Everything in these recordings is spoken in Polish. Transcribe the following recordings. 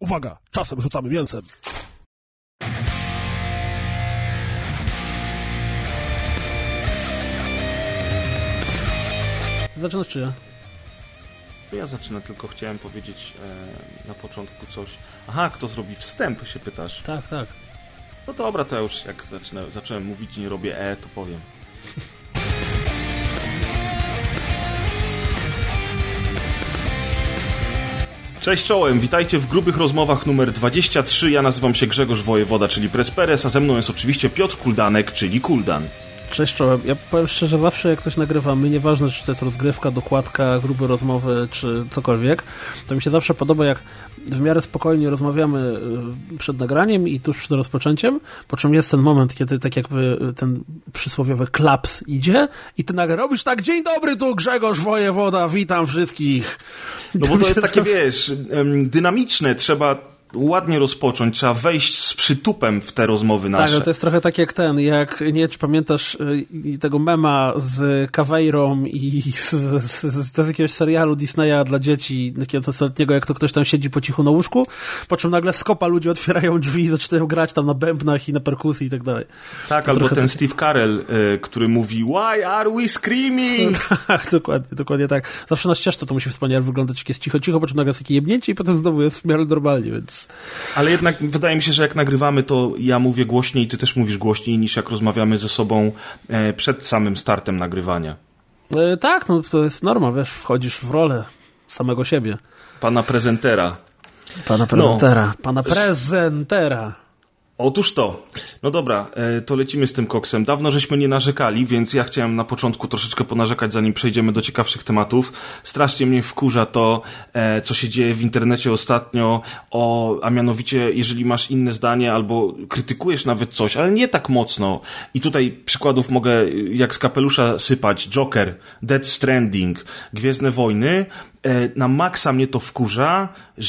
Uwaga, czasem rzucamy mięsem. Zaczynasz czy ja? Ja zacznę, tylko chciałem powiedzieć na początku coś. Aha, kto zrobi wstęp, się pytasz? Tak, tak. No dobra, to ja już jak zacząłem mówić i nie robię to powiem. Cześć czołem, witajcie w grubych rozmowach numer 23. Ja nazywam się Grzegorz Wojewoda, czyli Presperes, a ze mną jest oczywiście Piotr Kuldanek, czyli Kuldan. Cześć czołem. Ja powiem szczerze, zawsze jak coś nagrywamy, nieważne czy to jest rozgrywka, dokładka, grube rozmowy, czy cokolwiek, to mi się zawsze podoba, jak w miarę spokojnie rozmawiamy przed nagraniem i tuż przed rozpoczęciem, po czym jest ten moment, kiedy tak jakby ten przysłowiowy klaps idzie i ty nagle robisz tak, dzień dobry, tu Grzegorz Wojewoda, witam wszystkich. No bo to jest takie, wiesz, dynamiczne, trzeba ładnie rozpocząć, trzeba wejść z przytupem w te rozmowy nasze. Tak, ale to jest trochę tak jak nie wiem, czy pamiętasz tego mema z Caveirą i to z jakiegoś serialu Disneya dla dzieci, takiego letniego, jak to ktoś tam siedzi po cichu na łóżku, po czym nagle z kopa ludzie otwierają drzwi i zaczynają grać tam na bębnach i na perkusji i tak dalej. Tak, albo ten Steve Carell, który mówi Why are we screaming? Tak, dokładnie tak. Zawsze na ścieżce to musi wspaniale wyglądać, jak jest cicho, po czym nagle jest takie jebnięcie i potem znowu jest w miarę normalnie, więc... Ale jednak wydaje mi się, że jak nagrywamy, to ja mówię głośniej, ty też mówisz głośniej niż jak rozmawiamy ze sobą przed samym startem nagrywania. Tak, no to jest norma, wiesz, wchodzisz w rolę samego siebie. Pana prezentera. Pana prezentera. Otóż to. No dobra, to lecimy z tym koksem. Dawno żeśmy nie narzekali, więc ja chciałem na początku troszeczkę ponarzekać, zanim przejdziemy do ciekawszych tematów. Strasznie mnie wkurza to, co się dzieje w internecie ostatnio, a mianowicie, jeżeli masz inne zdanie albo krytykujesz nawet coś, ale nie tak mocno. I tutaj przykładów mogę jak z kapelusza sypać. Joker, Death Stranding, Gwiezdne Wojny. Na maksa mnie to wkurza,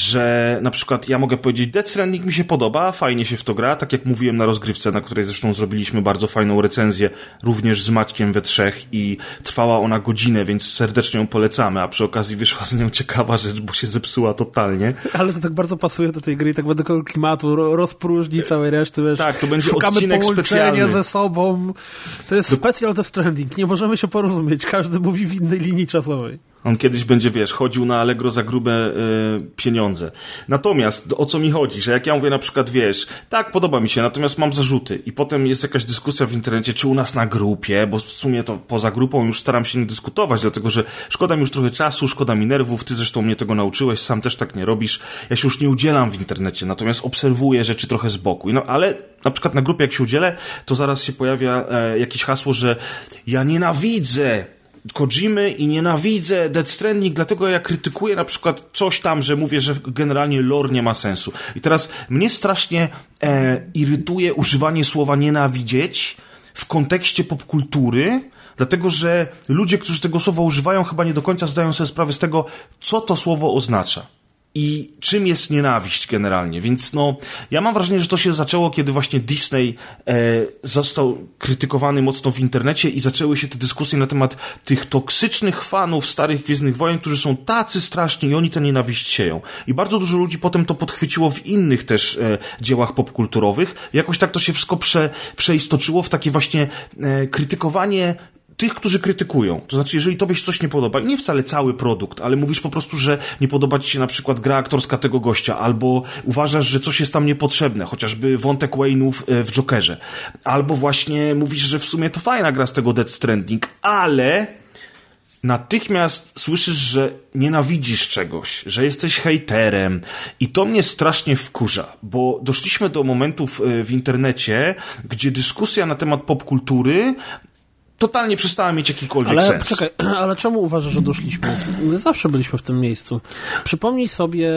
że na przykład ja mogę powiedzieć, Death Stranding mi się podoba, fajnie się w to gra, tak jak mówiłem na rozgrywce, na której zresztą zrobiliśmy bardzo fajną recenzję, również z Maćkiem we trzech i trwała ona godzinę, więc serdecznie ją polecamy, a przy okazji wyszła z nią ciekawa rzecz, bo się zepsuła totalnie. Ale to tak bardzo pasuje do tej gry, tak będę klimatu, rozpróżni całej reszty, wiesz. Tak, to będzie szukamy odcinek specjalny ze sobą. To jest Special Death Stranding, nie możemy się porozumieć, każdy mówi w innej linii czasowej. On kiedyś będzie, wiesz, chodził na Allegro za grube pieniądze. Natomiast o co mi chodzi, że jak ja mówię na przykład, wiesz, tak, podoba mi się, natomiast mam zarzuty i potem jest jakaś dyskusja w internecie, czy u nas na grupie, bo w sumie to poza grupą już staram się nie dyskutować, dlatego że szkoda mi już trochę czasu, szkoda mi nerwów, ty zresztą mnie tego nauczyłeś, sam też tak nie robisz. Ja się już nie udzielam w internecie, natomiast obserwuję rzeczy trochę z boku. No, ale na przykład na grupie jak się udzielę, to zaraz się pojawia jakieś hasło, że ja nienawidzę Kojimy i nienawidzę Death Stranding, dlatego ja krytykuję na przykład coś tam, że mówię, że generalnie lore nie ma sensu. I teraz mnie strasznie irytuje używanie słowa nienawidzieć w kontekście popkultury, dlatego że ludzie, którzy tego słowa używają, chyba nie do końca zdają sobie sprawę z tego, co to słowo oznacza. I czym jest nienawiść generalnie. Więc no, ja mam wrażenie, że to się zaczęło, kiedy właśnie Disney został krytykowany mocno w internecie i zaczęły się te dyskusje na temat tych toksycznych fanów starych Gwiezdnych Wojen, którzy są tacy straszni i oni tę nienawiść sieją. I bardzo dużo ludzi potem to podchwyciło w innych też dziełach popkulturowych. Jakoś tak to się wszystko przeistoczyło w takie właśnie krytykowanie tych, którzy krytykują. To znaczy, jeżeli tobie się coś nie podoba, i nie wcale cały produkt, ale mówisz po prostu, że nie podoba ci się na przykład gra aktorska tego gościa, albo uważasz, że coś jest tam niepotrzebne, chociażby wątek Wayne'ów w Jokerze. Albo właśnie mówisz, że w sumie to fajna gra z tego Death Stranding, ale natychmiast słyszysz, że nienawidzisz czegoś, że jesteś hejterem i to mnie strasznie wkurza, bo doszliśmy do momentów w internecie, gdzie dyskusja na temat popkultury totalnie przestała mieć jakikolwiek sens. Poczekaj, ale czemu uważasz, że doszliśmy? My zawsze byliśmy w tym miejscu. Przypomnij sobie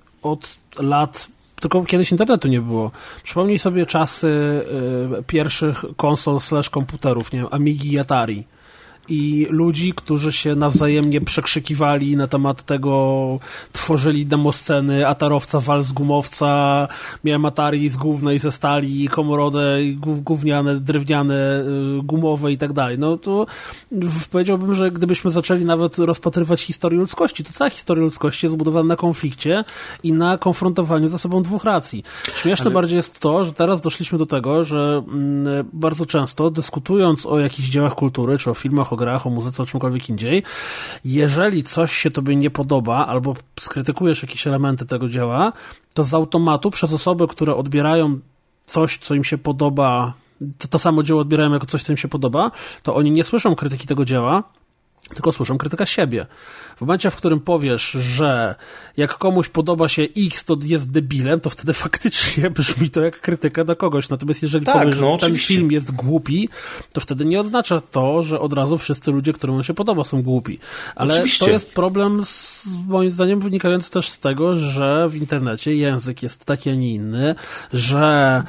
od lat, tylko kiedyś internetu nie było, przypomnij sobie czasy pierwszych konsol / komputerów, nie wiem, Amigi i Atari. i ludzi, którzy się nawzajemnie przekrzykiwali na temat tego, tworzyli demosceny, Atarowca wal z gumowca, miałem Atari z gównej, ze stali, komorodę, gówniane, drewniane, gumowe i tak dalej. No to powiedziałbym, że gdybyśmy zaczęli nawet rozpatrywać historię ludzkości, to cała historia ludzkości jest zbudowana na konflikcie i na konfrontowaniu ze sobą dwóch racji. Śmieszne bardziej jest to, że teraz doszliśmy do tego, że bardzo często dyskutując o jakichś dziełach kultury, czy o filmach, o grach, o muzyce, o czymkolwiek indziej, jeżeli coś się tobie nie podoba, albo skrytykujesz jakieś elementy tego dzieła, to z automatu przez osoby, które odbierają coś, co im się podoba, to samo dzieło odbierają jako coś, co im się podoba, to oni nie słyszą krytyki tego dzieła, tylko słyszą krytyka siebie. W momencie, w którym powiesz, że jak komuś podoba się X, to jest debilem, to wtedy faktycznie brzmi to jak krytyka na kogoś. Natomiast jeżeli powiesz, że ten film jest głupi, to wtedy nie oznacza to, że od razu wszyscy ludzie, którym on się podoba, są głupi. Ale to jest problem, moim zdaniem, wynikający też z tego, że w internecie język jest taki, a nie inny, że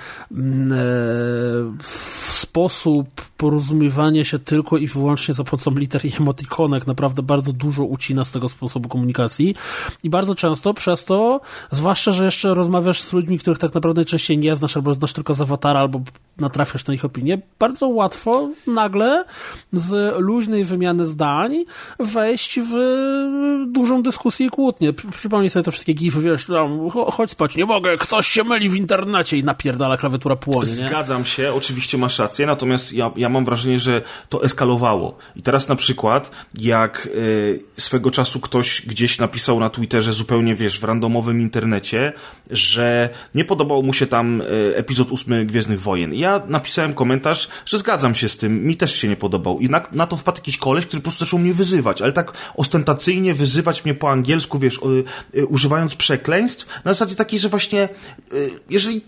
sposób porozumiewania się tylko i wyłącznie za pomocą liter i emotikonek naprawdę bardzo dużo ucina z tego sposobu komunikacji i bardzo często przez to, zwłaszcza, że jeszcze rozmawiasz z ludźmi, których tak naprawdę najczęściej nie znasz, albo znasz tylko z awatara, albo natrafiasz na ich opinię, bardzo łatwo nagle z luźnej wymiany zdań wejść w dużą dyskusję i kłótnię. Przypomnij sobie te wszystkie gify, wiesz, chodź spać, nie mogę, ktoś się myli w internecie i napierdala, klawiatura płonie. Zgadzam się, oczywiście masz rację, natomiast ja mam wrażenie, że to eskalowało. I teraz na przykład, jak swego czasu ktoś gdzieś napisał na Twitterze zupełnie, wiesz, w randomowym internecie, że nie podobał mu się tam epizod 8 Gwiezdnych Wojen. Ja napisałem komentarz, że zgadzam się z tym, mi też się nie podobał. I na to wpadł jakiś koleś, który po prostu zaczął mnie wyzywać, ale tak ostentacyjnie wyzywać mnie po angielsku, wiesz, używając przekleństw, na zasadzie takiej, że właśnie jeżeli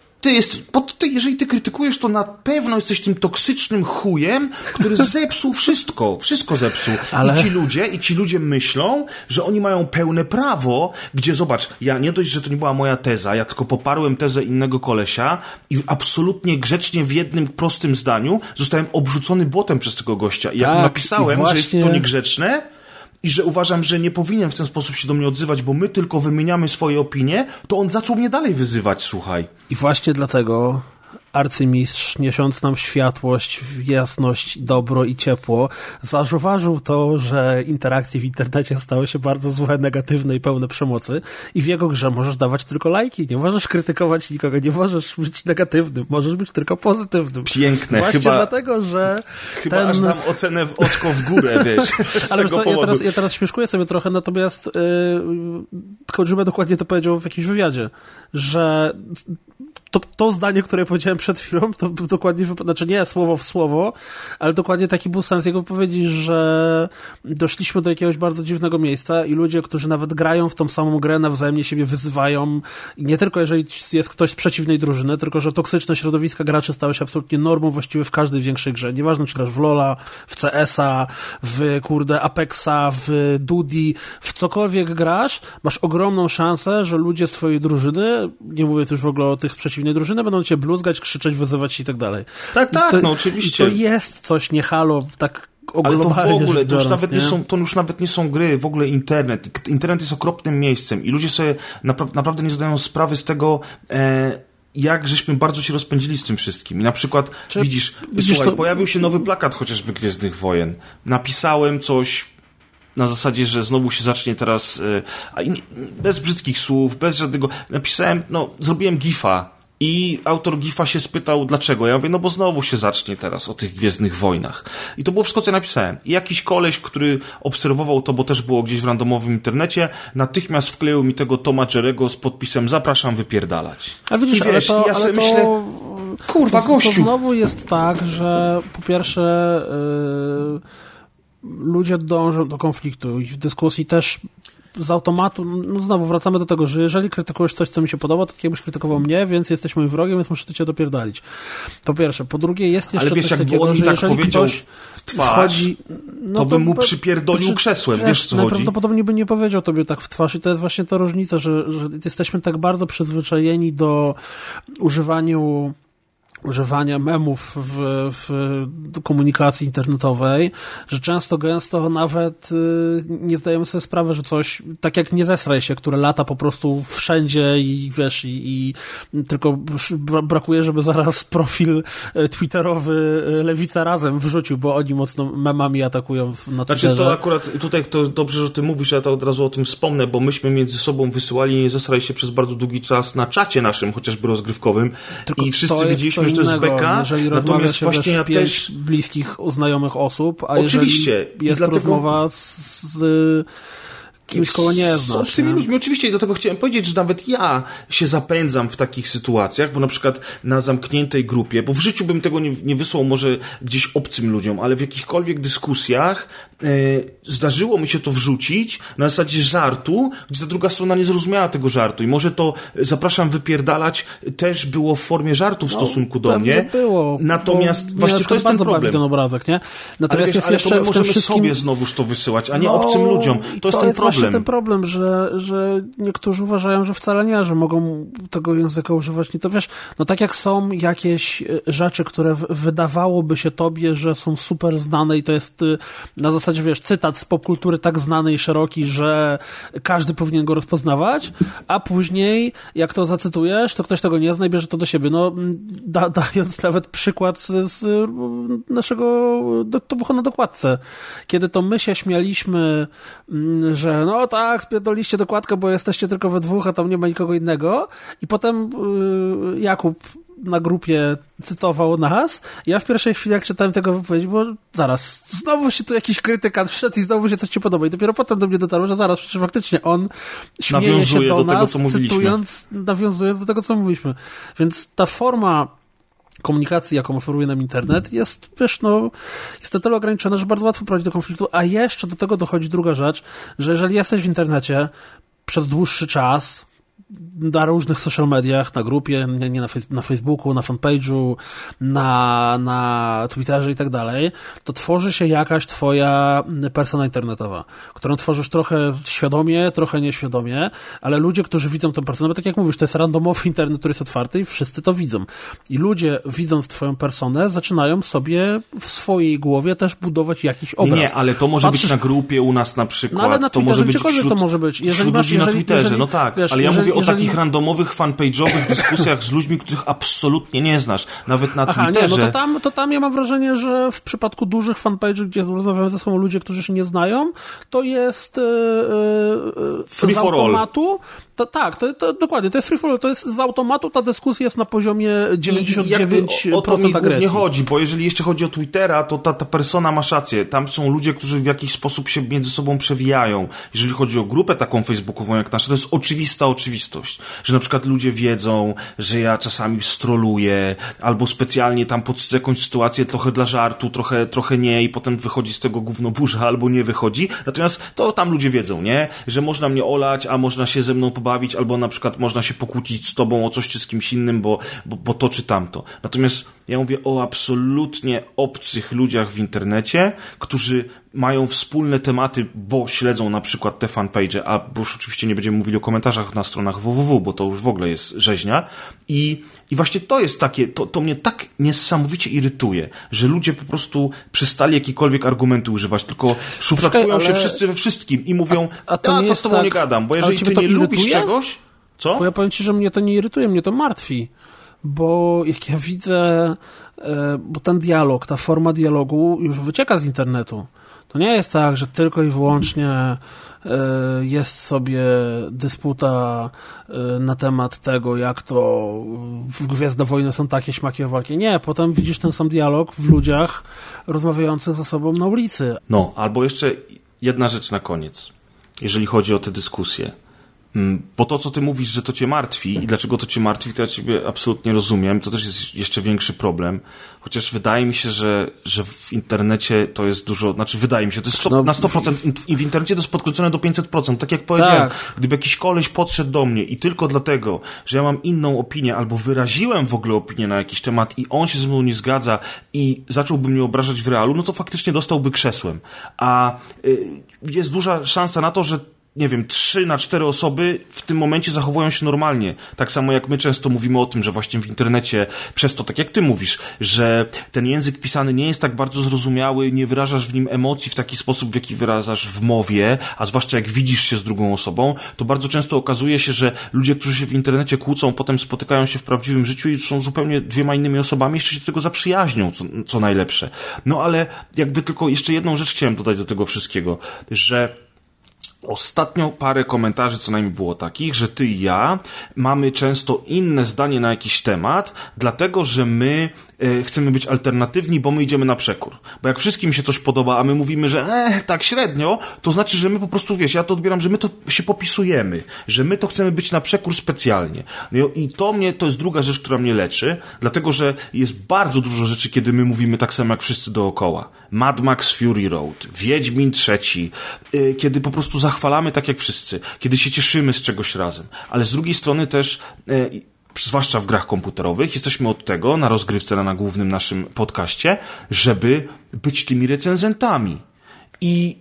ty krytykujesz, to na pewno jesteś tym toksycznym chujem, który zepsuł wszystko zepsuł. Ale... I ci ludzie myślą, że oni mają pełne prawo, gdzie zobacz, ja nie dość, że to nie była moja teza, ja tylko poparłem tezę innego kolesia i absolutnie grzecznie w jednym prostym zdaniu zostałem obrzucony błotem przez tego gościa. I jak napisałem, że jest to niegrzeczne, i że uważam, że nie powinien w ten sposób się do mnie odzywać, bo my tylko wymieniamy swoje opinie, to on zaczął mnie dalej wyzywać, słuchaj. I właśnie dlatego arcymistrz, niesiąc nam światłość, jasność, dobro i ciepło, zauważył to, że interakcje w internecie stały się bardzo złe, negatywne i pełne przemocy i w jego grze możesz dawać tylko lajki, nie możesz krytykować nikogo, nie możesz być negatywnym, możesz być tylko pozytywnym. Piękne. Właśnie dlatego, że chyba aż dam ocenę w oczko w górę, wiesz, z ale tego powodu. Ja teraz śmieszkuję sobie trochę, natomiast Kojima dokładnie to powiedział w jakimś wywiadzie, że to zdanie, które powiedziałem przed chwilą, to dokładnie, znaczy nie słowo w słowo, ale dokładnie taki był sens jego wypowiedzi, że doszliśmy do jakiegoś bardzo dziwnego miejsca i ludzie, którzy nawet grają w tą samą grę, nawzajemnie siebie wyzywają. I nie tylko jeżeli jest ktoś z przeciwnej drużyny, tylko że toksyczne środowiska graczy stały się absolutnie normą właściwie w każdej większej grze. Nieważne, czy grasz w LoL'a, w CS-a, w Apexa, w Dudi, w cokolwiek grasz, masz ogromną szansę, że ludzie z twojej drużyny, nie mówię już w ogóle o tych z przeciwnej drużyny, będą cię bluzgać, krzyczeć, wyzywać i tak dalej. Tak, no oczywiście. To jest coś nie halo, tak ogólnie. Ale to w ogóle, to już nawet nie są gry, w ogóle internet. Internet jest okropnym miejscem i ludzie sobie naprawdę nie zdają sprawy z tego, jak żeśmy bardzo się rozpędzili z tym wszystkim. I na przykład, widzisz, słuchaj, pojawił się nowy plakat chociażby Gwiezdnych Wojen. Napisałem coś na zasadzie, że znowu się zacznie teraz bez brzydkich słów, bez żadnego... Napisałem, zrobiłem gifa i autor gifa się spytał, dlaczego. Ja mówię, bo znowu się zacznie teraz o tych Gwiezdnych Wojnach. I to było wszystko, co ja napisałem. I jakiś koleś, który obserwował to, bo też było gdzieś w randomowym internecie, natychmiast wkleił mi tego Toma Jerry'ego z podpisem zapraszam wypierdalać. A widzisz, i wiesz, ja sobie myślę, kurwa, gościu. To znowu jest tak, że po pierwsze ludzie dążą do konfliktu i w dyskusji też z automatu, znowu wracamy do tego, że jeżeli krytykujesz coś, co mi się podoba, to tak jakbyś krytykował mnie, więc jesteś moim wrogiem, więc muszę cię dopierdalić. Po pierwsze. Po drugie, jest jeszcze coś takiego, on że tak jeżeli powiedział ktoś w twarz, wchodzi, to bym mu przypierdolił krzesłem, wiesz co chodzi? Najprawdopodobniej by nie powiedział tobie tak w twarz i to jest właśnie ta różnica, że jesteśmy tak bardzo przyzwyczajeni do używania memów w komunikacji internetowej, że często, gęsto nawet nie zdajemy sobie sprawy, że coś, tak jak Nie zesraj się, które lata po prostu wszędzie i wiesz, i tylko brakuje, żeby zaraz profil twitterowy Lewica Razem wrzucił, bo oni mocno memami atakują na Twitterze. Znaczy to akurat tutaj to dobrze, że ty mówisz, ja to od razu o tym wspomnę, bo myśmy między sobą wysyłali Nie zesraj się przez bardzo długi czas na czacie naszym, chociażby rozgrywkowym, tylko i wszyscy wiedzieliśmy, że to jest beka, jeżeli natomiast właśnie ja też bliskich, znajomych osób, a oczywiście jeżeli jest rozmowa z kimś, kogo nie znasz. Z obcymi ludźmi, oczywiście, i do tego chciałem powiedzieć, że nawet ja się zapędzam w takich sytuacjach, bo na przykład na zamkniętej grupie, bo w życiu bym tego nie wysłał może gdzieś obcym ludziom, ale w jakichkolwiek dyskusjach zdarzyło mi się to wrzucić na zasadzie żartu, gdzie ta druga strona nie zrozumiała tego żartu i może to, zapraszam, wypierdalać też było w formie żartu w stosunku do mnie. Było. Natomiast właśnie to jest ten problem. Ten obrazek, nie? Natomiast ale, jest jeszcze możemy wszystkim... sobie znowuż to wysyłać, a nie obcym ludziom. To jest ten problem. Ten problem, że niektórzy uważają, że wcale nie, że mogą tego języka używać. Nie to wiesz, no tak jak są jakieś rzeczy, które wydawałoby się tobie, że są super znane i to jest na zasadzie, wiesz, cytat z popkultury tak znany i szeroki, że każdy powinien go rozpoznawać, a później, jak to zacytujesz, to ktoś tego nie zna i bierze to do siebie. No, dając nawet przykład z naszego, to było na dokładce. Kiedy to my się śmialiśmy, że no tak, spierdoliście dokładkę, bo jesteście tylko we dwóch, a tam nie ma nikogo innego. I potem Jakub na grupie cytował nas. Ja w pierwszej chwili, jak czytałem tego wypowiedź, bo zaraz, znowu się tu jakiś krytykant wszedł i znowu się coś ci podoba. I dopiero potem do mnie dotarło, że zaraz, przecież faktycznie on śmieje się do nas, tego, co mówiliśmy. Nawiązując do tego, co mówiliśmy. Więc ta forma komunikacji, jaką oferuje nam internet, jest, wiesz, no, jest na tyle ograniczona, że bardzo łatwo prowadzi do konfliktu, a jeszcze do tego dochodzi druga rzecz, że jeżeli jesteś w internecie przez dłuższy czas, na różnych social mediach, na grupie, nie na Facebooku, na fanpage'u, na Twitterze i tak dalej, to tworzy się jakaś twoja persona internetowa, którą tworzysz trochę świadomie, trochę nieświadomie, ale ludzie, którzy widzą tę personę, bo tak jak mówisz, to jest randomowy internet, który jest otwarty i wszyscy to widzą. I ludzie, widząc twoją personę, zaczynają sobie w swojej głowie też budować jakiś obraz. Nie, ale to może być na grupie u nas na przykład, no, ale na to może być to może być. Wśród ludzi na Twitterze, no tak, wiesz, ale ja mówię o takich randomowych, fanpage'owych dyskusjach z ludźmi, których absolutnie nie znasz, nawet na Twitterze. Nie, no to tam ja mam wrażenie, że w przypadku dużych fanpage'ów, gdzie rozmawiają ze sobą ludzie, którzy się nie znają, to jest free for automatu. Tak, to dokładnie, to jest free for all, to jest z automatu, ta dyskusja jest na poziomie 99% o to mi agresji. Nie chodzi, bo jeżeli jeszcze chodzi o Twittera, to ta persona ma rację. Tam są ludzie, którzy w jakiś sposób się między sobą przewijają. Jeżeli chodzi o grupę taką facebookową jak nasza, to jest oczywista oczywistość, że na przykład ludzie wiedzą, że ja czasami stroluję, albo specjalnie tam podsycę jakąś sytuację trochę dla żartu, trochę nie i potem wychodzi z tego gówno burza, albo nie wychodzi. Natomiast to tam ludzie wiedzą, nie? Że można mnie olać, a można się ze mną pobawić, albo na przykład można się pokłócić z tobą o coś czy z kimś innym, bo to czy tamto. Natomiast ja mówię o absolutnie obcych ludziach w internecie, którzy mają wspólne tematy, bo śledzą na przykład te fanpage, bo już oczywiście nie będziemy mówili o komentarzach na stronach www, bo to już w ogóle jest rzeźnia. I właśnie to jest takie, to mnie tak niesamowicie irytuje, że ludzie po prostu przestali jakikolwiek argumenty używać, tylko szufladkują się wszyscy we wszystkim i mówią, to z tobą tak, nie gadam, bo jeżeli ty nie lubisz czegoś, co? Bo ja powiem ci, że mnie to nie irytuje, mnie to martwi. Bo jak ja widzę, bo ten dialog, ta forma dialogu już wycieka z internetu. To nie jest tak, że tylko i wyłącznie jest sobie dysputa na temat tego, jak to w Gwiezdne Wojny są takie śmaki owalkie. Nie, potem widzisz ten sam dialog w ludziach rozmawiających ze sobą na ulicy. No, albo jeszcze jedna rzecz na koniec, jeżeli chodzi o te dyskusje. Bo to, co ty mówisz, że to cię martwi i dlaczego to cię martwi, to ja ciebie absolutnie rozumiem. To też jest jeszcze większy problem. Chociaż wydaje mi się, że w internecie to jest dużo, wydaje mi się, to jest na 100%. I w internecie to jest podkręcone do 500%. Tak jak powiedziałem, gdyby jakiś koleś podszedł do mnie i tylko dlatego, że ja mam inną opinię albo wyraziłem w ogóle opinię na jakiś temat i on się ze mną nie zgadza i zacząłby mnie obrażać w realu, no to faktycznie dostałby krzesłem. A jest duża szansa na to, że nie wiem, 3 na 4 osoby w tym momencie zachowują się normalnie. Tak samo jak my często mówimy o tym, że właśnie w internecie, przez to, tak jak ty mówisz, że ten język pisany nie jest tak bardzo zrozumiały, nie wyrażasz w nim emocji w taki sposób, w jaki wyrażasz w mowie, a zwłaszcza jak widzisz się z drugą osobą, to bardzo często okazuje się, że ludzie, którzy się w internecie kłócą, potem spotykają się w prawdziwym życiu i są zupełnie 2 innymi osobami, jeszcze się do tego zaprzyjaźnią, co najlepsze. No ale jakby tylko jeszcze jedną rzecz chciałem dodać do tego wszystkiego, że ostatnio parę komentarzy co najmniej było takich, że ty i ja mamy często inne zdanie na jakiś temat, dlatego, że my chcemy być alternatywni, bo my idziemy na przekór. Bo jak wszystkim się coś podoba, a my mówimy, że tak średnio, to znaczy, że my po prostu, wiesz, ja to odbieram, że my to się popisujemy, że my to chcemy być na przekór specjalnie. No i to jest druga rzecz, która mnie leczy, dlatego, że jest bardzo dużo rzeczy, kiedy my mówimy tak samo jak wszyscy dookoła. Mad Max Fury Road, Wiedźmin III, kiedy po prostu zachwalamy tak jak wszyscy, kiedy się cieszymy z czegoś razem. Ale z drugiej strony też zwłaszcza w grach komputerowych, jesteśmy od tego, na rozgrywce, na głównym naszym podcaście, żeby być tymi recenzentami. I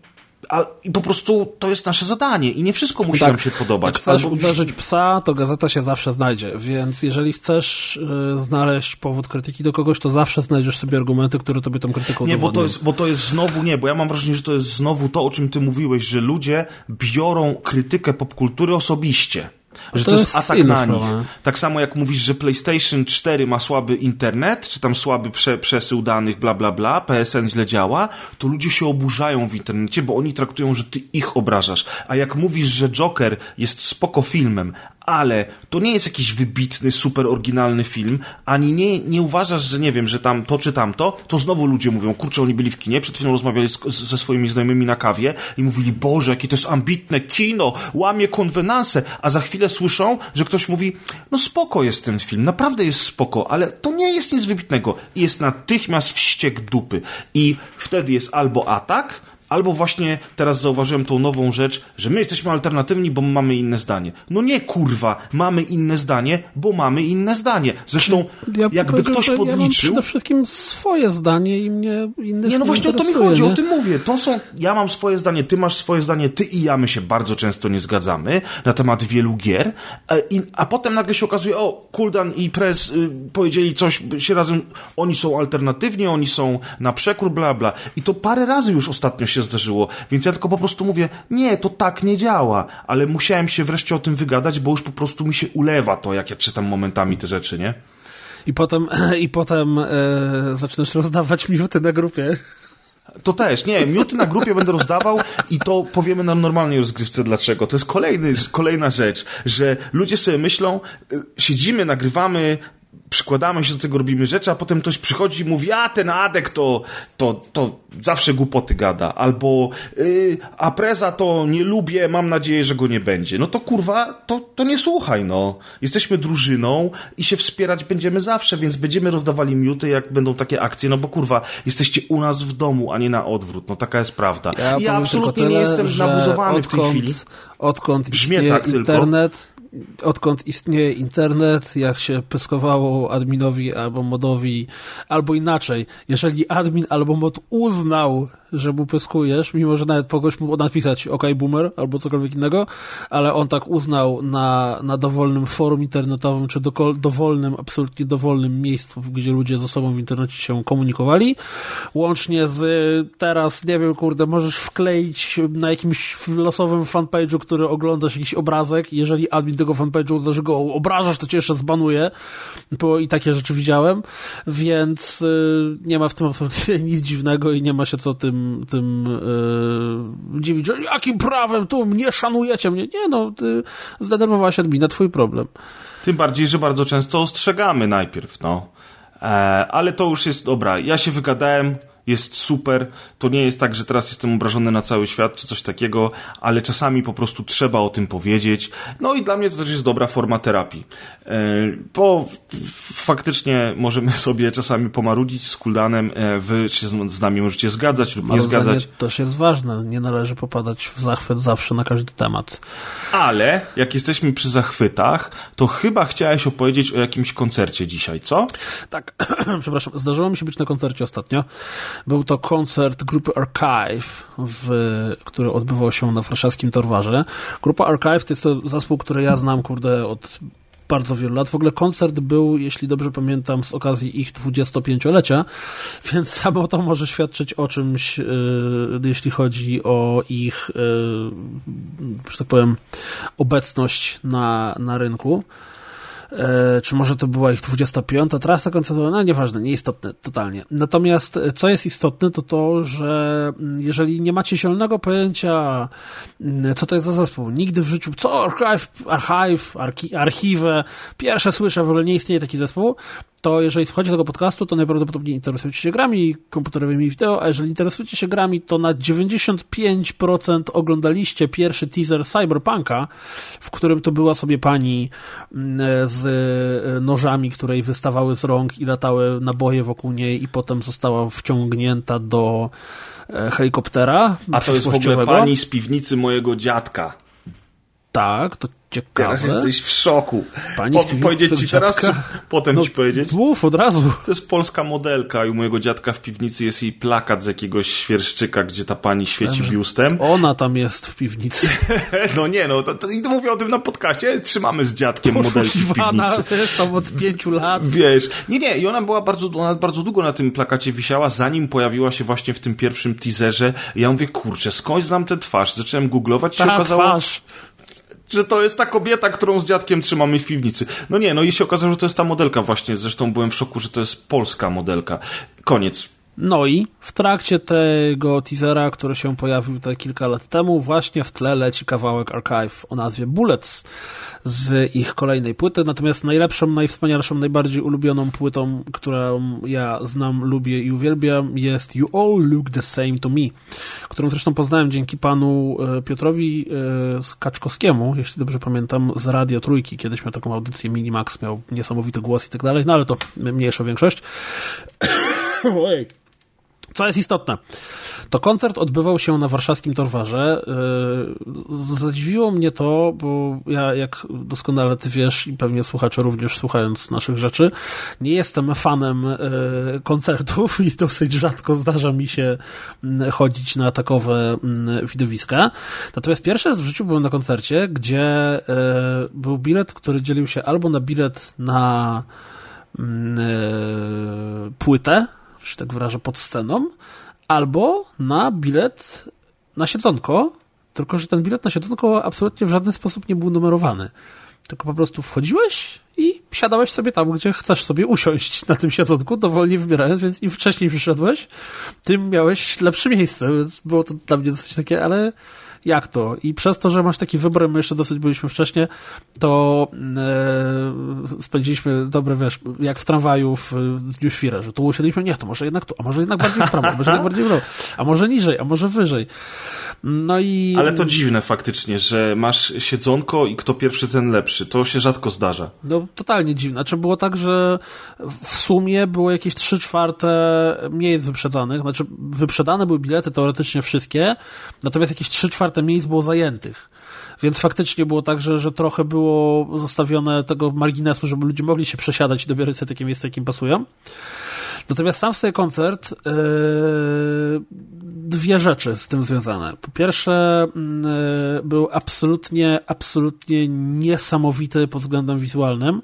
po prostu to jest nasze zadanie i nie wszystko musi nam się podobać. Jak chcesz uderzyć psa, to gazeta się zawsze znajdzie, więc jeżeli chcesz znaleźć powód krytyki do kogoś, to zawsze znajdziesz sobie argumenty, które tobie tą krytyką udowodnią. Bo to jest znowu bo ja mam wrażenie, że to jest znowu to, o czym ty mówiłeś, że ludzie biorą krytykę popkultury osobiście. Że to jest atak na nich. Tak samo jak mówisz, że PlayStation 4 ma słaby internet, czy tam słaby przesył danych, bla bla bla, PSN źle działa, to ludzie się oburzają w internecie, bo oni traktują, że ty ich obrażasz. A jak mówisz, że Joker jest spoko filmem, ale to nie jest jakiś wybitny, super oryginalny film, ani nie uważasz, że nie wiem, że tam to czy tamto, to znowu ludzie mówią, kurczę, oni byli w kinie, przed chwilą rozmawiali ze swoimi znajomymi na kawie i mówili, Boże, jakie to jest ambitne kino, łamie konwenanse, a za chwilę słyszą, że ktoś mówi, no spoko jest ten film, naprawdę jest spoko, ale to nie jest nic wybitnego. I jest natychmiast wściek dupy. I wtedy jest albo atak, albo właśnie teraz zauważyłem tą nową rzecz, że my jesteśmy alternatywni, bo mamy inne zdanie. No nie, kurwa, mamy inne zdanie, bo mamy inne zdanie. Zresztą, jakby ktoś podliczył... Ja mam przede wszystkim swoje zdanie i mnie inne nie, no właśnie o to mi chodzi, o tym mówię. Ja mam swoje zdanie, ty masz swoje zdanie, ty i ja, my się bardzo często nie zgadzamy na temat wielu gier, a potem nagle się okazuje, Kuldan i Prez powiedzieli coś, się razem, oni są alternatywni, oni są na przekór, bla, bla. I to parę razy już ostatnio się zdarzyło, więc ja tylko po prostu mówię, nie, to tak nie działa, ale musiałem się wreszcie o tym wygadać, bo już po prostu mi się ulewa to, jak ja czytam momentami te rzeczy, nie? I potem zaczynasz rozdawać miuty na grupie. To też, nie, miuty na grupie będę rozdawał i to powiemy na normalnej rozgrywce dlaczego. To jest kolejna rzecz, że ludzie sobie myślą, siedzimy, nagrywamy, przykładamy się do tego, robimy rzeczy, a potem ktoś przychodzi i mówi, a ten Adek to zawsze głupoty gada, albo a Preza to nie lubię, mam nadzieję, że go nie będzie. No to kurwa, to nie słuchaj, no. Jesteśmy drużyną i się wspierać będziemy zawsze, więc będziemy rozdawali miuty, jak będą takie akcje, no bo kurwa, jesteście u nas w domu, a nie na odwrót, no taka jest prawda. Ja absolutnie nie jestem nabuzowany w tej chwili. Odkąd istnieje internet, odkąd istnieje internet, jak się pyskowało adminowi albo modowi, albo inaczej, jeżeli admin albo mod uznał, że mu pyskujesz, mimo że nawet kogoś mógł napisać OK boomer albo cokolwiek innego, ale on tak uznał na dowolnym forum internetowym, czy dowolnym, absolutnie dowolnym miejscu, gdzie ludzie ze sobą w internecie się komunikowali, łącznie z teraz, nie wiem, kurde, możesz wkleić na jakimś losowym fanpage'u, który oglądasz jakiś obrazek, jeżeli admin tego fanpage'u uzna, że go obrażasz, to cię jeszcze zbanuje, bo i takie rzeczy widziałem, więc nie ma w tym absolutnie nic dziwnego i nie ma się co tym dziwić, że jakim prawem tu mnie szanujecie mnie. Nie no, ty zdenerwowałaś admina, twój problem. Tym bardziej, że bardzo często ostrzegamy najpierw, no. Ale to już jest, dobra, ja się wygadałem, jest super, to nie jest tak, że teraz jestem obrażony na cały świat, czy coś takiego, ale czasami po prostu trzeba o tym powiedzieć. No i dla mnie to też jest dobra forma terapii. Bo faktycznie możemy sobie czasami pomarudzić z Kuldanem, wy się z nami możecie zgadzać lub nie zgadzać. To też jest ważne, nie należy popadać w zachwyt zawsze na każdy temat. Ale jak jesteśmy przy zachwytach, to chyba chciałeś opowiedzieć o jakimś koncercie dzisiaj, co? Tak, przepraszam, zdarzyło mi się być na koncercie ostatnio Był to koncert grupy Archive, który odbywał się na warszawskim Torwarze. Grupa Archive to jest to zespół, który ja znam, od bardzo wielu lat. W ogóle koncert był, jeśli dobrze pamiętam, z okazji ich 25-lecia, więc samo to może świadczyć o czymś, jeśli chodzi o ich, że tak powiem, obecność na rynku. Czy może to była ich 25. trasa koncertowa? No nieważne, nieistotne totalnie. Natomiast co jest istotne, to to, że jeżeli nie macie zielonego pojęcia, co to jest za zespół, nigdy w życiu, co archiwę, pierwsze słyszę, w ogóle nie istnieje taki zespół, to jeżeli słuchacie tego podcastu, to najprawdopodobniej interesujecie się grami komputerowymi i wideo, a jeżeli interesujecie się grami, to na 95% oglądaliście pierwszy teaser Cyberpunka, w którym to była sobie pani z nożami, które jej wystawały z rąk i latały naboje wokół niej i potem została wciągnięta do helikoptera. A to jest w ogóle pani z piwnicy mojego dziadka. Tak, to ciekawe. Teraz jesteś w szoku. Powiedzieć ci teraz, czy potem ci powiedzieć? Mów od razu. To jest polska modelka i u mojego dziadka w piwnicy jest jej plakat z jakiegoś świerszczyka, gdzie ta pani świeci biustem. Ona tam jest w piwnicy. To mówię o tym na podcaście. Trzymamy z dziadkiem modelki w piwnicy. Wiesz, tam od 5 lat. Wiesz. Nie. I ona była bardzo długo na tym plakacie wisiała, zanim pojawiła się właśnie w tym pierwszym teaserze. I ja mówię, kurczę, skądś znam tę twarz. Zacząłem googlować i się okazało... twarz. Że to jest ta kobieta, którą z dziadkiem trzymamy w piwnicy. I się okazało, że to jest ta modelka właśnie. Zresztą byłem w szoku, że to jest polska modelka. Koniec. No i w trakcie tego teasera, który się pojawił tutaj kilka lat temu, właśnie w tle leci kawałek Archive o nazwie Bullets z ich kolejnej płyty. Natomiast najlepszą, najwspanialszą, najbardziej ulubioną płytą, którą ja znam, lubię i uwielbiam, jest You All Look the Same to Me, którą zresztą poznałem dzięki panu Piotrowi Kaczkowskiemu, jeśli dobrze pamiętam, z Radia Trójki. Kiedyś miał taką audycję, Minimax, miał niesamowity głos i tak dalej, ale to mniejsza większość. Ojej. Co jest istotne, to koncert odbywał się na warszawskim Torwarze. Zadziwiło mnie to, bo ja, jak doskonale ty wiesz i pewnie słuchacze również słuchając naszych rzeczy, nie jestem fanem koncertów i dosyć rzadko zdarza mi się chodzić na takowe widowiska. Natomiast pierwszy raz w życiu byłem na koncercie, gdzie był bilet, który dzielił się albo na bilet na płytę, że tak wyrażę, pod sceną, albo na bilet na siedzonko, tylko że ten bilet na siedzonko absolutnie w żaden sposób nie był numerowany. Tylko po prostu wchodziłeś i siadałeś sobie tam, gdzie chcesz sobie usiąść na tym siedzonku, dowolnie wybierając, więc im wcześniej przyszedłeś, tym miałeś lepsze miejsce, więc było to dla mnie dosyć takie, ale jak to? I przez to, że masz taki wybór, my jeszcze dosyć byliśmy wcześnie, to spędziliśmy dobre, wiesz, jak w tramwaju w Dniu Świra, że tu usiedliśmy, nie, to może jednak tu, a może jednak bardziej w prawo, a może jednak bardziej w prawo, a może niżej, a może wyżej. No i... Ale to dziwne faktycznie, że masz siedzonko i kto pierwszy, ten lepszy. To się rzadko zdarza. No, totalnie dziwne. Znaczy było tak, że w sumie było jakieś 3/4 miejsc wyprzedzanych. Znaczy wyprzedane były bilety teoretycznie wszystkie, natomiast jakieś 3/4 miejsc było zajętych. Więc faktycznie było tak, że trochę było zostawione tego marginesu, żeby ludzie mogli się przesiadać i dobierać sobie takie miejsca, jakim pasują. Natomiast sam sobie koncert, dwie rzeczy z tym związane. Po pierwsze, był absolutnie niesamowity pod względem wizualnym.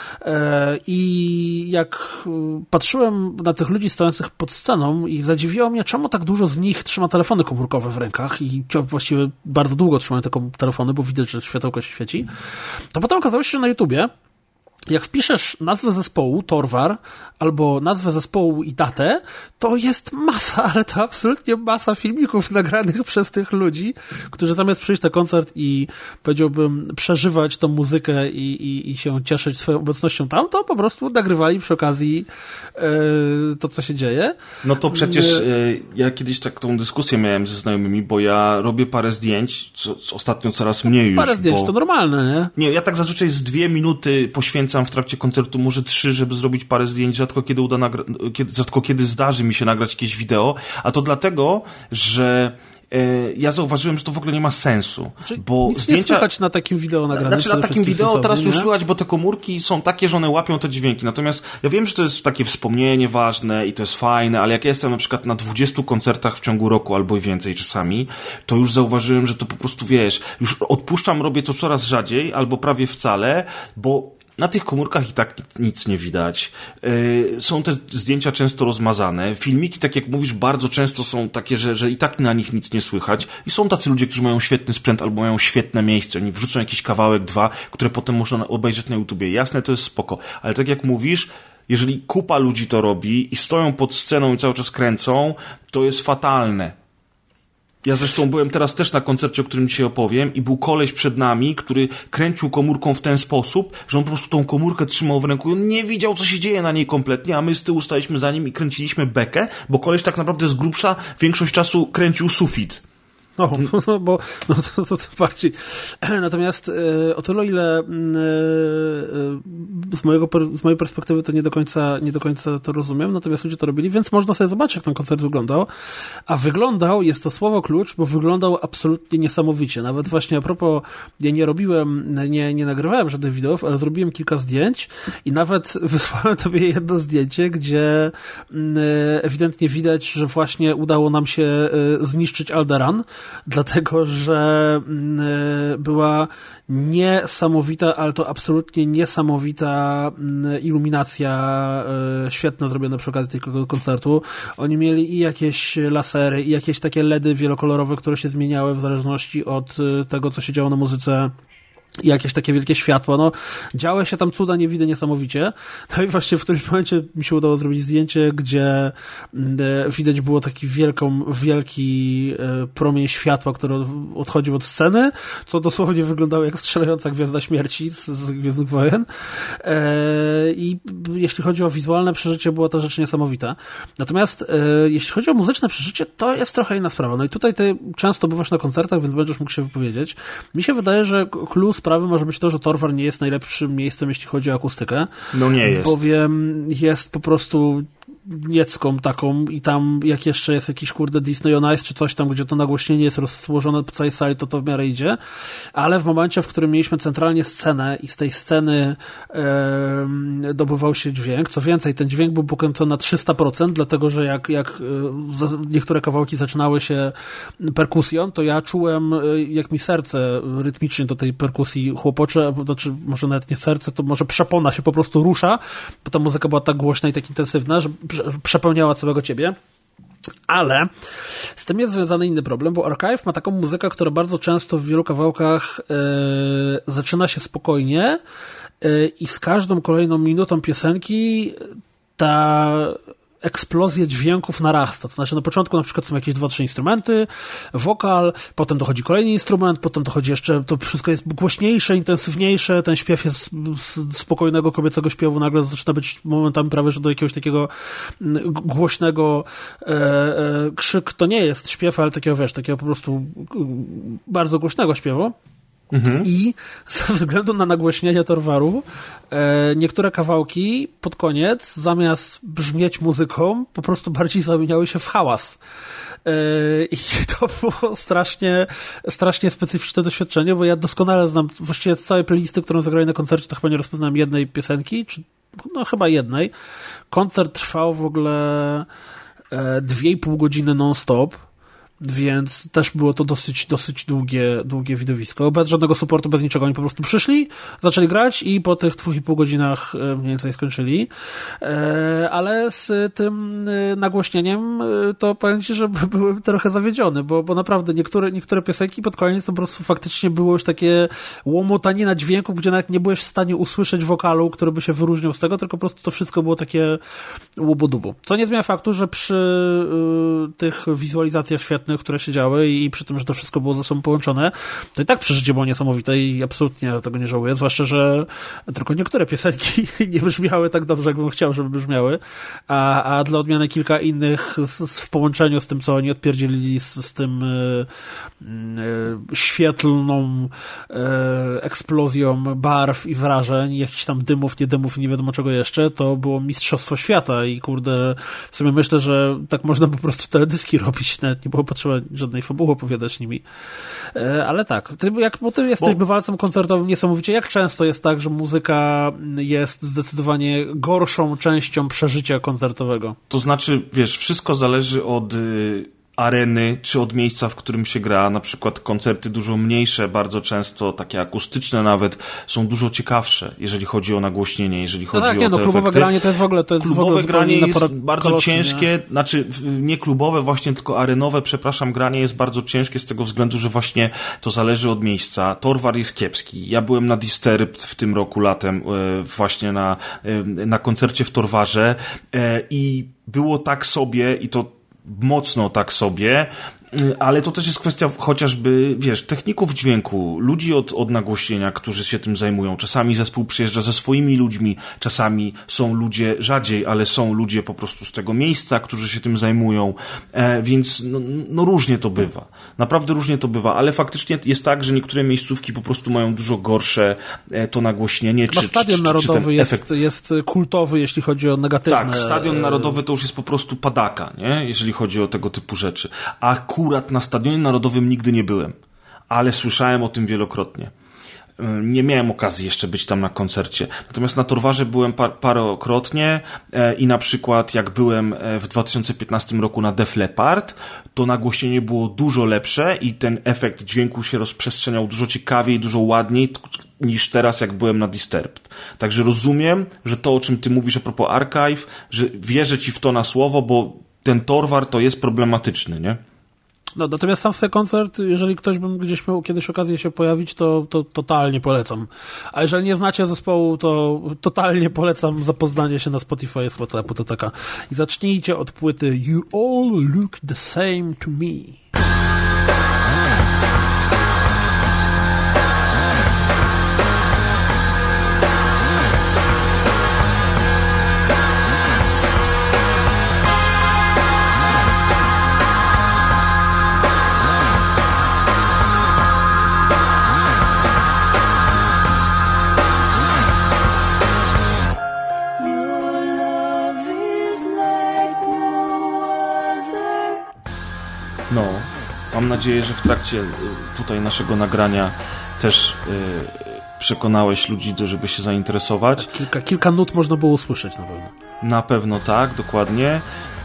I jak patrzyłem na tych ludzi stojących pod sceną i zadziwiło mnie, czemu tak dużo z nich trzyma telefony komórkowe w rękach i właściwie bardzo długo trzymają te telefony, bo widać, że światełko się świeci, to potem okazało się, że na YouTubie jak wpiszesz nazwę zespołu, Torwar, albo nazwę zespołu i datę, to jest masa, ale to absolutnie masa filmików nagranych przez tych ludzi, którzy zamiast przyjść na koncert i, powiedziałbym, przeżywać tą muzykę i się cieszyć swoją obecnością tam, to po prostu nagrywali przy okazji to, co się dzieje. No to przecież ja kiedyś taką dyskusję miałem ze znajomymi, bo ja robię parę zdjęć, ostatnio coraz mniej już. Parę zdjęć, to normalne, nie? Nie, ja tak zazwyczaj z 2 minuty poświęcam w trakcie koncertu, może 3, żeby zrobić parę zdjęć. Rzadko kiedy zdarzy mi się nagrać jakieś wideo, a to dlatego, że ja zauważyłem, że to w ogóle nie ma sensu. Znaczy, bo nic zdjęcia... nie słychać na takim wideo nagranym. Znaczy na takim wideo teraz już słychać, bo te komórki są takie, że one łapią te dźwięki. Natomiast ja wiem, że to jest takie wspomnienie ważne i to jest fajne, ale jak ja jestem na przykład na 20 koncertach w ciągu roku albo i więcej czasami, to już zauważyłem, że to po prostu, wiesz, już odpuszczam, robię to coraz rzadziej albo prawie wcale, bo na tych komórkach i tak nic nie widać. Są te zdjęcia często rozmazane. Filmiki, tak jak mówisz, bardzo często są takie, że i tak na nich nic nie słychać. I są tacy ludzie, którzy mają świetny sprzęt albo mają świetne miejsce. Oni wrzucą jakiś kawałek, 2, które potem można obejrzeć na YouTubie. Jasne, to jest spoko. Ale tak jak mówisz, jeżeli kupa ludzi to robi i stoją pod sceną i cały czas kręcą, to jest fatalne. Ja zresztą byłem teraz też na koncercie, o którym dzisiaj opowiem i był koleś przed nami, który kręcił komórką w ten sposób, że on po prostu tą komórkę trzymał w ręku i on nie widział, co się dzieje na niej kompletnie, a my z tyłu staliśmy za nim i kręciliśmy bekę, bo koleś tak naprawdę z grubsza większość czasu kręcił sufit. Bo to bardziej. Natomiast o tyle, ile z mojej perspektywy to nie do końca to rozumiem, natomiast ludzie to robili, więc można sobie zobaczyć, jak ten koncert wyglądał. A wyglądał, jest to słowo klucz, bo wyglądał absolutnie niesamowicie. Nawet właśnie a propos, ja nie nagrywałem żadnych wideów, ale zrobiłem kilka zdjęć i nawet wysłałem tobie jedno zdjęcie, gdzie ewidentnie widać, że właśnie udało nam się zniszczyć Alderan, dlatego, że była niesamowita, ale to absolutnie niesamowita iluminacja świetna zrobiona przy okazji tego koncertu. Oni mieli i jakieś lasery, i jakieś takie LEDy wielokolorowe, które się zmieniały w zależności od tego, co się działo na muzyce. I jakieś takie wielkie światła, no działy się tam cuda niewidy niesamowicie. No i właśnie w którymś momencie mi się udało zrobić zdjęcie, gdzie widać było taki wielki promień światła, który odchodził od sceny, co dosłownie wyglądało jak strzelająca Gwiazda Śmierci z Gwiezdnych Wojen. I jeśli chodzi o wizualne przeżycie, była to rzecz niesamowita. Natomiast jeśli chodzi o muzyczne przeżycie, to jest trochę inna sprawa. No i tutaj ty często bywasz na koncertach, więc będziesz mógł się wypowiedzieć. Mi się wydaje, że klucz sprawy może być to, że Torwar nie jest najlepszym miejscem, jeśli chodzi o akustykę. No nie jest. Bowiem jest po prostu niecką taką i tam jak jeszcze jest jakiś Disney on Ice czy coś tam, gdzie to nagłośnienie jest rozłożone po całej sali, to w miarę idzie. Ale w momencie, w którym mieliśmy centralnie scenę i z tej sceny dobywał się dźwięk, co więcej, ten dźwięk był pokręcony na 300%, dlatego, że jak niektóre kawałki zaczynały się perkusją, to ja czułem, jak mi serce rytmicznie do tej perkusji chłopocze, znaczy może nawet nie serce, to może przepona się po prostu rusza, bo ta muzyka była tak głośna i tak intensywna, że przepełniała całego ciebie. Ale z tym jest związany inny problem, bo Archive ma taką muzykę, która bardzo często w wielu kawałkach zaczyna się spokojnie i z każdą kolejną minutą piosenki ta eksplozja dźwięków narasta. To znaczy na początku na przykład są jakieś 2-3 instrumenty, wokal, potem dochodzi kolejny instrument, potem dochodzi jeszcze, to wszystko jest głośniejsze, intensywniejsze, ten śpiew jest z spokojnego kobiecego śpiewu nagle zaczyna być momentami prawie, że do jakiegoś takiego głośnego krzyk to nie jest śpiew, ale takiego, wiesz, takiego po prostu bardzo głośnego śpiewu. Mhm. I ze względu na nagłośnienie Torwaru niektóre kawałki pod koniec zamiast brzmieć muzyką po prostu bardziej zamieniały się w hałas. I to było strasznie specyficzne doświadczenie, bo ja doskonale znam właściwie z całej playlisty, którą zagrali na koncercie, to chyba nie rozpoznałem jednej piosenki, czy no chyba jednej. Koncert trwał w ogóle 2,5 godziny non-stop. Więc też było to dosyć długie widowisko. Bez żadnego supportu, bez niczego. Oni po prostu przyszli, zaczęli grać i po tych 2,5 godzinach mniej więcej skończyli. Ale z tym nagłośnieniem to powiem ci, że byłem trochę zawiedziony, bo naprawdę niektóre piosenki pod koniec to po prostu faktycznie było już takie łomotanina dźwięków, gdzie nawet nie byłeś w stanie usłyszeć wokalu, który by się wyróżniał z tego, tylko po prostu to wszystko było takie łobodubu. Co nie zmienia faktu, że przy tych wizualizacjach świetnych, które się działy i przy tym, że to wszystko było ze sobą połączone, to i tak przeżycie było niesamowite i absolutnie tego nie żałuję, zwłaszcza, że tylko niektóre piosenki nie brzmiały tak dobrze, jakbym chciał, żeby brzmiały, a dla odmiany kilka innych w połączeniu z tym, co oni odpierdzielili z tym świetlną eksplozją barw i wrażeń, jakichś tam dymów, nie wiadomo czego jeszcze, to było mistrzostwo świata i kurde, w sumie myślę, że tak można po prostu teledyski robić, nawet nie było potrzebne trzeba żadnej fabuły opowiadać nimi. Ale tak, bo ty jesteś bywalcem koncertowym niesamowicie. Jak często jest tak, że muzyka jest zdecydowanie gorszą częścią przeżycia koncertowego? To znaczy, wiesz, wszystko zależy od areny, czy od miejsca, w którym się gra. Na przykład koncerty dużo mniejsze, bardzo często takie akustyczne nawet, są dużo ciekawsze, jeżeli chodzi o nagłośnienie, jeżeli chodzi o te klubowe efekty. granie to jest w ogóle Klubowe granie jest bardzo ciężkie, znaczy nie klubowe właśnie, tylko arenowe, granie jest bardzo ciężkie z tego względu, że właśnie to zależy od miejsca. Torwar jest kiepski. Ja byłem na Disturbed w tym roku latem właśnie na koncercie w Torwarze i było tak sobie i to mocno tak sobie, ale to też jest kwestia chociażby, wiesz, techników dźwięku, ludzi od nagłośnienia, którzy się tym zajmują. Czasami zespół przyjeżdża ze swoimi ludźmi, czasami są ludzie, rzadziej, ale są ludzie po prostu z tego miejsca, którzy się tym zajmują, więc no różnie to bywa. Naprawdę różnie to bywa, ale faktycznie jest tak, że niektóre miejscówki po prostu mają dużo gorsze to nagłośnienie, czy Stadion Narodowy jest kultowy, jeśli chodzi o negatywne... Tak, Stadion Narodowy to już jest po prostu padaka, nie? Jeżeli chodzi o tego typu rzeczy. A akurat na Stadionie Narodowym nigdy nie byłem, ale słyszałem o tym wielokrotnie. Nie miałem okazji jeszcze być tam na koncercie. Natomiast na Torwarze byłem parokrotnie i na przykład jak byłem w 2015 roku na Def Leppard, to nagłośnienie było dużo lepsze i ten efekt dźwięku się rozprzestrzeniał dużo ciekawiej, dużo ładniej niż teraz, jak byłem na Disturbed. Także rozumiem, że to, o czym ty mówisz a propos Archive, że wierzę ci w to na słowo, bo ten Torwar to jest problematyczny, nie? No, natomiast sam sobie koncert, jeżeli ktoś by gdzieś miał kiedyś okazję się pojawić, to totalnie polecam. A jeżeli nie znacie zespołu, to totalnie polecam zapoznanie się na Spotify z WhatsAppu, to taka. I zacznijcie od płyty You All Look the Same to Me. No, mam nadzieję, że w trakcie tutaj naszego nagrania też przekonałeś ludzi, żeby się zainteresować. Kilka nut można było usłyszeć na pewno. Na pewno tak, dokładnie.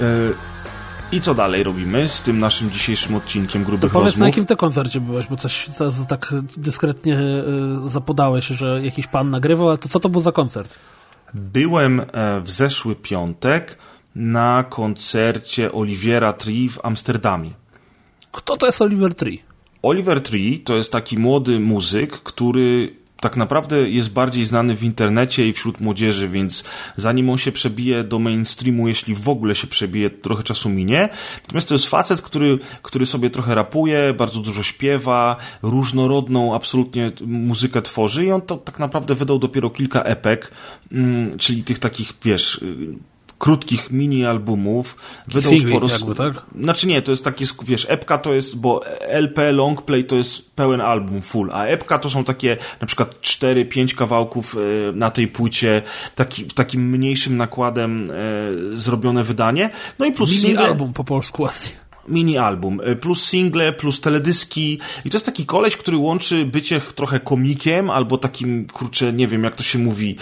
I co dalej robimy z tym naszym dzisiejszym odcinkiem Grubych Rozmów? To powiedz, na jakim ty koncercie byłeś, bo coś tak dyskretnie zapodałeś, że jakiś pan nagrywał, ale to co to był za koncert? Byłem w zeszły piątek na koncercie Olivera Tree w Amsterdamie. Kto to jest Oliver Tree? Oliver Tree to jest taki młody muzyk, który tak naprawdę jest bardziej znany w internecie i wśród młodzieży, więc zanim on się przebije do mainstreamu, jeśli w ogóle się przebije, trochę czasu minie. Natomiast to jest facet, który sobie trochę rapuje, bardzo dużo śpiewa, różnorodną absolutnie muzykę tworzy i on to tak naprawdę wydał dopiero kilka epek, czyli tych takich, wiesz, krótkich mini-albumów. Wydał sporo... jakby, tak? Znaczy nie, to jest takie, wiesz, epka to jest, bo LP, longplay to jest pełen album, full, a epka to są takie na przykład 4-5 kawałków na tej płycie, takim mniejszym nakładem zrobione wydanie. No i plus mini-album po polsku ładnie. Mini-album, plus single, plus teledyski i to jest taki koleś, który łączy bycie trochę komikiem albo takim, kurczę, nie wiem jak to się mówi,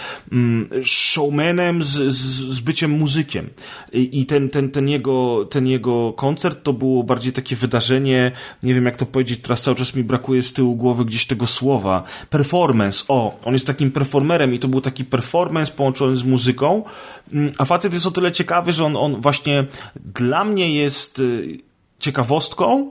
showmanem z byciem muzykiem. I ten jego koncert to było bardziej takie wydarzenie, nie wiem jak to powiedzieć, teraz cały czas mi brakuje z tyłu głowy gdzieś tego słowa. Performance, on jest takim performerem i to był taki performance połączony z muzyką, a facet jest o tyle ciekawy, że on właśnie dla mnie jest ciekawostką,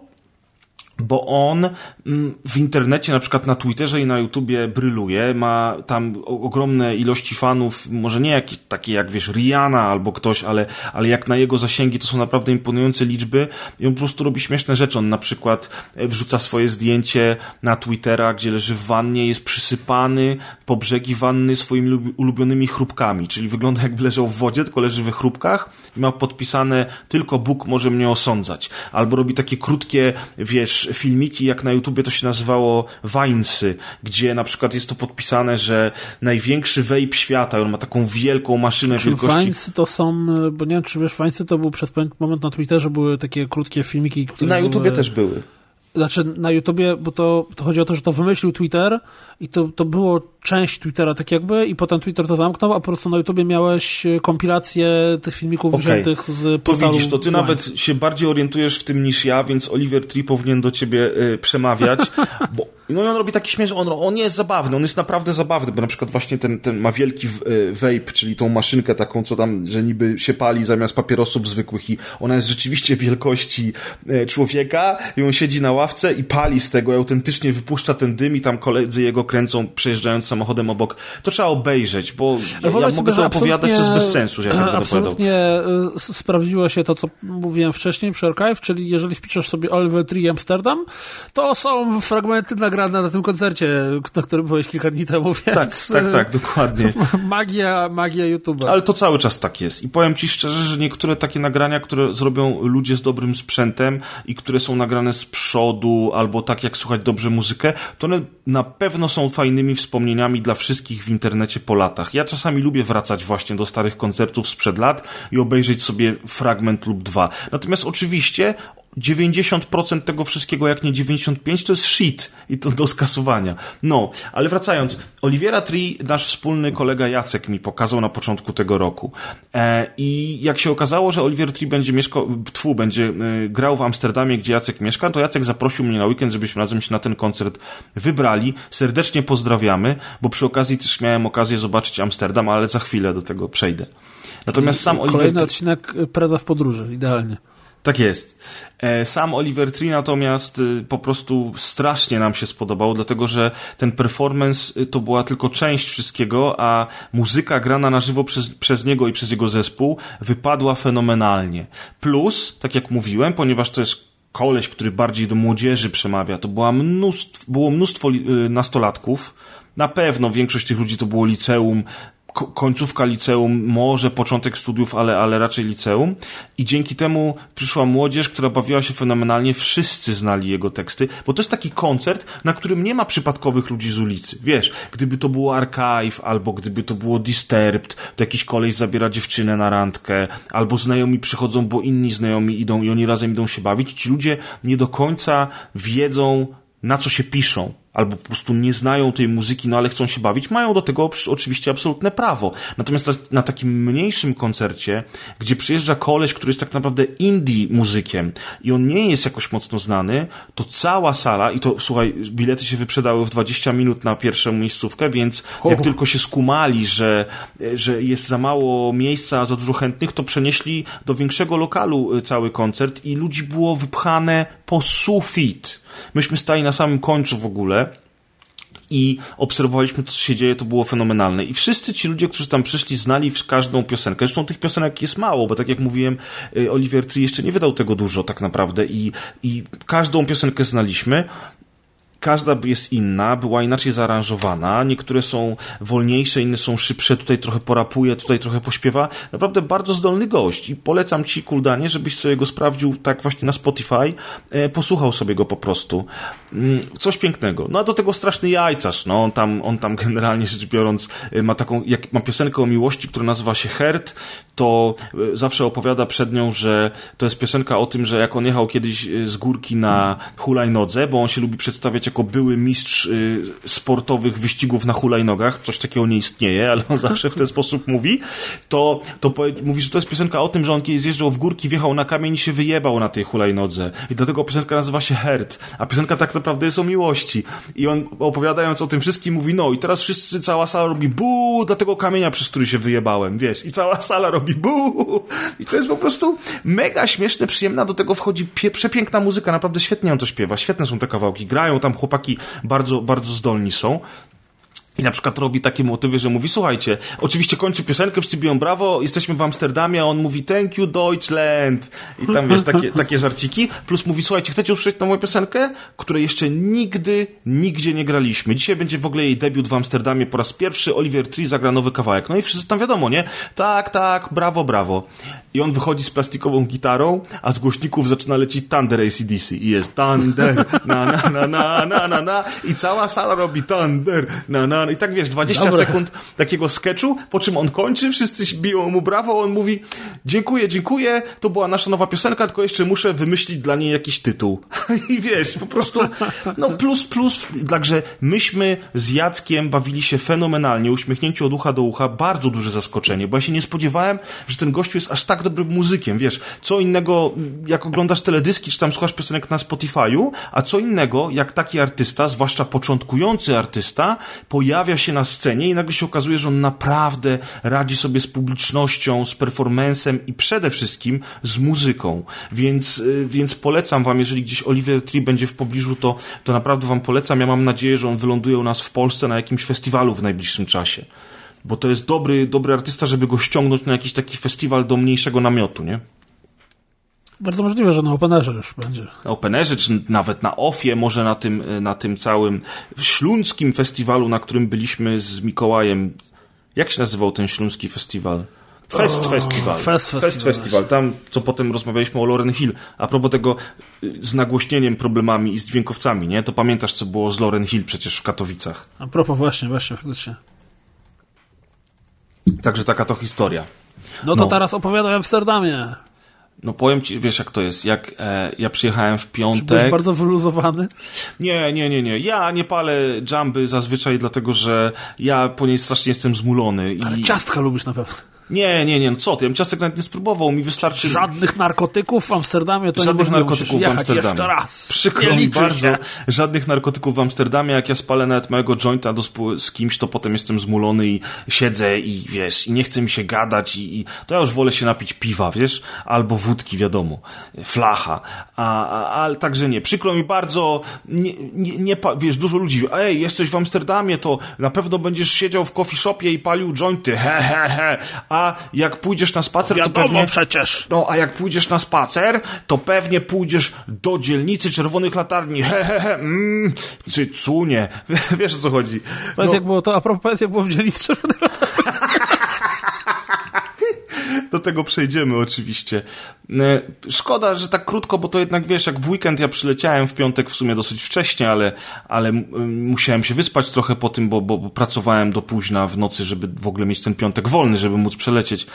bo on w internecie, na przykład na Twitterze i na YouTubie bryluje, ma tam ogromne ilości fanów, może nie takie jak wiesz Rihanna albo ktoś, ale jak na jego zasięgi to są naprawdę imponujące liczby i on po prostu robi śmieszne rzeczy. On na przykład wrzuca swoje zdjęcie na Twittera, gdzie leży w wannie, jest przysypany po brzegi wanny swoimi ulubionymi chrupkami, czyli wygląda jakby leżał w wodzie, tylko leży we chrupkach i ma podpisane tylko Bóg może mnie osądzać. Albo robi takie krótkie, wiesz, też filmiki, jak na YouTubie to się nazywało Vinesy, gdzie na przykład jest to podpisane, że największy vape świata, on ma taką wielką maszynę wielkości... Vinesy to są, bo nie wiem, czy wiesz, Vinesy to był przez pewien moment na Twitterze, były takie krótkie filmiki, które na YouTubie też były. Znaczy na YouTubie, bo to chodzi o to, że to wymyślił Twitter i to było część Twittera tak jakby i potem Twitter to zamknął, a po prostu na YouTubie miałeś kompilację tych filmików wziętych z portalu. To widzisz, to ty nawet się bardziej orientujesz w tym niż ja, więc Oliver Tree powinien do ciebie przemawiać, bo no i on robi taki śmiech, że on nie jest zabawny, on jest naprawdę zabawny, bo na przykład właśnie ten ma wielki vape, czyli tą maszynkę taką, co tam, że niby się pali zamiast papierosów zwykłych i ona jest rzeczywiście wielkości człowieka i on siedzi na ławce i pali z tego i autentycznie wypuszcza ten dym i tam koledzy jego kręcą, przejeżdżając samochodem obok. To trzeba obejrzeć, bo ja mogę to opowiadać, to jest bez sensu, że ja tak będę opowiadał. Absolutnie sprawdziło się to, co mówiłem wcześniej przy Archive, czyli jeżeli wpiszesz sobie Oliver Tree Amsterdam, to są fragmenty nagrane na tym koncercie, na którym byłeś kilka dni temu, więc... Tak, dokładnie. Magia YouTube'a. Ale to cały czas tak jest. I powiem ci szczerze, że niektóre takie nagrania, które zrobią ludzie z dobrym sprzętem i które są nagrane z przodu, albo tak jak słuchać dobrze muzykę, to one na pewno są fajnymi wspomnieniami dla wszystkich w internecie po latach. Ja czasami lubię wracać właśnie do starych koncertów sprzed lat i obejrzeć sobie fragment lub dwa. Natomiast oczywiście 90% tego wszystkiego, jak nie 95%, to jest shit i to do skasowania. No, ale wracając, Olivera Tree, nasz wspólny kolega Jacek mi pokazał na początku tego roku. I jak się okazało, że Oliver Tree będzie będzie grał w Amsterdamie, gdzie Jacek mieszka, to Jacek zaprosił mnie na weekend, żebyśmy razem się na ten koncert wybrali. Serdecznie pozdrawiamy, bo przy okazji też miałem okazję zobaczyć Amsterdam, ale za chwilę do tego przejdę. Natomiast sam Oliver Kolejny odcinek Preza w podróży, idealnie. Tak jest. Sam Oliver Tree natomiast po prostu strasznie nam się spodobał, dlatego że ten performance to była tylko część wszystkiego, a muzyka grana na żywo przez niego i przez jego zespół wypadła fenomenalnie. Plus, tak jak mówiłem, ponieważ to jest koleś, który bardziej do młodzieży przemawia, to było mnóstwo nastolatków. Na pewno większość tych ludzi to było liceum, końcówka liceum, może początek studiów, ale raczej liceum. I dzięki temu przyszła młodzież, która bawiła się fenomenalnie. Wszyscy znali jego teksty, bo to jest taki koncert, na którym nie ma przypadkowych ludzi z ulicy. Wiesz, gdyby to było Archive, albo gdyby to było Disturbed, to jakiś koleś zabiera dziewczynę na randkę, albo znajomi przychodzą, bo inni znajomi idą i oni razem idą się bawić. Ci ludzie nie do końca wiedzą, na co się piszą, albo po prostu nie znają tej muzyki, no ale chcą się bawić, mają do tego oczywiście absolutne prawo. Natomiast na takim mniejszym koncercie, gdzie przyjeżdża koleś, który jest tak naprawdę indie muzykiem i on nie jest jakoś mocno znany, to cała sala, i to słuchaj, bilety się wyprzedały w 20 minut na pierwszą miejscówkę, więc jak tylko się skumali, że jest za mało miejsca, za dużo chętnych, to przenieśli do większego lokalu cały koncert i ludzi było wypchane po sufit. Myśmy stali na samym końcu w ogóle i obserwowaliśmy to, co się dzieje, to było fenomenalne. I wszyscy ci ludzie, którzy tam przyszli, znali każdą piosenkę. Zresztą tych piosenek jest mało, bo tak jak mówiłem, Oliver Tree jeszcze nie wydał tego dużo tak naprawdę i każdą piosenkę znaliśmy. Każda jest inna, była inaczej zaaranżowana, niektóre są wolniejsze, inne są szybsze, tutaj trochę porapuje, tutaj trochę pośpiewa. Naprawdę bardzo zdolny gość i polecam ci, Kuldanie, żebyś sobie go sprawdził tak właśnie na Spotify, posłuchał sobie go po prostu. Coś pięknego. No a do tego straszny jajcarz, no on tam generalnie rzecz biorąc ma piosenkę o miłości, która nazywa się Herd, to zawsze opowiada przed nią, że to jest piosenka o tym, że jak on jechał kiedyś z górki na hulajnodze, bo on się lubi przedstawiać jako były mistrz sportowych wyścigów na hulajnogach, coś takiego nie istnieje, ale on zawsze w ten sposób mówi, to mówi, że to jest piosenka o tym, że on kiedyś zjeżdżał w górki, wjechał na kamień i się wyjebał na tej hulajnodze. I dlatego piosenka nazywa się Herd, a piosenka tak naprawdę jest o miłości. I on opowiadając o tym wszystkim mówi, no i teraz cała sala robi buu dla tego kamienia, przez który się wyjebałem, wiesz, i cała sala robi buu. I to jest po prostu mega śmieszne, przyjemne, do tego wchodzi przepiękna muzyka, naprawdę świetnie on to śpiewa, świetne są te kawałki, grają tam chłopaki bardzo, bardzo zdolni są. I na przykład robi takie motywy, że mówi, słuchajcie, oczywiście kończy piosenkę, wszyscy biją brawo, jesteśmy w Amsterdamie, a on mówi thank you Deutschland. I tam wiesz, takie żarciki. Plus mówi, słuchajcie, chcecie usłyszeć tą moją piosenkę, której jeszcze nigdzie nie graliśmy. Dzisiaj będzie w ogóle jej debiut w Amsterdamie po raz pierwszy, Oliver Tree zagra nowy kawałek. No i wszyscy tam wiadomo, nie? Tak, brawo. I on wychodzi z plastikową gitarą, a z głośników zaczyna lecieć Thunder AC/DC. I jest Thunder, na. I cała sala robi Thunder, na. I tak wiesz, 20 sekund takiego sketchu, po czym on kończy, wszyscy biją mu brawo, on mówi dziękuję, to była nasza nowa piosenka, tylko jeszcze muszę wymyślić dla niej jakiś tytuł. I wiesz, po prostu no plus. Także myśmy z Jackiem bawili się fenomenalnie, uśmiechnięci od ucha do ucha, bardzo duże zaskoczenie, bo ja się nie spodziewałem, że ten gościu jest aż tak dobrym muzykiem, wiesz, co innego jak oglądasz teledyski, czy tam słuchasz piosenek na Spotify'u, a co innego jak taki artysta, zwłaszcza początkujący artysta, pojawia się na scenie i nagle się okazuje, że on naprawdę radzi sobie z publicznością, z performancem i przede wszystkim z muzyką. Więc polecam wam, jeżeli gdzieś Oliver Tree będzie w pobliżu, to naprawdę wam polecam. Ja mam nadzieję, że on wyląduje u nas w Polsce na jakimś festiwalu w najbliższym czasie. Bo to jest dobry artysta, żeby go ściągnąć na jakiś taki festiwal do mniejszego namiotu, nie? Bardzo możliwe, że na Openerze już będzie. Na Openerze, czy nawet na OFIE, może na tym całym śląskim festiwalu, na którym byliśmy z Mikołajem. Jak się nazywał ten śląski festiwal? Festiwal. Tam, co potem rozmawialiśmy o Lauryn Hill. A propos tego z nagłośnieniem problemami i z dźwiękowcami, nie? To pamiętasz, co było z Lauryn Hill przecież w Katowicach. A propos, właśnie, faktycznie. Także taka to historia. No to teraz opowiadaj o Amsterdamie. No powiem ci, wiesz jak to jest, jak ja przyjechałem w piątek... Czy byłeś bardzo wyluzowany? Nie. Ja nie palę dżamby zazwyczaj, dlatego że ja po niej strasznie jestem zmulony. Ale ciastka lubisz na pewno. Nie, no co ty, ja bym ciastek nawet nie spróbował, mi wystarczy... Żadnych narkotyków w Amsterdamie to żadnych nie narkotyków w Amsterdamie. Jeszcze raz. Przykro mi bardzo, żadnych narkotyków w Amsterdamie, jak ja spalę nawet małego jointa z kimś, to potem jestem zmulony i siedzę i wiesz, i nie chce mi się gadać i to ja już wolę się napić piwa, wiesz, albo wódki, wiadomo, flacha, ale także nie, przykro mi bardzo, wiesz, dużo ludzi, jesteś w Amsterdamie, to na pewno będziesz siedział w coffee shopie i palił jointy, a jak pójdziesz na spacer, wiadomo, to pewnie... przecież. No, a jak pójdziesz na spacer, to pewnie pójdziesz do dzielnicy Czerwonych Latarni. Cycunie. Wiesz, o co chodzi. Powiedz, jak było to, a propos, powiedz, jak było w dzielnicy Czerwonych Latarni. Do tego przejdziemy oczywiście. Szkoda, że tak krótko, bo to jednak wiesz, jak w weekend ja przyleciałem w piątek w sumie dosyć wcześnie, ale musiałem się wyspać trochę po tym, bo pracowałem do późna w nocy, żeby w ogóle mieć ten piątek wolny, żeby móc przelecieć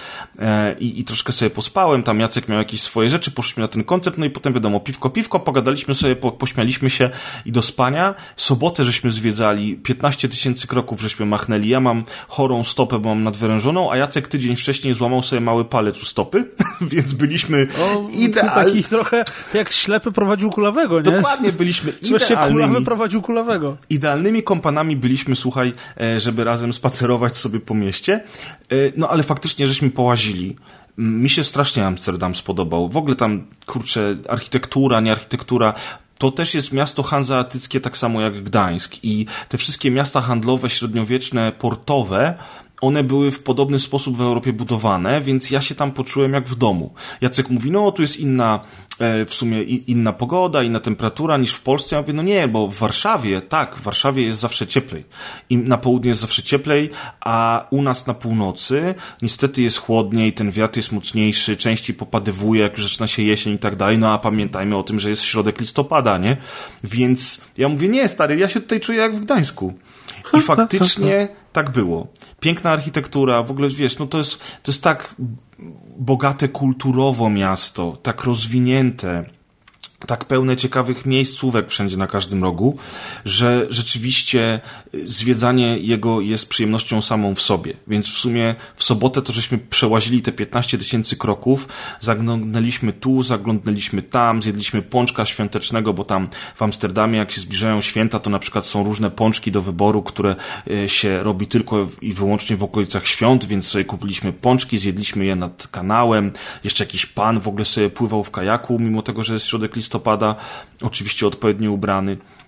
i troszkę sobie pospałem, tam Jacek miał jakieś swoje rzeczy, poszliśmy na ten koncert, no i potem wiadomo, piwko, pogadaliśmy sobie, pośmialiśmy się i do spania. Sobotę żeśmy zwiedzali, 15 000 kroków żeśmy machnęli, ja mam chorą stopę, bo mam nadwyrężoną, a Jacek tydzień wcześniej złamał sobie mały palec u stopy, więc byliśmy taki trochę jak ślepy prowadził kulawego, nie? Dokładnie, byliśmy kulawy prowadził kulawego. Idealnymi kompanami byliśmy, słuchaj, żeby razem spacerować sobie po mieście. No ale faktycznie żeśmy połazili. Mi się strasznie Amsterdam spodobał. W ogóle tam, kurczę, architektura, nie architektura. To też jest miasto hanzeatyckie, tak samo jak Gdańsk. I te wszystkie miasta handlowe, średniowieczne, portowe, one były w podobny sposób w Europie budowane, więc ja się tam poczułem jak w domu. Jacek mówi, no tu jest w sumie inna pogoda, inna temperatura niż w Polsce. Ja mówię, no nie, bo w Warszawie jest zawsze cieplej. I na południe jest zawsze cieplej, a u nas na północy niestety jest chłodniej, ten wiatr jest mocniejszy, częściej popadywuje, jak już zaczyna się jesień i tak dalej. No a pamiętajmy o tym, że jest środek listopada, nie? Więc ja mówię, nie stary, ja się tutaj czuję jak w Gdańsku. I faktycznie tak było. Piękna architektura, w ogóle wiesz, no to jest tak bogate kulturowo miasto, tak rozwinięte, tak pełne ciekawych miejscówek wszędzie na każdym rogu, że rzeczywiście zwiedzanie jego jest przyjemnością samą w sobie. Więc w sumie w sobotę to żeśmy przełazili te 15 000 kroków, zaglądnęliśmy tu, zaglądnęliśmy tam, zjedliśmy pączka świątecznego, bo tam w Amsterdamie jak się zbliżają święta, to na przykład są różne pączki do wyboru, które się robi tylko i wyłącznie w okolicach świąt, więc sobie kupiliśmy pączki, zjedliśmy je nad kanałem, jeszcze jakiś pan w ogóle sobie pływał w kajaku, mimo tego, że jest środek listopada, oczywiście odpowiednio ubrany.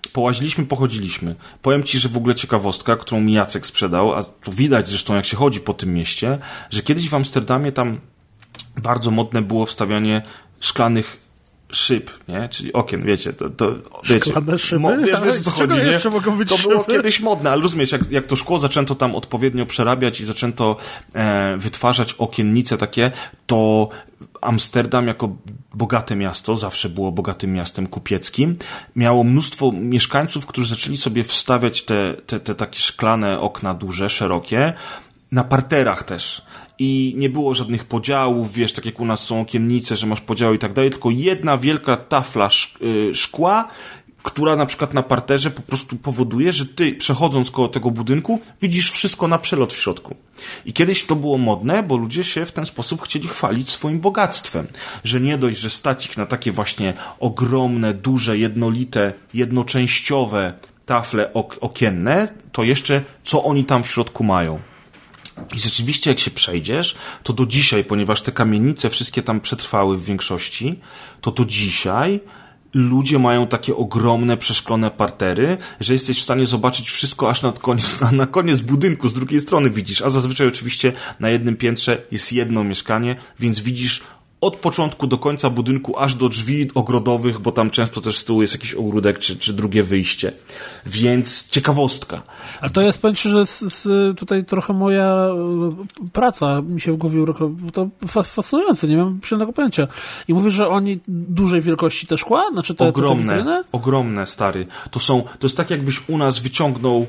połaziliśmy, pochodziliśmy. Powiem ci, że w ogóle ciekawostka, którą mi Jacek sprzedał, a to widać zresztą jak się chodzi po tym mieście, że kiedyś w Amsterdamie tam bardzo modne było wstawianie szklanych szyb, nie? Czyli okien, wiecie, wiecie. Szklane szyby? Wiesz, co chodzi, nie? Jeszcze mogą być to szyby? było kiedyś modne, ale rozumiesz, jak to szkło zaczęto tam odpowiednio przerabiać i zaczęto wytwarzać okiennice takie, to Amsterdam jako bogate miasto, zawsze było bogatym miastem kupieckim, miało mnóstwo mieszkańców, którzy zaczęli sobie wstawiać te takie szklane okna duże, szerokie, na parterach też. I nie było żadnych podziałów, wiesz, tak jak u nas są okiennice, że masz podziały i tak dalej, tylko jedna wielka tafla szkła, która na przykład na parterze po prostu powoduje, że ty przechodząc koło tego budynku widzisz wszystko na przelot w środku. I kiedyś to było modne, bo ludzie się w ten sposób chcieli chwalić swoim bogactwem. Że nie dość, że stać ich na takie właśnie ogromne, duże, jednolite, jednoczęściowe tafle okienne, to jeszcze co oni tam w środku mają. I rzeczywiście jak się przejdziesz, to do dzisiaj, ponieważ te kamienice wszystkie tam przetrwały w większości, to do dzisiaj ludzie mają takie ogromne, przeszklone partery, że jesteś w stanie zobaczyć wszystko aż na koniec budynku, z drugiej strony widzisz, a zazwyczaj oczywiście na jednym piętrze jest jedno mieszkanie, więc widzisz od początku do końca budynku, aż do drzwi ogrodowych, bo tam często też z tyłu jest jakiś ogródek, czy drugie wyjście. Więc ciekawostka. A to jest, powiem ci, że tutaj trochę moja praca mi się w głowie to fascynujące, nie mam przyjemnego pojęcia. I mówisz, że oni dużej wielkości te szkła? Znaczy te ogromne, stary. To jest tak, jakbyś u nas wyciągnął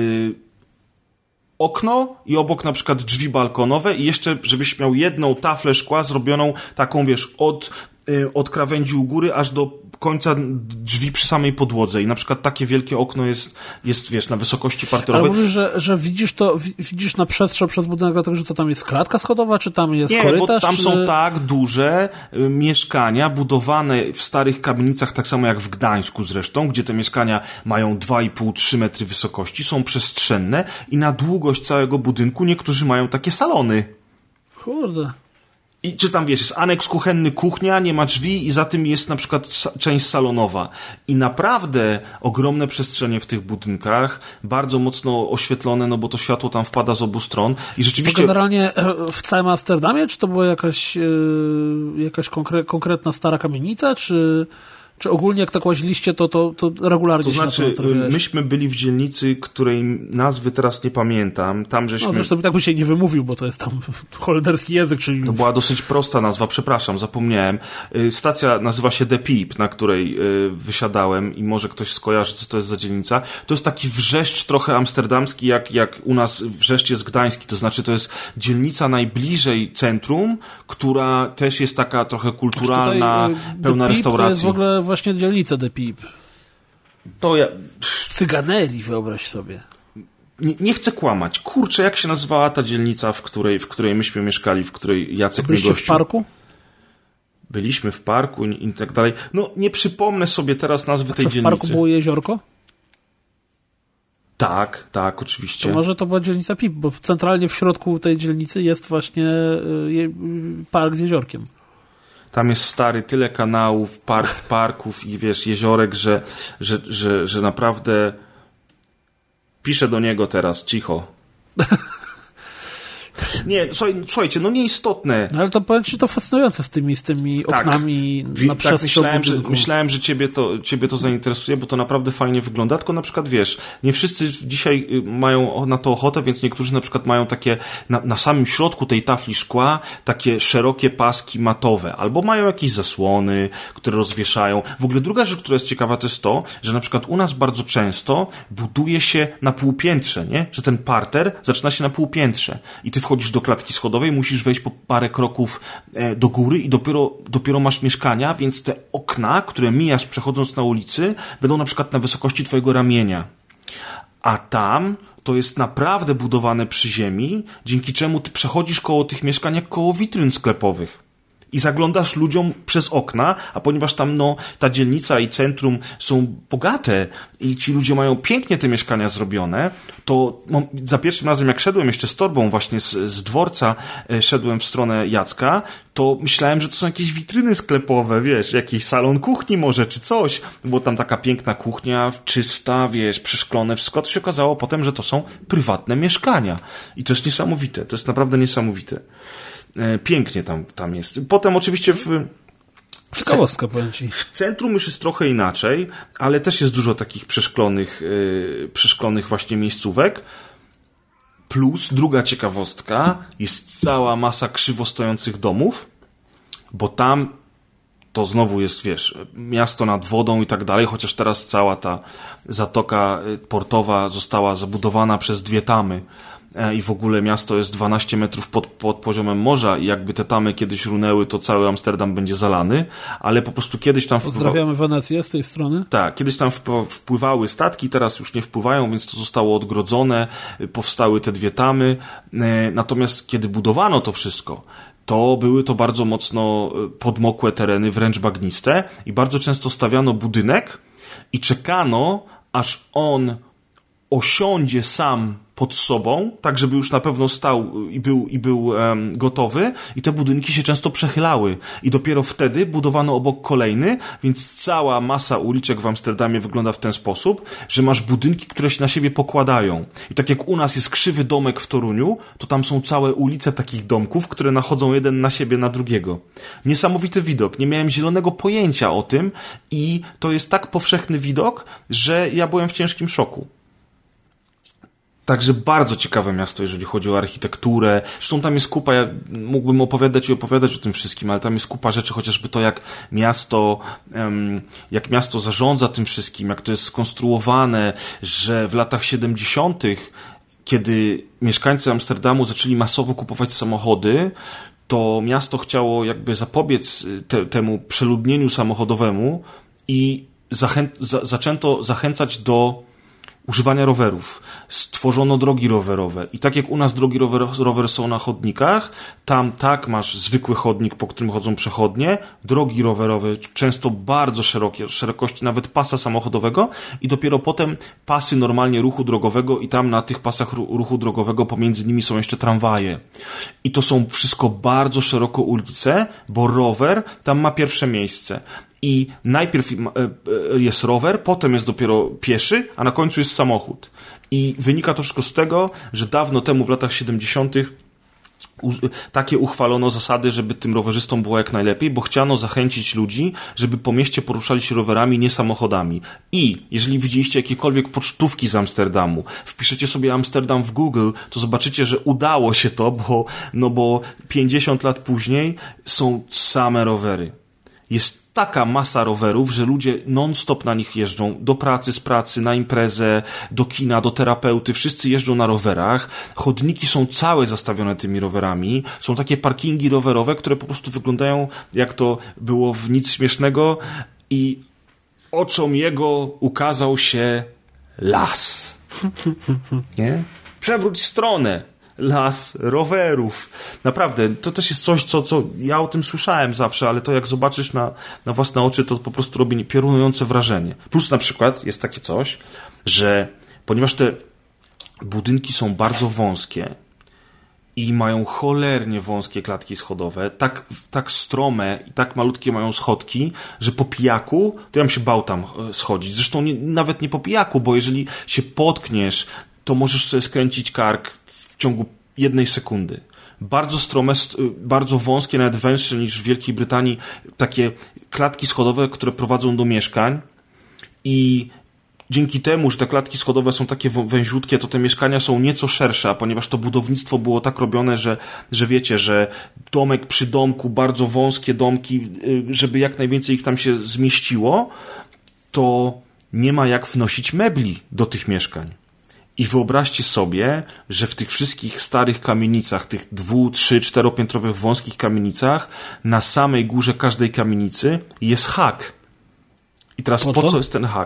okno i obok na przykład drzwi balkonowe i jeszcze, żebyś miał jedną taflę szkła zrobioną taką, wiesz, od krawędzi u góry aż do końca drzwi przy samej podłodze. I na przykład takie wielkie okno jest wiesz, na wysokości parterowej. Ale mówisz, że widzisz na przestrzał przez budynek, dlatego że to tam jest klatka schodowa, czy tam jest korytarz? Nie, bo tam są tak duże mieszkania budowane w starych kamienicach, tak samo jak w Gdańsku zresztą, gdzie te mieszkania mają 2,5-3 metry wysokości, są przestrzenne i na długość całego budynku niektórzy mają takie salony. Kurde. I czy tam, wiesz, jest aneks kuchenny, kuchnia, nie ma drzwi i za tym jest na przykład część salonowa. I naprawdę ogromne przestrzenie w tych budynkach, bardzo mocno oświetlone, no bo to światło tam wpada z obu stron. I rzeczywiście... To generalnie w całym Amsterdamie, czy to była jakaś konkretna stara kamienica, czy ogólnie jak tak łaziliście, to regularnie to się znaczy, na to natrafiałeś? myśmy byli w dzielnicy, której nazwy teraz nie pamiętam. Tam żeśmy... No zresztą tak bym się nie wymówił, bo to jest tam holenderski język, czyli... To była dosyć prosta nazwa, przepraszam, zapomniałem. Stacja nazywa się De Piep, na której wysiadałem i może ktoś skojarzy, co to jest za dzielnica. To jest taki Wrzeszcz trochę amsterdamski, jak u nas Wrzeszcz jest gdański, to znaczy to jest dzielnica najbliżej centrum, która też jest taka trochę kulturalna, pełna restauracji. To jest w ogóle właśnie dzielnica De Piep. To ja... Cyganerii, wyobraź sobie. Nie chcę kłamać. Kurczę, jak się nazywała ta dzielnica, w której myśmy mieszkali, w której Jacek mnie gościł? Byliście w parku? Byliśmy w parku i tak dalej. No, nie przypomnę sobie teraz nazwy tej dzielnicy. Czy w parku było jeziorko? Tak, oczywiście. To może to była dzielnica Pip, bo centralnie w środku tej dzielnicy jest właśnie park z jeziorkiem. Tam jest stary, tyle kanałów, parków i wiesz, jeziorek, że naprawdę piszę do niego teraz, cicho. Nie, słuchajcie, no nieistotne. Ale to powiem ci, to fascynujące z tymi oknami na przestrzał budynku. Myślałem, że ciebie to zainteresuje, bo to naprawdę fajnie wygląda, tylko na przykład wiesz, nie wszyscy dzisiaj mają na to ochotę, więc niektórzy na przykład mają takie na samym środku tej tafli szkła takie szerokie paski matowe, albo mają jakieś zasłony, które rozwieszają. W ogóle druga rzecz, która jest ciekawa, to jest to, że na przykład u nas bardzo często buduje się na półpiętrze, nie? Że ten parter zaczyna się na półpiętrze i ty wchodzisz do klatki schodowej, musisz wejść po parę kroków do góry i dopiero masz mieszkania, więc te okna, które mijasz przechodząc na ulicy, będą na przykład na wysokości twojego ramienia. A tam to jest naprawdę budowane przy ziemi, dzięki czemu ty przechodzisz koło tych mieszkań jak koło witryn sklepowych. I zaglądasz ludziom przez okna, a ponieważ tam ta dzielnica i centrum są bogate i ci ludzie mają pięknie te mieszkania zrobione, to za pierwszym razem jak szedłem jeszcze z torbą właśnie z dworca, szedłem w stronę Jacka, to myślałem, że to są jakieś witryny sklepowe, wiesz, jakiś salon kuchni może, czy coś. Było tam taka piękna kuchnia, czysta, wiesz, przyszklone wszystko. To się okazało potem, że to są prywatne mieszkania. I to jest niesamowite, to jest naprawdę niesamowite. Pięknie tam jest. Potem oczywiście ciekawostka, powiem ci. W centrum już jest trochę inaczej, ale też jest dużo takich przeszklonych właśnie miejscówek. Plus druga ciekawostka, jest cała masa krzywo stojących domów, bo tam to znowu jest, wiesz, miasto nad wodą i tak dalej, chociaż teraz cała ta zatoka portowa została zabudowana przez 2 tamy i w ogóle miasto jest 12 metrów pod poziomem morza i jakby te tamy kiedyś runęły, to cały Amsterdam będzie zalany, ale po prostu kiedyś tam Pozdrawiamy Wenecję z tej strony. Tak, kiedyś tam wpływały statki, teraz już nie wpływają, więc to zostało odgrodzone, powstały te 2 tamy, natomiast kiedy budowano to wszystko, to były to bardzo mocno podmokłe tereny, wręcz bagniste i bardzo często stawiano budynek i czekano, aż on osiądzie sam pod sobą, tak żeby już na pewno stał i był gotowy i te budynki się często przechylały i dopiero wtedy budowano obok kolejny, więc cała masa uliczek w Amsterdamie wygląda w ten sposób, że masz budynki, które się na siebie pokładają. I tak jak u nas jest krzywy domek w Toruniu, to tam są całe ulice takich domków, które nachodzą jeden na siebie na drugiego. Niesamowity widok. Nie miałem zielonego pojęcia o tym i to jest tak powszechny widok, że ja byłem w ciężkim szoku. Także bardzo ciekawe miasto, jeżeli chodzi o architekturę. Zresztą tam jest kupa, ja mógłbym opowiadać o tym wszystkim, ale tam jest kupa rzeczy, chociażby to, jak miasto zarządza tym wszystkim, jak to jest skonstruowane, że w latach 70., kiedy mieszkańcy Amsterdamu zaczęli masowo kupować samochody, to miasto chciało jakby zapobiec temu przeludnieniu samochodowemu i zaczęto zachęcać do używania rowerów. Stworzono drogi rowerowe. I tak jak u nas drogi rowerowe są na chodnikach, tam tak masz zwykły chodnik, po którym chodzą przechodnie, drogi rowerowe, często bardzo szerokie, szerokości nawet pasa samochodowego i dopiero potem pasy normalnie ruchu drogowego i tam na tych pasach ruchu drogowego pomiędzy nimi są jeszcze tramwaje. I to są wszystko bardzo szeroko ulice, bo rower tam ma pierwsze miejsce. I najpierw jest rower, potem jest dopiero pieszy, a na końcu jest samochód. I wynika to wszystko z tego, że dawno temu w latach 70. takie uchwalono zasady, żeby tym rowerzystom było jak najlepiej, bo chciano zachęcić ludzi, żeby po mieście poruszali się rowerami, nie samochodami. I jeżeli widzieliście jakiekolwiek pocztówki z Amsterdamu, wpiszecie sobie Amsterdam w Google, to zobaczycie, że udało się to, bo 50 lat później są same rowery. Jest taka masa rowerów, że ludzie non-stop na nich jeżdżą do pracy, z pracy, na imprezę, do kina, do terapeuty. Wszyscy jeżdżą na rowerach. Chodniki są całe zastawione tymi rowerami. Są takie parkingi rowerowe, które po prostu wyglądają, jak to było w Nic Śmiesznego i oczom jego ukazał się las. Nie? Przewróć stronę. Las rowerów. Naprawdę, to też jest coś, co ja o tym słyszałem zawsze, ale to jak zobaczysz na własne oczy, to po prostu robi piorunujące wrażenie. Plus na przykład jest takie coś, że ponieważ te budynki są bardzo wąskie i mają cholernie wąskie klatki schodowe, tak strome i tak malutkie mają schodki, że po pijaku, to ja bym się bał tam schodzić. Zresztą nawet nie po pijaku, bo jeżeli się potkniesz, to możesz sobie skręcić kark w ciągu 1 sekundy. Bardzo strome, bardzo wąskie, nawet węższe niż w Wielkiej Brytanii, takie klatki schodowe, które prowadzą do mieszkań i dzięki temu, że te klatki schodowe są takie węziutkie, to te mieszkania są nieco szersze, a ponieważ to budownictwo było tak robione, że wiecie, że domek przy domku, bardzo wąskie domki, żeby jak najwięcej ich tam się zmieściło, to nie ma jak wnosić mebli do tych mieszkań. I wyobraźcie sobie, że w tych wszystkich starych kamienicach, tych 2-, 3-, 4-piętrowych wąskich kamienicach, na samej górze każdej kamienicy jest hak. I teraz po co jest ten hak?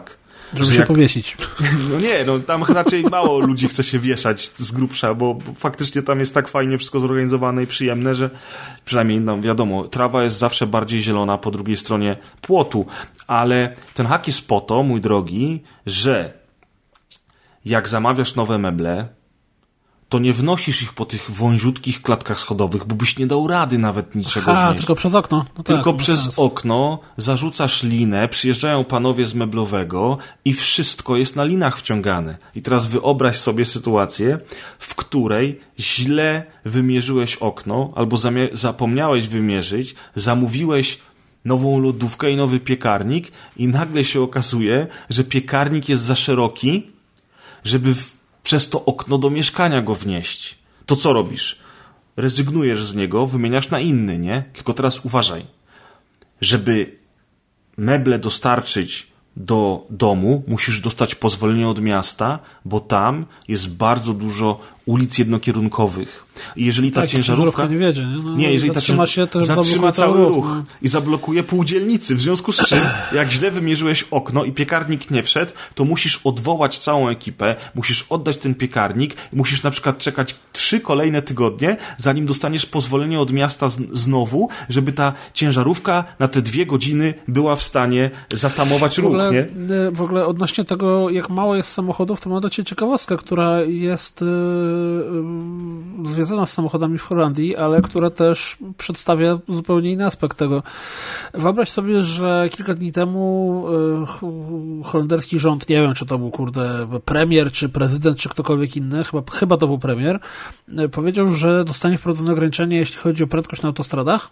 Żeby się powiesić. No nie, no tam raczej mało ludzi chce się wieszać z grubsza, bo faktycznie tam jest tak fajnie wszystko zorganizowane i przyjemne, że przynajmniej, no wiadomo, trawa jest zawsze bardziej zielona po drugiej stronie płotu, ale ten hak jest po to, mój drogi, że jak zamawiasz nowe meble, to nie wnosisz ich po tych wąziutkich klatkach schodowych, bo byś nie dał rady nawet niczego wnieść. Tylko przez okno. No tylko tak, przez okno zarzucasz linę, przyjeżdżają panowie z meblowego i wszystko jest na linach wciągane. I teraz wyobraź sobie sytuację, w której źle wymierzyłeś okno, albo zapomniałeś wymierzyć, zamówiłeś nową lodówkę i nowy piekarnik i nagle się okazuje, że piekarnik jest za szeroki, żeby przez to okno do mieszkania go wnieść. To co robisz? Rezygnujesz z niego, wymieniasz na inny, nie? Tylko teraz uważaj. Żeby meble dostarczyć do domu, musisz dostać pozwolenie od miasta, bo tam jest bardzo dużo ulic jednokierunkowych. I jeżeli ta ciężarówka nie wiedzie, nie? No, nie, jeżeli zatrzyma się, to zatrzyma cały ruch i zablokuje pół dzielnicy. W związku z czym, jak źle wymierzyłeś okno i piekarnik nie wszedł, to musisz odwołać całą ekipę, musisz oddać ten piekarnik i musisz na przykład czekać 3 kolejne tygodnie, zanim dostaniesz pozwolenie od miasta znowu, żeby ta ciężarówka na te 2 godziny była w stanie zatamować ruch, nie? W ogóle odnośnie tego, jak mało jest samochodów, to mam do Ciebie ciekawostkę, która jest związana z samochodami w Holandii, ale która też przedstawia zupełnie inny aspekt tego. Wyobraź sobie, że kilka dni temu holenderski rząd, nie wiem, czy to był premier, czy prezydent, czy ktokolwiek inny, chyba to był premier, powiedział, że zostanie wprowadzone ograniczenie, jeśli chodzi o prędkość na autostradach.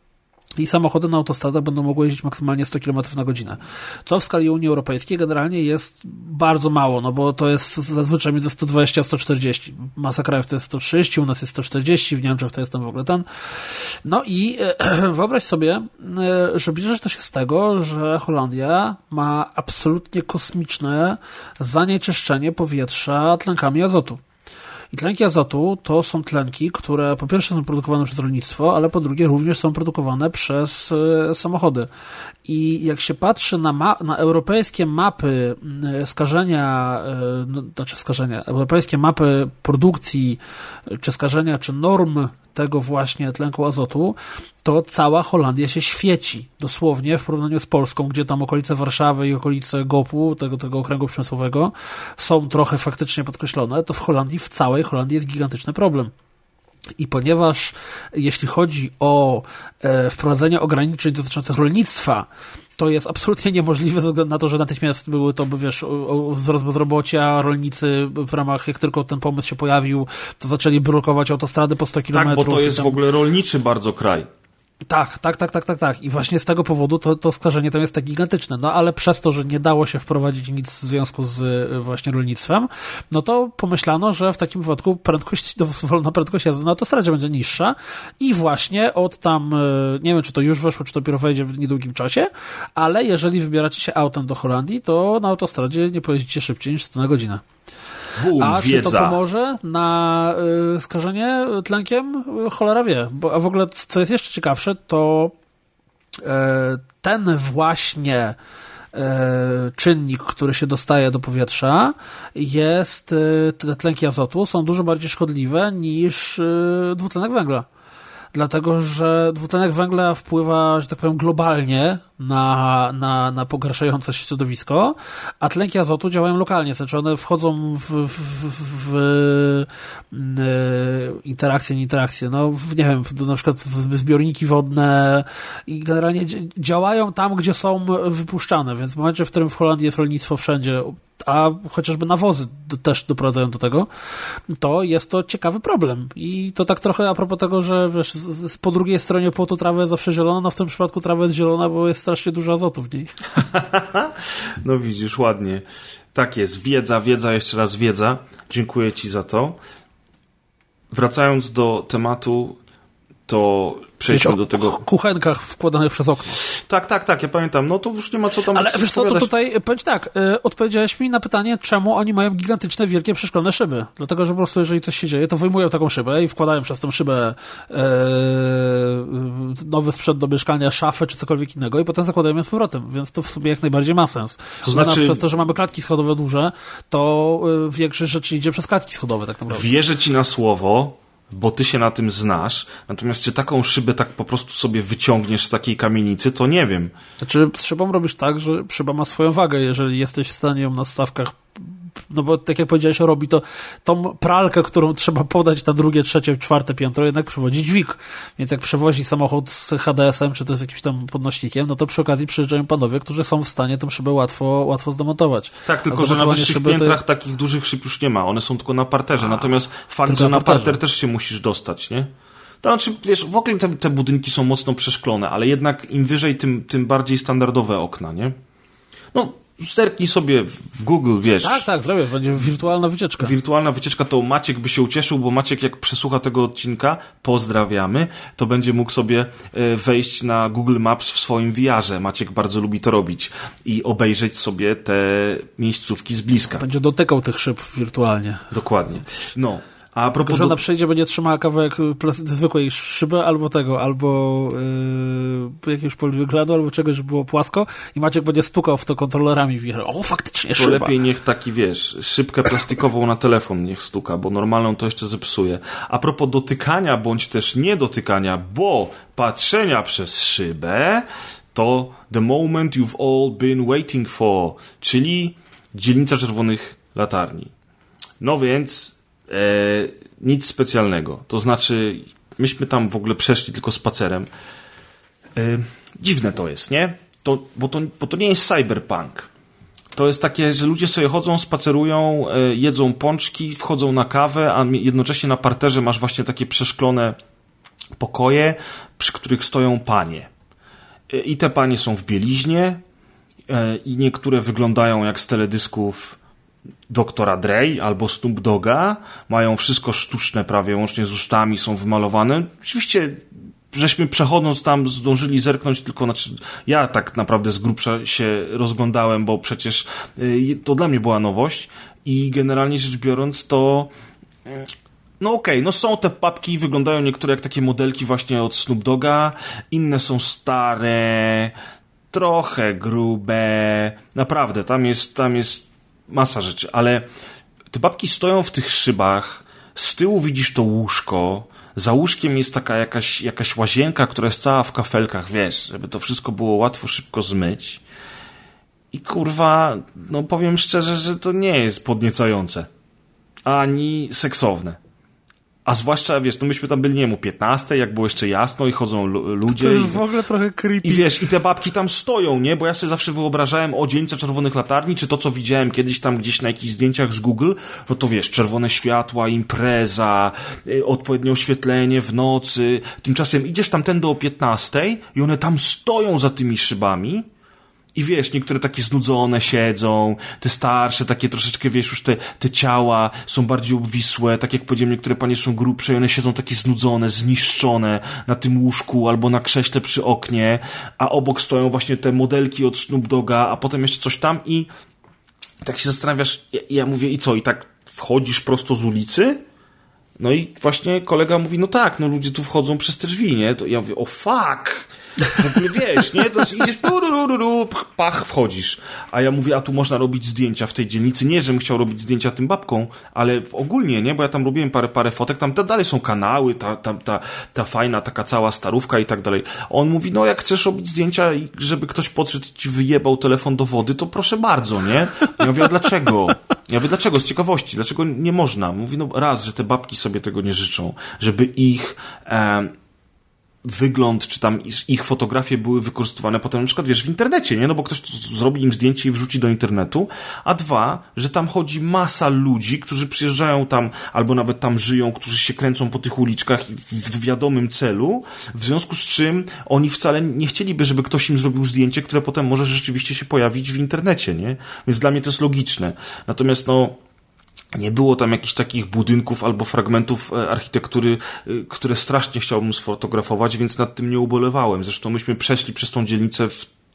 I samochody na autostradach będą mogły jeździć maksymalnie 100 km na godzinę. Co w skali Unii Europejskiej generalnie jest bardzo mało, no bo to jest zazwyczaj między 120 a 140. Masa krajów to jest 130, u nas jest 140, w Niemczech to jest tam w ogóle ten. No i wyobraź sobie, że bierze to się z tego, że Holandia ma absolutnie kosmiczne zanieczyszczenie powietrza tlenkami azotu. I tlenki azotu to są tlenki, które po pierwsze są produkowane przez rolnictwo, ale po drugie również są produkowane przez samochody. I jak się patrzy na europejskie mapy skażenia, europejskie mapy produkcji, czy skażenia, czy norm tego właśnie tlenku azotu, to cała Holandia się świeci. Dosłownie w porównaniu z Polską, gdzie tam okolice Warszawy i okolice GOP-u, tego okręgu przemysłowego, są trochę faktycznie podkreślone, to w Holandii, w całej Holandii jest gigantyczny problem. I ponieważ jeśli chodzi o wprowadzenie ograniczeń dotyczących rolnictwa, to jest absolutnie niemożliwe ze względu na to, że natychmiast były to, wiesz, wzrost bezrobocia, rolnicy w ramach, jak tylko ten pomysł się pojawił, to zaczęli blokować autostrady po 100 km. Tak, bo to jest w ogóle rolniczy bardzo kraj. Tak. I właśnie z tego powodu to skażenie tam jest tak gigantyczne. No ale przez to, że nie dało się wprowadzić nic w związku z właśnie rolnictwem, no to pomyślano, że w takim wypadku dozwolona prędkość jazdy na autostradzie będzie niższa i właśnie od tam, nie wiem, czy to już weszło, czy to dopiero wejdzie w niedługim czasie, ale jeżeli wybieracie się autem do Holandii, to na autostradzie nie pojeździcie szybciej niż 100 na godzinę. Czy to pomoże na skażenie tlenkiem? Cholera wie. A w ogóle, co jest jeszcze ciekawsze, to ten właśnie czynnik, który się dostaje do powietrza, te tlenki azotu są dużo bardziej szkodliwe niż dwutlenek węgla. Dlatego, że dwutlenek węgla wpływa, że tak powiem, globalnie na pogarszające się środowisko, a tlenki azotu działają lokalnie, znaczy one wchodzą w interakcje, no nie wiem, na przykład w zbiorniki wodne i generalnie działają tam, gdzie są wypuszczane, więc w momencie, w którym w Holandii jest rolnictwo wszędzie, a chociażby nawozy też doprowadzają do tego, to jest to ciekawy problem. I to tak trochę a propos tego, że wiesz, po drugiej stronie płotu trawa jest zawsze zielona, no w tym przypadku trawa jest zielona, bo jest strasznie dużo azotu w niej. No widzisz, ładnie. Tak jest. Wiedza, jeszcze raz wiedza. Dziękuję Ci za to. Wracając do tematu, to przejdźmy do tego... o kuchenkach wkładanych przez okno. Tak, ja pamiętam. No to już nie ma co tam... Ale wiesz co, to tutaj, powiedz tak, odpowiedziałeś mi na pytanie, czemu oni mają gigantyczne, wielkie, przeszklone szyby. Dlatego, że po prostu jeżeli coś się dzieje, to wyjmują taką szybę i wkładają przez tą szybę nowy sprzęt do mieszkania, szafę czy cokolwiek innego i potem zakładają ją z powrotem, więc to w sobie jak najbardziej ma sens. To znaczy, przez to, że mamy klatki schodowe duże, to większość rzeczy idzie przez klatki schodowe tak naprawdę. Wierzę ci na słowo, bo ty się na tym znasz, natomiast czy taką szybę tak po prostu sobie wyciągniesz z takiej kamienicy, to nie wiem. Znaczy z szybą robisz tak, że szyba ma swoją wagę, jeżeli jesteś w stanie ją na stawkach, no bo tak jak powiedziałeś, robi to tą pralkę, którą trzeba podać na drugie, trzecie, czwarte piętro, jednak przewodzi dźwig. Więc jak przewozi samochód z HDS-em, czy to z jakimś tam podnośnikiem, no to przy okazji przyjeżdżają panowie, którzy są w stanie tą szybę łatwo zdemontować. Tak, tylko że na wyższych piętrach takich dużych szyb już nie ma. One są tylko na parterze. Natomiast fakt, że na parter też się musisz dostać, nie? To znaczy, wiesz, w ogóle te budynki są mocno przeszklone, ale jednak im wyżej, tym bardziej standardowe okna, nie? No, zerknij sobie w Google, wiesz. Tak, zrobię, będzie wirtualna wycieczka. Wirtualna wycieczka, to Maciek by się ucieszył, bo Maciek jak przesłucha tego odcinka, pozdrawiamy, to będzie mógł sobie wejść na Google Maps w swoim VR-ze. Maciek bardzo lubi to robić i obejrzeć sobie te miejscówki z bliska. Będzie dotykał tych szyb wirtualnie. Dokładnie. No. A propos że ona przyjdzie, będzie trzymała kawałek zwykłej szyby, albo jakiegoś poliwykladu, albo czegoś, żeby było płasko i Maciek będzie stukał w to kontrolerami w o, faktycznie szyba. To lepiej niech taki, wiesz, szybkę plastikową na telefon niech stuka, bo normalną to jeszcze zepsuje. A propos dotykania, bądź też nie dotykania, bo patrzenia przez szybę, to the moment you've all been waiting for, czyli dzielnica czerwonych latarni. No więc nic specjalnego. To znaczy, myśmy tam w ogóle przeszli tylko spacerem. Dziwne to jest, nie? Bo to nie jest cyberpunk. To jest takie, że ludzie sobie chodzą, spacerują, jedzą pączki, wchodzą na kawę, a jednocześnie na parterze masz właśnie takie przeszklone pokoje, przy których stoją panie. I te panie są w bieliźnie i niektóre wyglądają jak z teledysków Doktora Dre albo Snoop Dogga, mają wszystko sztuczne prawie, łącznie z ustami, są wymalowane. Oczywiście żeśmy przechodząc tam zdążyli zerknąć tylko, znaczy ja tak naprawdę z grubsza się rozglądałem, bo przecież to dla mnie była nowość i generalnie rzecz biorąc to no okej, no są te papki, wyglądają niektóre jak takie modelki właśnie od Snoop Dogga, inne są stare, trochę grube, naprawdę, tam jest masa rzeczy, ale te babki stoją w tych szybach, z tyłu widzisz to łóżko, za łóżkiem jest taka jakaś łazienka, która jest cała w kafelkach, wiesz, żeby to wszystko było łatwo, szybko zmyć. I kurwa, no powiem szczerze, że to nie jest podniecające. Ani seksowne. A zwłaszcza, wiesz, no myśmy tam byli, nie wiem, o 15, jak było jeszcze jasno i chodzą ludzie. To już w ogóle trochę creepy. I wiesz, i te babki tam stoją, nie? Bo ja sobie zawsze wyobrażałem o dzielnicę czerwonych latarni, czy to, co widziałem kiedyś tam gdzieś na jakichś zdjęciach z Google, no to wiesz, czerwone światła, impreza, odpowiednie oświetlenie w nocy. Tymczasem idziesz tamtędy o 15 i one tam stoją za tymi szybami. I wiesz, niektóre takie znudzone siedzą, te starsze, takie troszeczkę, wiesz, już te ciała są bardziej obwisłe, tak jak powiedziałem, niektóre panie są grubsze i one siedzą takie znudzone, zniszczone na tym łóżku albo na krześle przy oknie, a obok stoją właśnie te modelki od Snoop Dogga, a potem jeszcze coś tam i tak się zastanawiasz, ja mówię i co, i tak wchodzisz prosto z ulicy? No i właśnie kolega mówi, no tak, no ludzie tu wchodzą przez te drzwi, nie? To ja mówię, o fuck! W ogóle wiesz, nie? To idziesz, pach, wchodzisz. A ja mówię, a tu można robić zdjęcia w tej dzielnicy. Nie, żebym chciał robić zdjęcia tym babką, ale ogólnie, nie? Bo ja tam robiłem parę fotek, tam dalej są kanały, ta fajna, taka cała starówka i tak dalej. On mówi, no jak chcesz robić zdjęcia i żeby ktoś podszedł i ci wyjebał telefon do wody, to proszę bardzo, nie? Ja mówię, a dlaczego? Ja mówię, dlaczego? Z ciekawości. Dlaczego nie można? Mówi, no raz, że te babki sobie tego nie życzą. Żeby ich wygląd, czy tam ich fotografie były wykorzystywane potem na przykład, wiesz, w internecie, nie? No bo ktoś zrobi im zdjęcie i wrzuci do internetu. A dwa, że tam chodzi masa ludzi, którzy przyjeżdżają tam, albo nawet tam żyją, którzy się kręcą po tych uliczkach w wiadomym celu, w związku z czym oni wcale nie chcieliby, żeby ktoś im zrobił zdjęcie, które potem może rzeczywiście się pojawić w internecie, nie? Więc dla mnie to jest logiczne. Natomiast no nie było tam jakichś takich budynków albo fragmentów architektury, które strasznie chciałbym sfotografować, więc nad tym nie ubolewałem. Zresztą myśmy przeszli przez tą dzielnicę w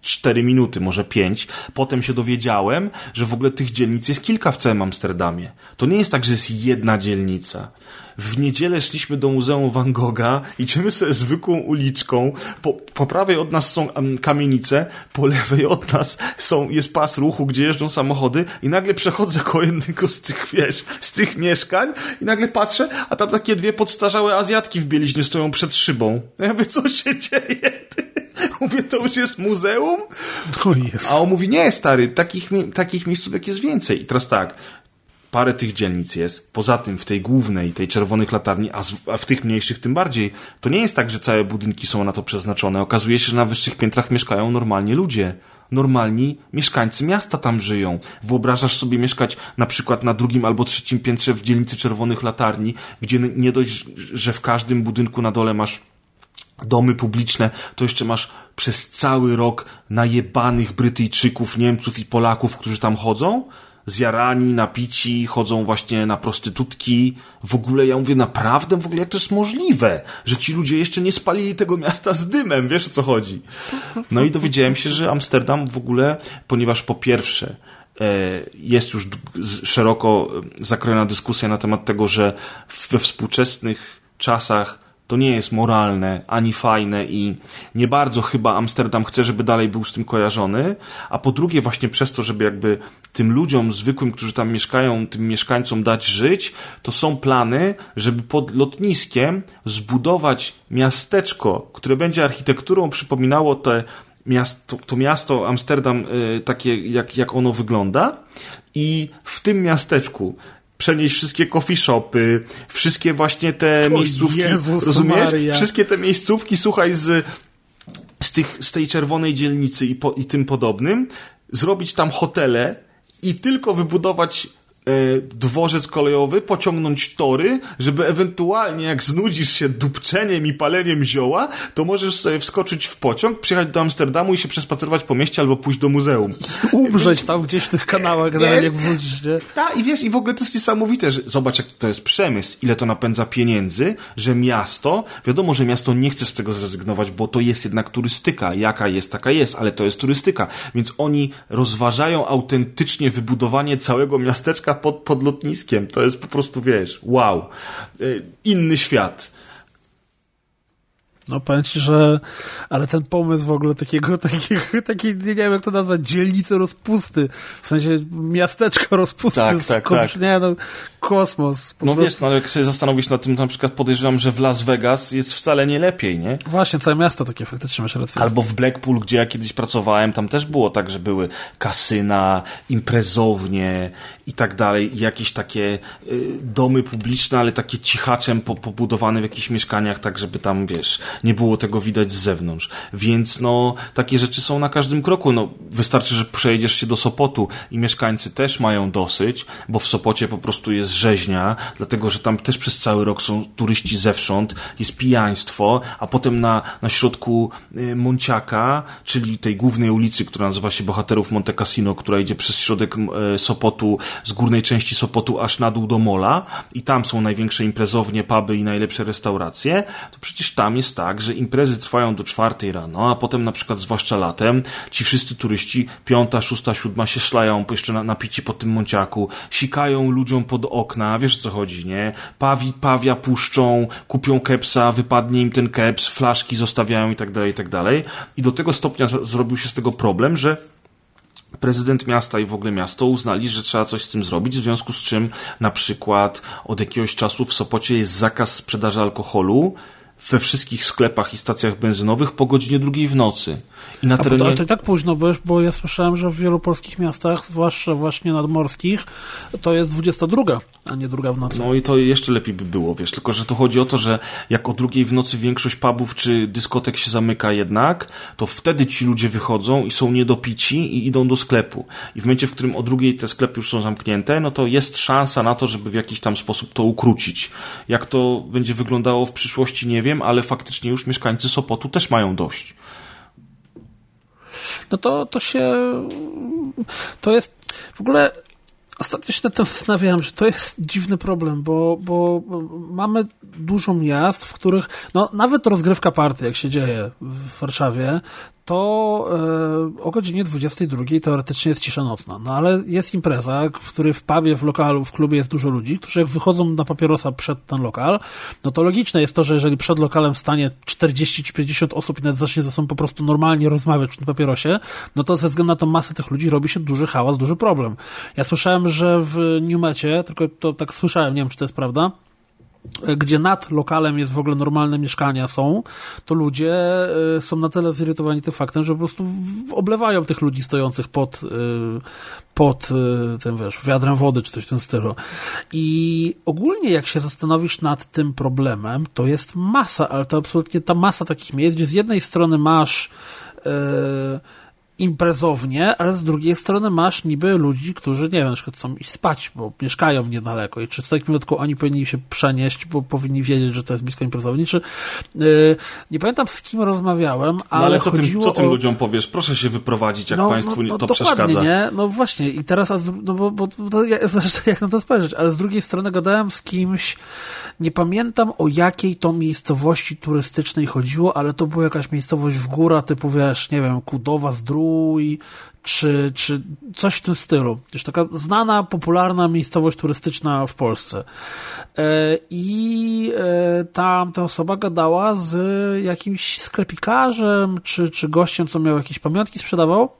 4 minuty, może 5. Potem się dowiedziałem, że w ogóle tych dzielnic jest kilka w całym Amsterdamie. To nie jest tak, że jest jedna dzielnica. W niedzielę szliśmy do Muzeum Van Gogha, idziemy sobie zwykłą uliczką, po prawej od nas są kamienice, po lewej od nas jest pas ruchu, gdzie jeżdżą samochody i nagle przechodzę koło jednego z tych, z tych mieszkań i nagle patrzę, a tam takie 2 podstarzałe Azjatki w bieliźnie stoją przed szybą. Ja mówię, co się dzieje? Mówię, to już jest muzeum? A on mówi, nie stary, takich miejscówek jest więcej. I teraz tak, parę tych dzielnic jest. Poza tym w tej głównej, tej czerwonych latarni, a w tych mniejszych tym bardziej. To nie jest tak, że całe budynki są na to przeznaczone. Okazuje się, że na wyższych piętrach mieszkają normalnie ludzie. Normalni mieszkańcy miasta tam żyją. Wyobrażasz sobie mieszkać na przykład na 2. albo 3. piętrze w dzielnicy czerwonych latarni, gdzie nie dość, że w każdym budynku na dole masz domy publiczne, to jeszcze masz przez cały rok najebanych Brytyjczyków, Niemców i Polaków, którzy tam chodzą, zjarani, napici, chodzą właśnie na prostytutki. W ogóle ja mówię, naprawdę? W ogóle jak to jest możliwe, że ci ludzie jeszcze nie spalili tego miasta z dymem, wiesz o co chodzi? No i dowiedziałem się, że Amsterdam w ogóle, ponieważ po pierwsze jest już szeroko zakrojona dyskusja na temat tego, że we współczesnych czasach to nie jest moralne, ani fajne i nie bardzo chyba Amsterdam chce, żeby dalej był z tym kojarzony, a po drugie właśnie przez to, żeby jakby tym ludziom zwykłym, którzy tam mieszkają, tym mieszkańcom dać żyć, to są plany, żeby pod lotniskiem zbudować miasteczko, które będzie architekturą przypominało to miasto Amsterdam takie, jak ono wygląda i w tym miasteczku przenieść wszystkie coffee shopy, wszystkie właśnie te miejscówki, Jezus rozumiesz? Maria. Wszystkie te miejscówki, słuchaj, z tej czerwonej dzielnicy i tym podobnym, zrobić tam hotele i tylko wybudować dworzec kolejowy, pociągnąć tory, żeby ewentualnie jak znudzisz się dupczeniem i paleniem zioła, to możesz sobie wskoczyć w pociąg, przyjechać do Amsterdamu i się przespacerować po mieście albo pójść do muzeum. Umrzeć tam gdzieś w tych kanałach, jak wrócisz, nie? Tak, i wiesz, i w ogóle to jest niesamowite, że zobacz, jak to jest przemysł, ile to napędza pieniędzy, że miasto, wiadomo, że miasto nie chce z tego zrezygnować, bo to jest jednak turystyka, jaka jest, taka jest, ale to jest turystyka, więc oni rozważają autentycznie wybudowanie całego miasteczka pod lotniskiem. To jest po prostu, wiesz, wow. Inny świat. No powiem ci, że ale ten pomysł w ogóle takiej, nie wiem jak to nazwać, dzielnicy rozpusty, w sensie miasteczko rozpusty, tak. Nie, no, kosmos. No wiesz, no ale jak sobie zastanowisz nad tym, to na przykład podejrzewam, że w Las Vegas jest wcale nie lepiej, nie? Właśnie, całe miasto takie, faktycznie masz rację. Albo w Blackpool, gdzie ja kiedyś pracowałem, tam też było tak, że były kasyna, imprezownie i tak dalej, i jakieś takie domy publiczne, ale takie cichaczem pobudowane w jakichś mieszkaniach, tak żeby tam, wiesz, nie było tego widać z zewnątrz. Więc no, takie rzeczy są na każdym kroku. No, wystarczy, że przejedziesz się do Sopotu i mieszkańcy też mają dosyć, bo w Sopocie po prostu jest rzeźnia, dlatego, że tam też przez cały rok są turyści zewsząd, jest pijaństwo, a potem na środku Monciaka, czyli tej głównej ulicy, która nazywa się Bohaterów Monte Cassino, która idzie przez środek Sopotu, z górnej części Sopotu aż na dół do Mola i tam są największe imprezownie, puby i najlepsze restauracje, to przecież tam jest tak, że imprezy trwają do 4 rano, a potem na przykład, zwłaszcza latem, ci wszyscy turyści 5, 6, 7 się szlają jeszcze napici po tym Monciaku, sikają ludziom pod okna, wiesz o co chodzi, nie? Pawia puszczą, kupią kepsa, wypadnie im ten keps, flaszki zostawiają i tak dalej, i tak dalej. I do tego stopnia zrobił się z tego problem, że prezydent miasta i w ogóle miasto uznali, że trzeba coś z tym zrobić, w związku z czym na przykład od jakiegoś czasu w Sopocie jest zakaz sprzedaży alkoholu we wszystkich sklepach i stacjach benzynowych po godzinie 2 w nocy. I na terenie... Ale to i tak późno, bo ja słyszałem, że w wielu polskich miastach, zwłaszcza właśnie nadmorskich, to jest 22, a nie 2 w nocy. No i to jeszcze lepiej by było, wiesz, tylko że to chodzi o to, że jak o 2 w nocy większość pubów czy dyskotek się zamyka jednak, to wtedy ci ludzie wychodzą i są niedopici i idą do sklepu. I w momencie, w którym o 2 te sklepy już są zamknięte, no to jest szansa na to, żeby w jakiś tam sposób to ukrócić. Jak to będzie wyglądało w przyszłości, nie wiem, ale faktycznie już mieszkańcy Sopotu też mają dość. No to jest w ogóle Ostatnio się nad tym zastanawiałem, że to jest dziwny problem, bo mamy dużo miast, w których nawet rozgrywka partii, jak się dzieje w Warszawie, to o godzinie 22 teoretycznie jest cisza nocna. No ale jest impreza, w której w pubie, w lokalu, w klubie jest dużo ludzi, którzy jak wychodzą na papierosa przed ten lokal, no to logiczne jest to, że jeżeli przed lokalem stanie 40 czy 50 osób i nawet zacznie ze sobą po prostu normalnie rozmawiać przy tym papierosie, no to ze względu na tą masę tych ludzi robi się duży hałas, duży problem. Ja słyszałem, że w Newmecie, tylko to tak słyszałem, nie wiem, czy to jest prawda, gdzie nad lokalem jest w ogóle normalne mieszkania to ludzie są na tyle zirytowani tym faktem, że po prostu oblewają tych ludzi stojących pod tym, wiadrem wody, czy coś w tym stylu. I ogólnie jak się zastanowisz nad tym problemem, to jest masa, ale to absolutnie ta masa takich miejsc, gdzie z jednej strony masz imprezownie, ale z drugiej strony masz niby ludzi, którzy, nie wiem, na przykład chcą iść spać, bo mieszkają niedaleko i czy w takim wypadku oni powinni się przenieść, bo powinni wiedzieć, że to jest blisko imprezownie, czy nie pamiętam z kim rozmawiałem, ale co tym ludziom powiesz? Proszę się wyprowadzić, jak państwu to przeszkadza. Nie? No właśnie i teraz, bo jak na to spojrzeć, ale z drugiej strony gadałem z kimś, nie pamiętam o jakiej to miejscowości turystycznej chodziło, ale to była jakaś miejscowość w górach, typu nie wiem, Kudowa, Zdrój, czy coś w tym stylu. Już taka znana, popularna miejscowość turystyczna w Polsce. I tam ta osoba gadała z jakimś sklepikarzem, czy gościem, co miał jakieś pamiątki, sprzedawał.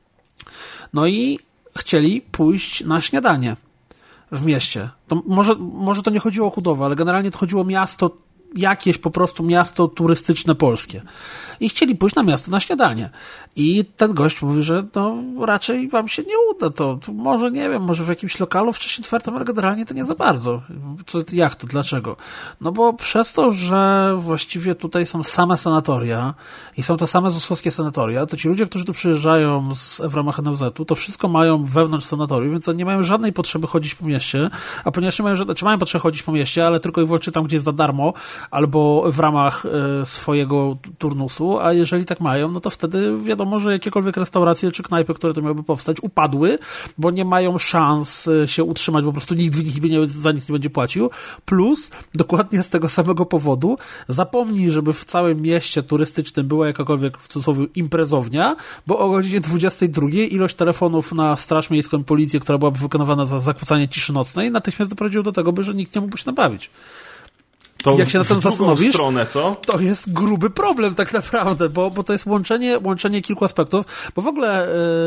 No i chcieli pójść na śniadanie w mieście. To może to nie chodziło o Kudowę, ale generalnie to chodziło o miasto, jakieś po prostu miasto turystyczne polskie. I chcieli pójść na miasto na śniadanie. I ten gość mówi, że raczej wam się nie uda. To może, nie wiem, może w jakimś lokalu wcześniej otwartym, ale generalnie to nie za bardzo. Jak to? Dlaczego? No bo przez to, że właściwie tutaj są same sanatoria i są to same ZUS-owskie sanatoria, to ci ludzie, którzy tu przyjeżdżają w ramach NFZ-u, to wszystko mają wewnątrz sanatorium, więc nie mają żadnej potrzeby chodzić po mieście, a ponieważ nie mają mają potrzeby chodzić po mieście, ale tylko i wyłącznie tam, gdzie jest za darmo, albo w ramach swojego turnusu, a jeżeli tak mają, no to wtedy wiadomo, że jakiekolwiek restauracje czy knajpy, które to miałyby powstać, upadły, bo nie mają szans się utrzymać, po prostu nikt w nich za nic nie będzie płacił, plus dokładnie z tego samego powodu zapomnij, żeby w całym mieście turystycznym była jakakolwiek w cudzysłowie imprezownia, bo o godzinie 22 ilość telefonów na Straż Miejską i Policję, która byłaby wykonywana za zakłócanie ciszy nocnej, natychmiast doprowadziło do tego, że nikt nie mógłby się nabawić. To jak się na tym zastanowisz, stronę, co? to jest gruby problem tak naprawdę, bo to jest łączenie kilku aspektów, bo w ogóle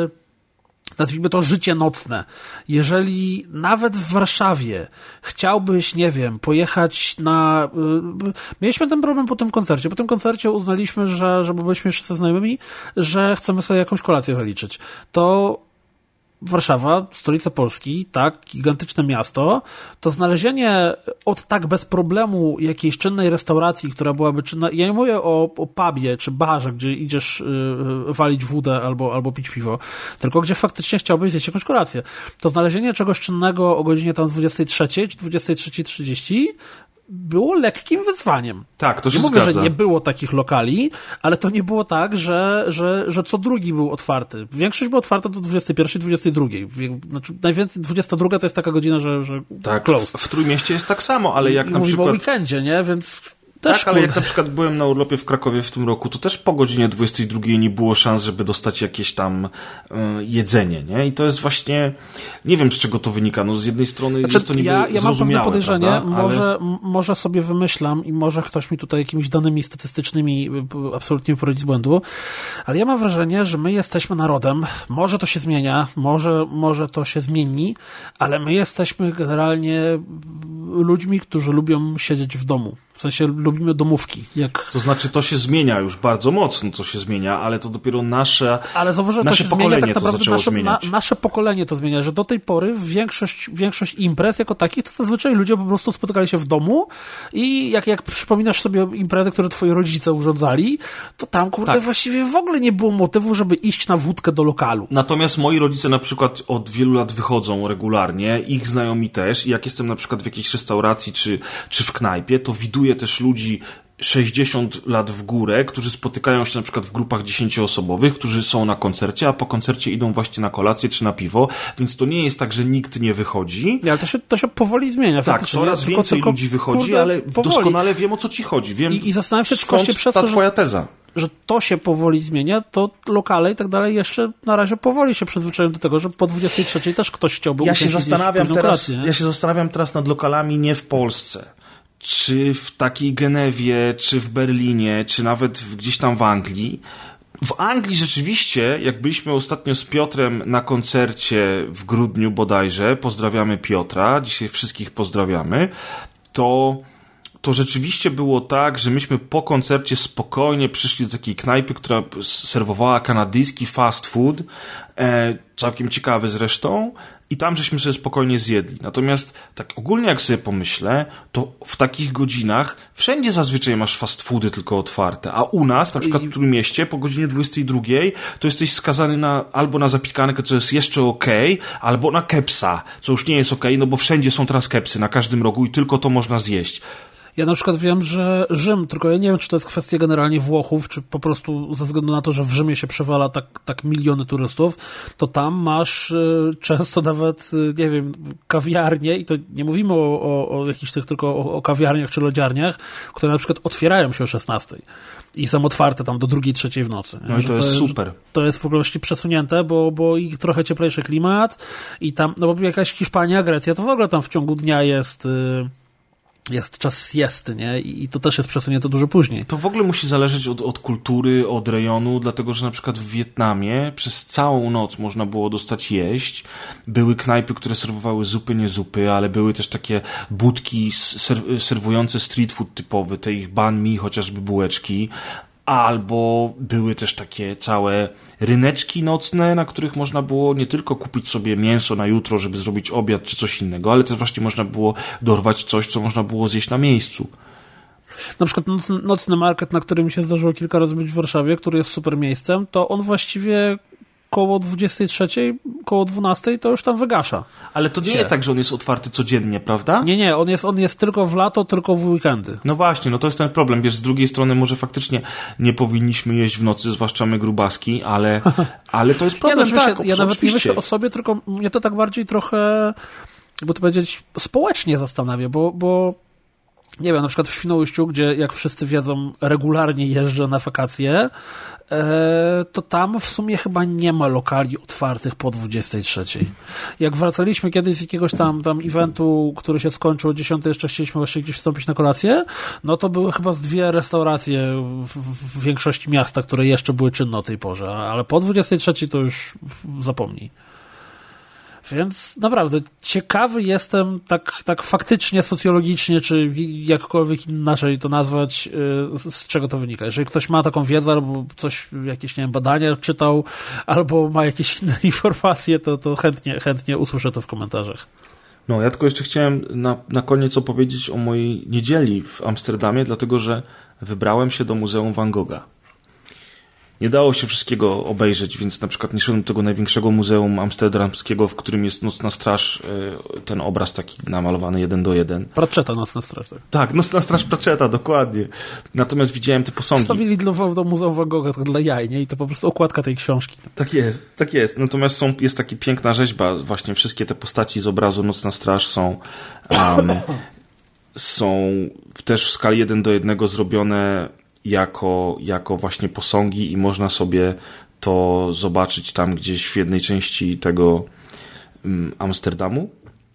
nazwijmy to życie nocne. Jeżeli nawet w Warszawie chciałbyś, nie wiem, pojechać mieliśmy ten problem po tym koncercie. Po tym koncercie uznaliśmy, że bo byliśmy jeszcze ze znajomymi, że chcemy sobie jakąś kolację zaliczyć. To Warszawa, stolica Polski, tak, gigantyczne miasto, to znalezienie tak bez problemu jakiejś czynnej restauracji, która byłaby czynna, ja nie mówię o pubie czy barze, gdzie idziesz walić wódę albo pić piwo, tylko gdzie faktycznie chciałbyś zjeść jakąś kolację. To znalezienie czegoś czynnego o godzinie tam 23 czy 23:30 było lekkim wyzwaniem. Tak, to się zgadza. Nie mówię, że nie było takich lokali, ale to nie było tak, że co drugi był otwarty. Większość była otwarta do 21, 22. Znaczy, najwięcej 22 to jest taka godzina, że tak, closed. W Trójmieście jest tak samo, ale jak na przykład... o weekendzie, nie? Więc... Tak, ale jak na przykład byłem na urlopie w Krakowie w tym roku, to też po godzinie 22 nie było szans, żeby dostać jakieś tam jedzenie, nie? I to jest właśnie, nie wiem z czego to wynika, no z jednej strony jest to niby ja mam pewne podejrzenie, prawda? może sobie wymyślam i może ktoś mi tutaj jakimiś danymi statystycznymi absolutnie poradzi z błędu, ale ja mam wrażenie, że my jesteśmy narodem, może to się zmienia, może to się zmieni, ale my jesteśmy generalnie ludźmi, którzy lubią siedzieć w domu. W sensie lubimy domówki. To znaczy to się zmienia już bardzo mocno, to się zmienia, ale to dopiero nasze pokolenie tak to zaczęło zmieniać. Nasze pokolenie to zmienia, że do tej pory większość imprez jako takich, to zazwyczaj ludzie po prostu spotykali się w domu i jak przypominasz sobie imprezy, które twoi rodzice urządzali, to tam właściwie w ogóle nie było motywu, żeby iść na wódkę do lokalu. Natomiast moi rodzice na przykład od wielu lat wychodzą regularnie, ich znajomi też i jak jestem na przykład w jakiejś restauracji czy w knajpie, to widuję buduje też ludzi 60 lat w górę, którzy spotykają się na przykład w grupach 10-osobowych, którzy są na koncercie, a po koncercie idą właśnie na kolację czy na piwo, więc to nie jest tak, że nikt nie wychodzi. Nie, ale to się powoli zmienia. Tak, coraz więcej ludzi wychodzi, ale powoli. Doskonale wiem, o co ci chodzi. Wiem, I zastanawiam się, skąd właśnie przez ta to, twoja teza. Że to się powoli zmienia, to lokale i tak dalej jeszcze na razie powoli się przyzwyczają do tego, że po 23 też ktoś chciałby Ja się zastanawiam teraz nad lokalami nie w Polsce. Czy w takiej Genewie, czy w Berlinie, czy nawet gdzieś tam w Anglii. W Anglii rzeczywiście, jak byliśmy ostatnio z Piotrem na koncercie w grudniu bodajże, pozdrawiamy Piotra, dzisiaj wszystkich pozdrawiamy, to rzeczywiście było tak, że myśmy po koncercie spokojnie przyszli do takiej knajpy, która serwowała kanadyjski fast food, całkiem ciekawy zresztą, i tam żeśmy sobie spokojnie zjedli. Natomiast tak ogólnie jak sobie pomyślę, to w takich godzinach wszędzie zazwyczaj masz fast foody tylko otwarte, a u nas, na przykład w Trójmieście, po godzinie 22 to jesteś skazany albo na zapikankę, co jest jeszcze okej, albo na kepsa, co już nie jest okej, no bo wszędzie są teraz kepsy na każdym rogu i tylko to można zjeść. Ja na przykład wiem, że Rzym, tylko ja nie wiem, czy to jest kwestia generalnie Włochów, czy po prostu ze względu na to, że w Rzymie się przewala tak miliony turystów, to tam masz często nawet, nie wiem, kawiarnie i to nie mówimy o jakichś tych tylko o kawiarniach czy lodziarniach, które na przykład otwierają się o 16 i są otwarte tam do 2, 3 w nocy. No i to jest super. To jest w ogóle przesunięte, bo i trochę cieplejszy klimat i tam, no bo jakaś Hiszpania, Grecja, to w ogóle tam w ciągu dnia jest czas siesty, nie? I to też jest przesunięte dużo później. To w ogóle musi zależeć od kultury, od rejonu, dlatego że na przykład w Wietnamie przez całą noc można było dostać jeść. Były knajpy, które serwowały zupy, nie zupy, ale były też takie budki serwujące street food typowy, te ich banh mi, chociażby bułeczki. Albo były też takie całe ryneczki nocne, na których można było nie tylko kupić sobie mięso na jutro, żeby zrobić obiad czy coś innego, ale też właśnie można było dorwać coś, co można było zjeść na miejscu. Na przykład nocny market, na którym mi się zdarzyło kilka razy być w Warszawie, który jest super miejscem, to on właściwie koło 23, koło 12 to już tam wygasza. Ale to nie jest tak, że on jest otwarty codziennie, prawda? Nie, on jest tylko w lato, tylko w weekendy. No właśnie, no to jest ten problem. Wiesz, z drugiej strony może faktycznie nie powinniśmy jeść w nocy, zwłaszcza my grubaski, ale to jest problem. Ja nawet nie myślę o sobie, tylko mnie to tak bardziej trochę, jakby to powiedzieć, społecznie zastanawia, bo nie wiem, na przykład w Świnoujściu, gdzie jak wszyscy wiedzą, regularnie jeżdżę na wakacje, to tam w sumie chyba nie ma lokali otwartych po 23. Jak wracaliśmy kiedyś z jakiegoś tam eventu, który się skończył o 10, jeszcze chcieliśmy właśnie gdzieś wstąpić na kolację, no to były chyba z 2 restauracje w większości miasta, które jeszcze były czynne o tej porze, ale po 23 to już zapomnij. Więc naprawdę ciekawy jestem tak faktycznie, socjologicznie, czy jakkolwiek inaczej to nazwać, z czego to wynika. Jeżeli ktoś ma taką wiedzę, albo coś, jakieś, nie wiem, badania czytał, albo ma jakieś inne informacje, to chętnie usłyszę to w komentarzach. No, ja tylko jeszcze chciałem na koniec opowiedzieć o mojej niedzieli w Amsterdamie, dlatego że wybrałem się do Muzeum Van Gogha. Nie dało się wszystkiego obejrzeć, więc na przykład nie szedłem do tego największego muzeum amsterdamskiego, w którym jest Nocna Straż, ten obraz taki namalowany 1:1. Pratchetta Nocna Straż, tak? Tak, Nocna Straż Pratchetta, dokładnie. Natomiast widziałem te posągi. Wstawili do Muzeum Van Gogha dla jaj, nie? I to po prostu okładka tej książki. Tak jest. Natomiast jest taka piękna rzeźba, właśnie wszystkie te postaci z obrazu Nocna Straż są też w skali 1:1 zrobione jako właśnie posągi i można sobie to zobaczyć tam gdzieś w jednej części tego Amsterdamu.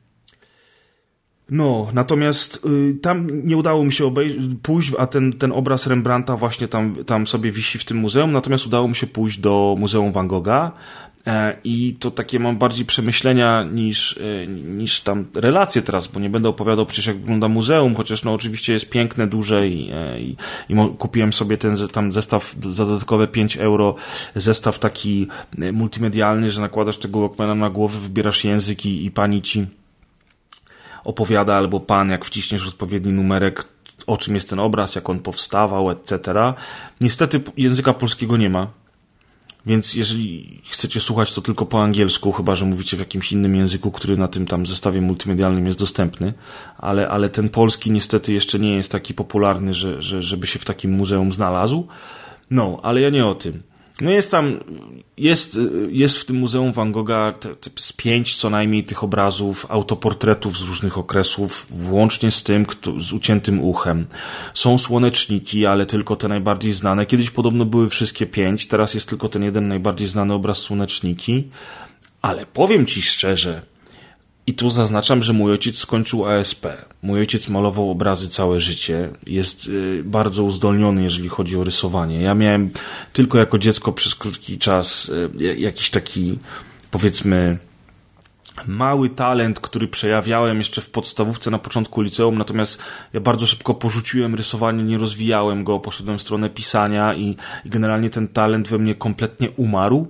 No, natomiast tam nie udało mi się pójść, a ten obraz Rembrandta właśnie tam sobie wisi w tym muzeum, natomiast udało mi się pójść do Muzeum Van Gogha i to takie mam bardziej przemyślenia niż tam relacje teraz, bo nie będę opowiadał przecież jak wygląda muzeum, chociaż no oczywiście jest piękne, duże i kupiłem sobie tam zestaw za dodatkowe 5 euro, zestaw taki multimedialny, że nakładasz tego Walkmana na głowę, wybierasz język i pani ci opowiada, albo pan, jak wciśniesz odpowiedni numerek, o czym jest ten obraz, jak on powstawał, etc. Niestety języka polskiego nie ma. Więc jeżeli chcecie słuchać, to tylko po angielsku, chyba że mówicie w jakimś innym języku, który na tym tam zestawie multimedialnym jest dostępny, ale ten polski niestety jeszcze nie jest taki popularny, żeby się w takim muzeum znalazł. No, ale ja nie o tym. No jest w tym Muzeum Van Gogha z 5 co najmniej tych obrazów, autoportretów z różnych okresów, włącznie z tym, z uciętym uchem. Są słoneczniki, ale tylko te najbardziej znane. Kiedyś podobno były wszystkie 5, teraz jest tylko ten jeden najbardziej znany obraz słoneczniki. Ale powiem ci szczerze, i tu zaznaczam, że mój ojciec skończył ASP. Mój ojciec malował obrazy całe życie. Jest bardzo uzdolniony, jeżeli chodzi o rysowanie. Ja miałem tylko jako dziecko przez krótki czas jakiś taki, powiedzmy, mały talent, który przejawiałem jeszcze w podstawówce na początku liceum, natomiast ja bardzo szybko porzuciłem rysowanie, nie rozwijałem go, poszedłem w stronę pisania i generalnie ten talent we mnie kompletnie umarł.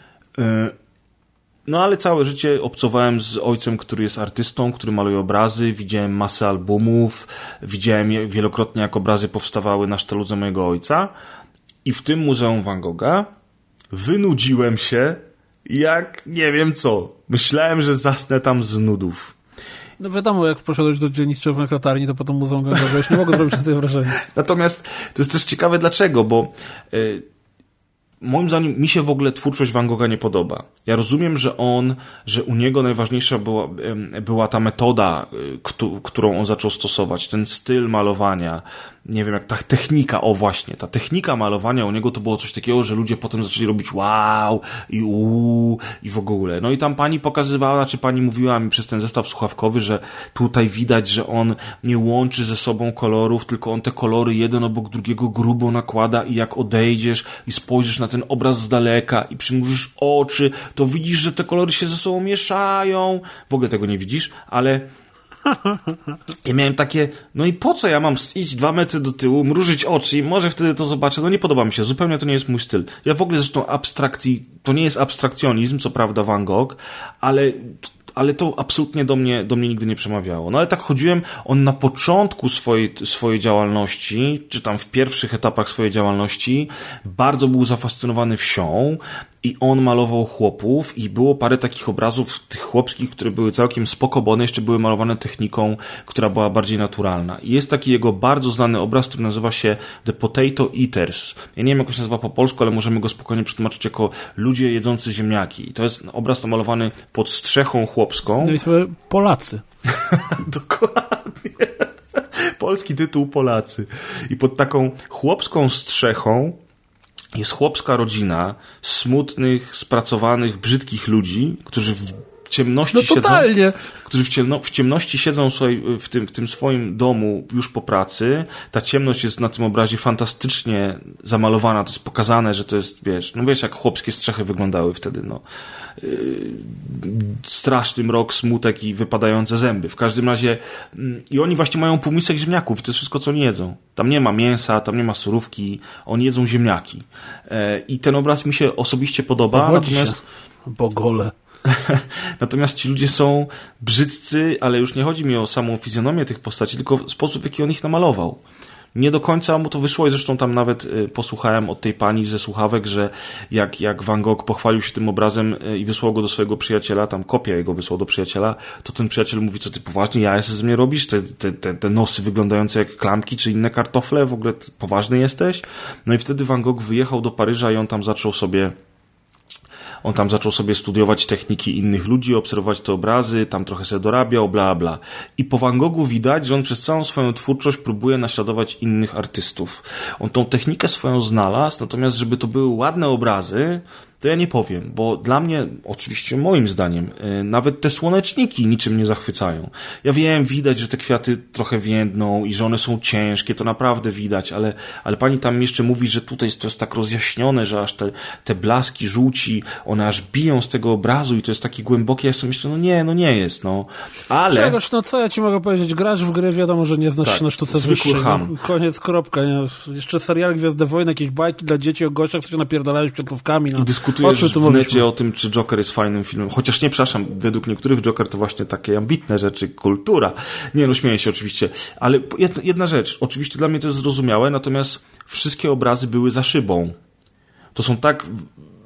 No ale całe życie obcowałem z ojcem, który jest artystą, który maluje obrazy, widziałem masę albumów, widziałem wielokrotnie, jak obrazy powstawały na szteludze mojego ojca i w tym Muzeum Van Gogha wynudziłem się jak nie wiem co. Myślałem, że zasnę tam z nudów. No wiadomo, jak poszedłeś do dzielnicy Czerwonych Latarni, to potem Muzeum Van Gogha już nie mogło zrobić takie wrażenie. Natomiast to jest też ciekawe dlaczego, bo moim zdaniem mi się w ogóle twórczość Van Gogha nie podoba. Ja rozumiem, że u niego najważniejsza była ta metoda, którą on zaczął stosować, ten styl malowania, nie wiem, jak ta technika, o właśnie, ta technika malowania u niego to było coś takiego, że ludzie potem zaczęli robić wow i w ogóle. No i tam pani pokazywała, czy pani mówiła mi przez ten zestaw słuchawkowy, że tutaj widać, że on nie łączy ze sobą kolorów, tylko on te kolory jeden obok drugiego grubo nakłada i jak odejdziesz i spojrzysz na ten obraz z daleka i przymrużysz oczy, to widzisz, że te kolory się ze sobą mieszają. W ogóle tego nie widzisz, ale ja miałem takie, no i po co ja mam iść 2 metry do tyłu, mrużyć oczy i może wtedy to zobaczę. No nie podoba mi się, zupełnie to nie jest mój styl. Ja w ogóle zresztą to nie jest abstrakcjonizm, co prawda Van Gogh, ale to absolutnie do mnie nigdy nie przemawiało. No ale tak chodziłem, on na początku swojej działalności, czy tam w pierwszych etapach swojej działalności, bardzo był zafascynowany wsią i on malował chłopów i było parę takich obrazów tych chłopskich, które były całkiem spoko, bo one jeszcze były malowane techniką, która była bardziej naturalna. I jest taki jego bardzo znany obraz, który nazywa się The Potato Eaters. Ja nie wiem, jak on się nazywa po polsku, ale możemy go spokojnie przetłumaczyć jako ludzie jedzący ziemniaki. I to jest obraz namalowany pod strzechą chłopską. No i sobie Polacy. Dokładnie. Polski tytuł Polacy. I pod taką chłopską strzechą jest chłopska rodzina smutnych, spracowanych, brzydkich ludzi, którzy w ciemności totalnie. Którzy w ciemności siedzą sobie w tym swoim domu już po pracy. Ta ciemność jest na tym obrazie fantastycznie zamalowana. To jest pokazane, że to jest, wiesz jak chłopskie strzechy wyglądały wtedy, no. Straszny mrok, smutek i wypadające zęby. W każdym razie i oni właśnie mają półmisek ziemniaków. To jest wszystko, co oni jedzą. Tam nie ma mięsa, tam nie ma surówki. Oni jedzą ziemniaki. I ten obraz mi się osobiście podoba. Natomiast Bogole. Natomiast ci ludzie są brzydcy, ale już nie chodzi mi o samą fizjonomię tych postaci, tylko sposób, w jaki on ich namalował. Nie do końca mu to wyszło i zresztą tam nawet posłuchałem od tej pani ze słuchawek, że jak Van Gogh pochwalił się tym obrazem i wysłał go do swojego przyjaciela, tam kopię jego wysłał do przyjaciela, to ten przyjaciel mówi, co ty poważnie jaja ze mnie robisz? Te nosy wyglądające jak klamki czy inne kartofle? W ogóle poważny jesteś? No i wtedy Van Gogh wyjechał do Paryża i on tam zaczął sobie studiować techniki innych ludzi, obserwować te obrazy, tam trochę sobie dorabiał, bla, bla. I po Van Goghu widać, że on przez całą swoją twórczość próbuje naśladować innych artystów. On tą technikę swoją znalazł, natomiast żeby to były ładne obrazy, to ja nie powiem, bo dla mnie, oczywiście moim zdaniem, nawet te słoneczniki niczym nie zachwycają. Ja wiem, widać, że te kwiaty trochę więdną i że one są ciężkie, to naprawdę widać, ale pani tam jeszcze mówi, że tutaj to jest tak rozjaśnione, że aż te blaski żółci, one aż biją z tego obrazu i to jest takie głębokie. Ja sobie myślę, no nie jest, no. Ale... Czegoż, no co ja ci mogę powiedzieć? Grasz w gry, wiadomo, że nie znasz się na sztuce wyższej. No, koniec, kropka. Nie? Jeszcze serial Gwiazdy Wojny, jakieś bajki dla dzieci o gościach, co się napierdalają świetlówkami. No. Dyskutujesz w necie o tym, czy Joker jest fajnym filmem. Chociaż nie, przepraszam, według niektórych Joker to właśnie takie ambitne rzeczy, kultura. Nie, no śmieję się oczywiście. Ale jedna rzecz. Oczywiście dla mnie to jest zrozumiałe, natomiast wszystkie obrazy były za szybą. To są tak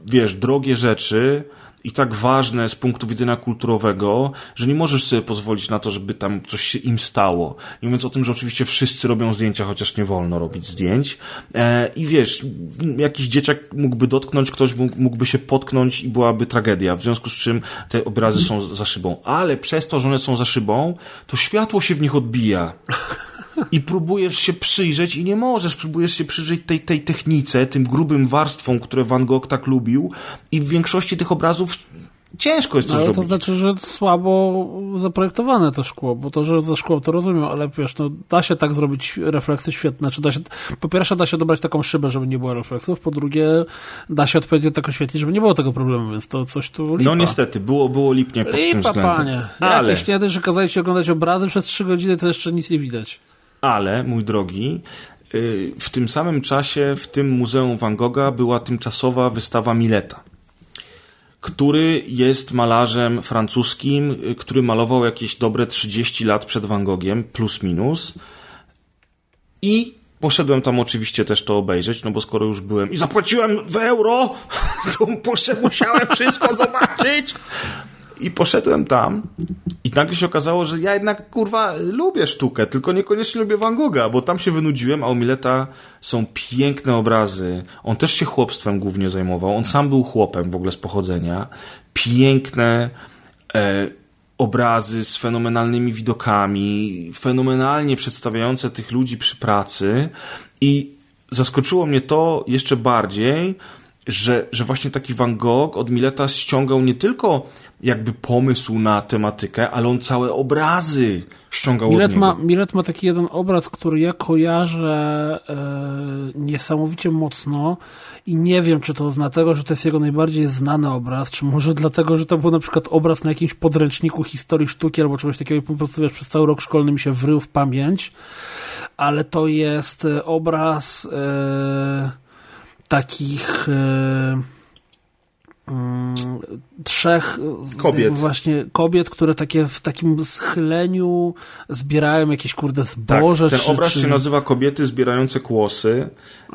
wiesz, drogie rzeczy i tak ważne z punktu widzenia kulturowego, że nie możesz sobie pozwolić na to, żeby tam coś się im stało. Nie mówiąc o tym, że oczywiście wszyscy robią zdjęcia, chociaż nie wolno robić zdjęć. I wiesz, jakiś dzieciak mógłby dotknąć, ktoś mógłby się potknąć i byłaby tragedia. W związku z czym te obrazy są za szybą. Ale przez to, że one są za szybą, to światło się w nich odbija. I próbujesz się przyjrzeć i nie możesz. Próbujesz się przyjrzeć tej technice, tym grubym warstwom, które Van Gogh tak lubił i w większości tych obrazów ciężko jest coś zrobić. To znaczy, że słabo zaprojektowane to szkło, bo to, że za szkło to rozumiem, ale wiesz, no da się tak zrobić refleksy świetne. Znaczy po pierwsze da się dobrać taką szybę, żeby nie było refleksów, po drugie da się odpowiednio tak oświetlić, żeby nie było tego problemu, więc to coś tu lipa. No niestety, było lipnie pod tym względem. Panie. Ale... Jakieś nie że kazali ci oglądać obrazy przez 3 godziny, to jeszcze nic nie widać. Ale, mój drogi, w tym samym czasie w tym Muzeum Van Gogha była tymczasowa wystawa Milleta, który jest malarzem francuskim, który malował jakieś dobre 30 lat przed Van Gogiem, plus minus. I poszedłem tam oczywiście też to obejrzeć, no bo skoro już byłem i zapłaciłem w euro, to musiałem wszystko zobaczyć. I poszedłem tam i nagle się okazało, że ja jednak, kurwa, lubię sztukę, tylko niekoniecznie lubię Van Gogha, bo tam się wynudziłem, a u Milleta są piękne obrazy. On też się chłopstwem głównie zajmował. On sam był chłopem w ogóle z pochodzenia. Piękne obrazy z fenomenalnymi widokami, fenomenalnie przedstawiające tych ludzi przy pracy i zaskoczyło mnie to jeszcze bardziej, że właśnie taki Van Gogh od Milleta ściągał nie tylko jakby pomysł na tematykę, ale on całe obrazy ściągał od niego. Millet ma taki jeden obraz, który ja kojarzę niesamowicie mocno i nie wiem, czy to dlatego, że to jest jego najbardziej znany obraz, czy może dlatego, że to był na przykład obraz na jakimś podręczniku historii sztuki albo czegoś takiego i po prostu wiesz, przez cały rok szkolny mi się wrył w pamięć, ale to jest obraz takich 3 kobiet, które takie w takim schyleniu zbierają jakieś zboże. Tak, ten obraz się nazywa Kobiety zbierające kłosy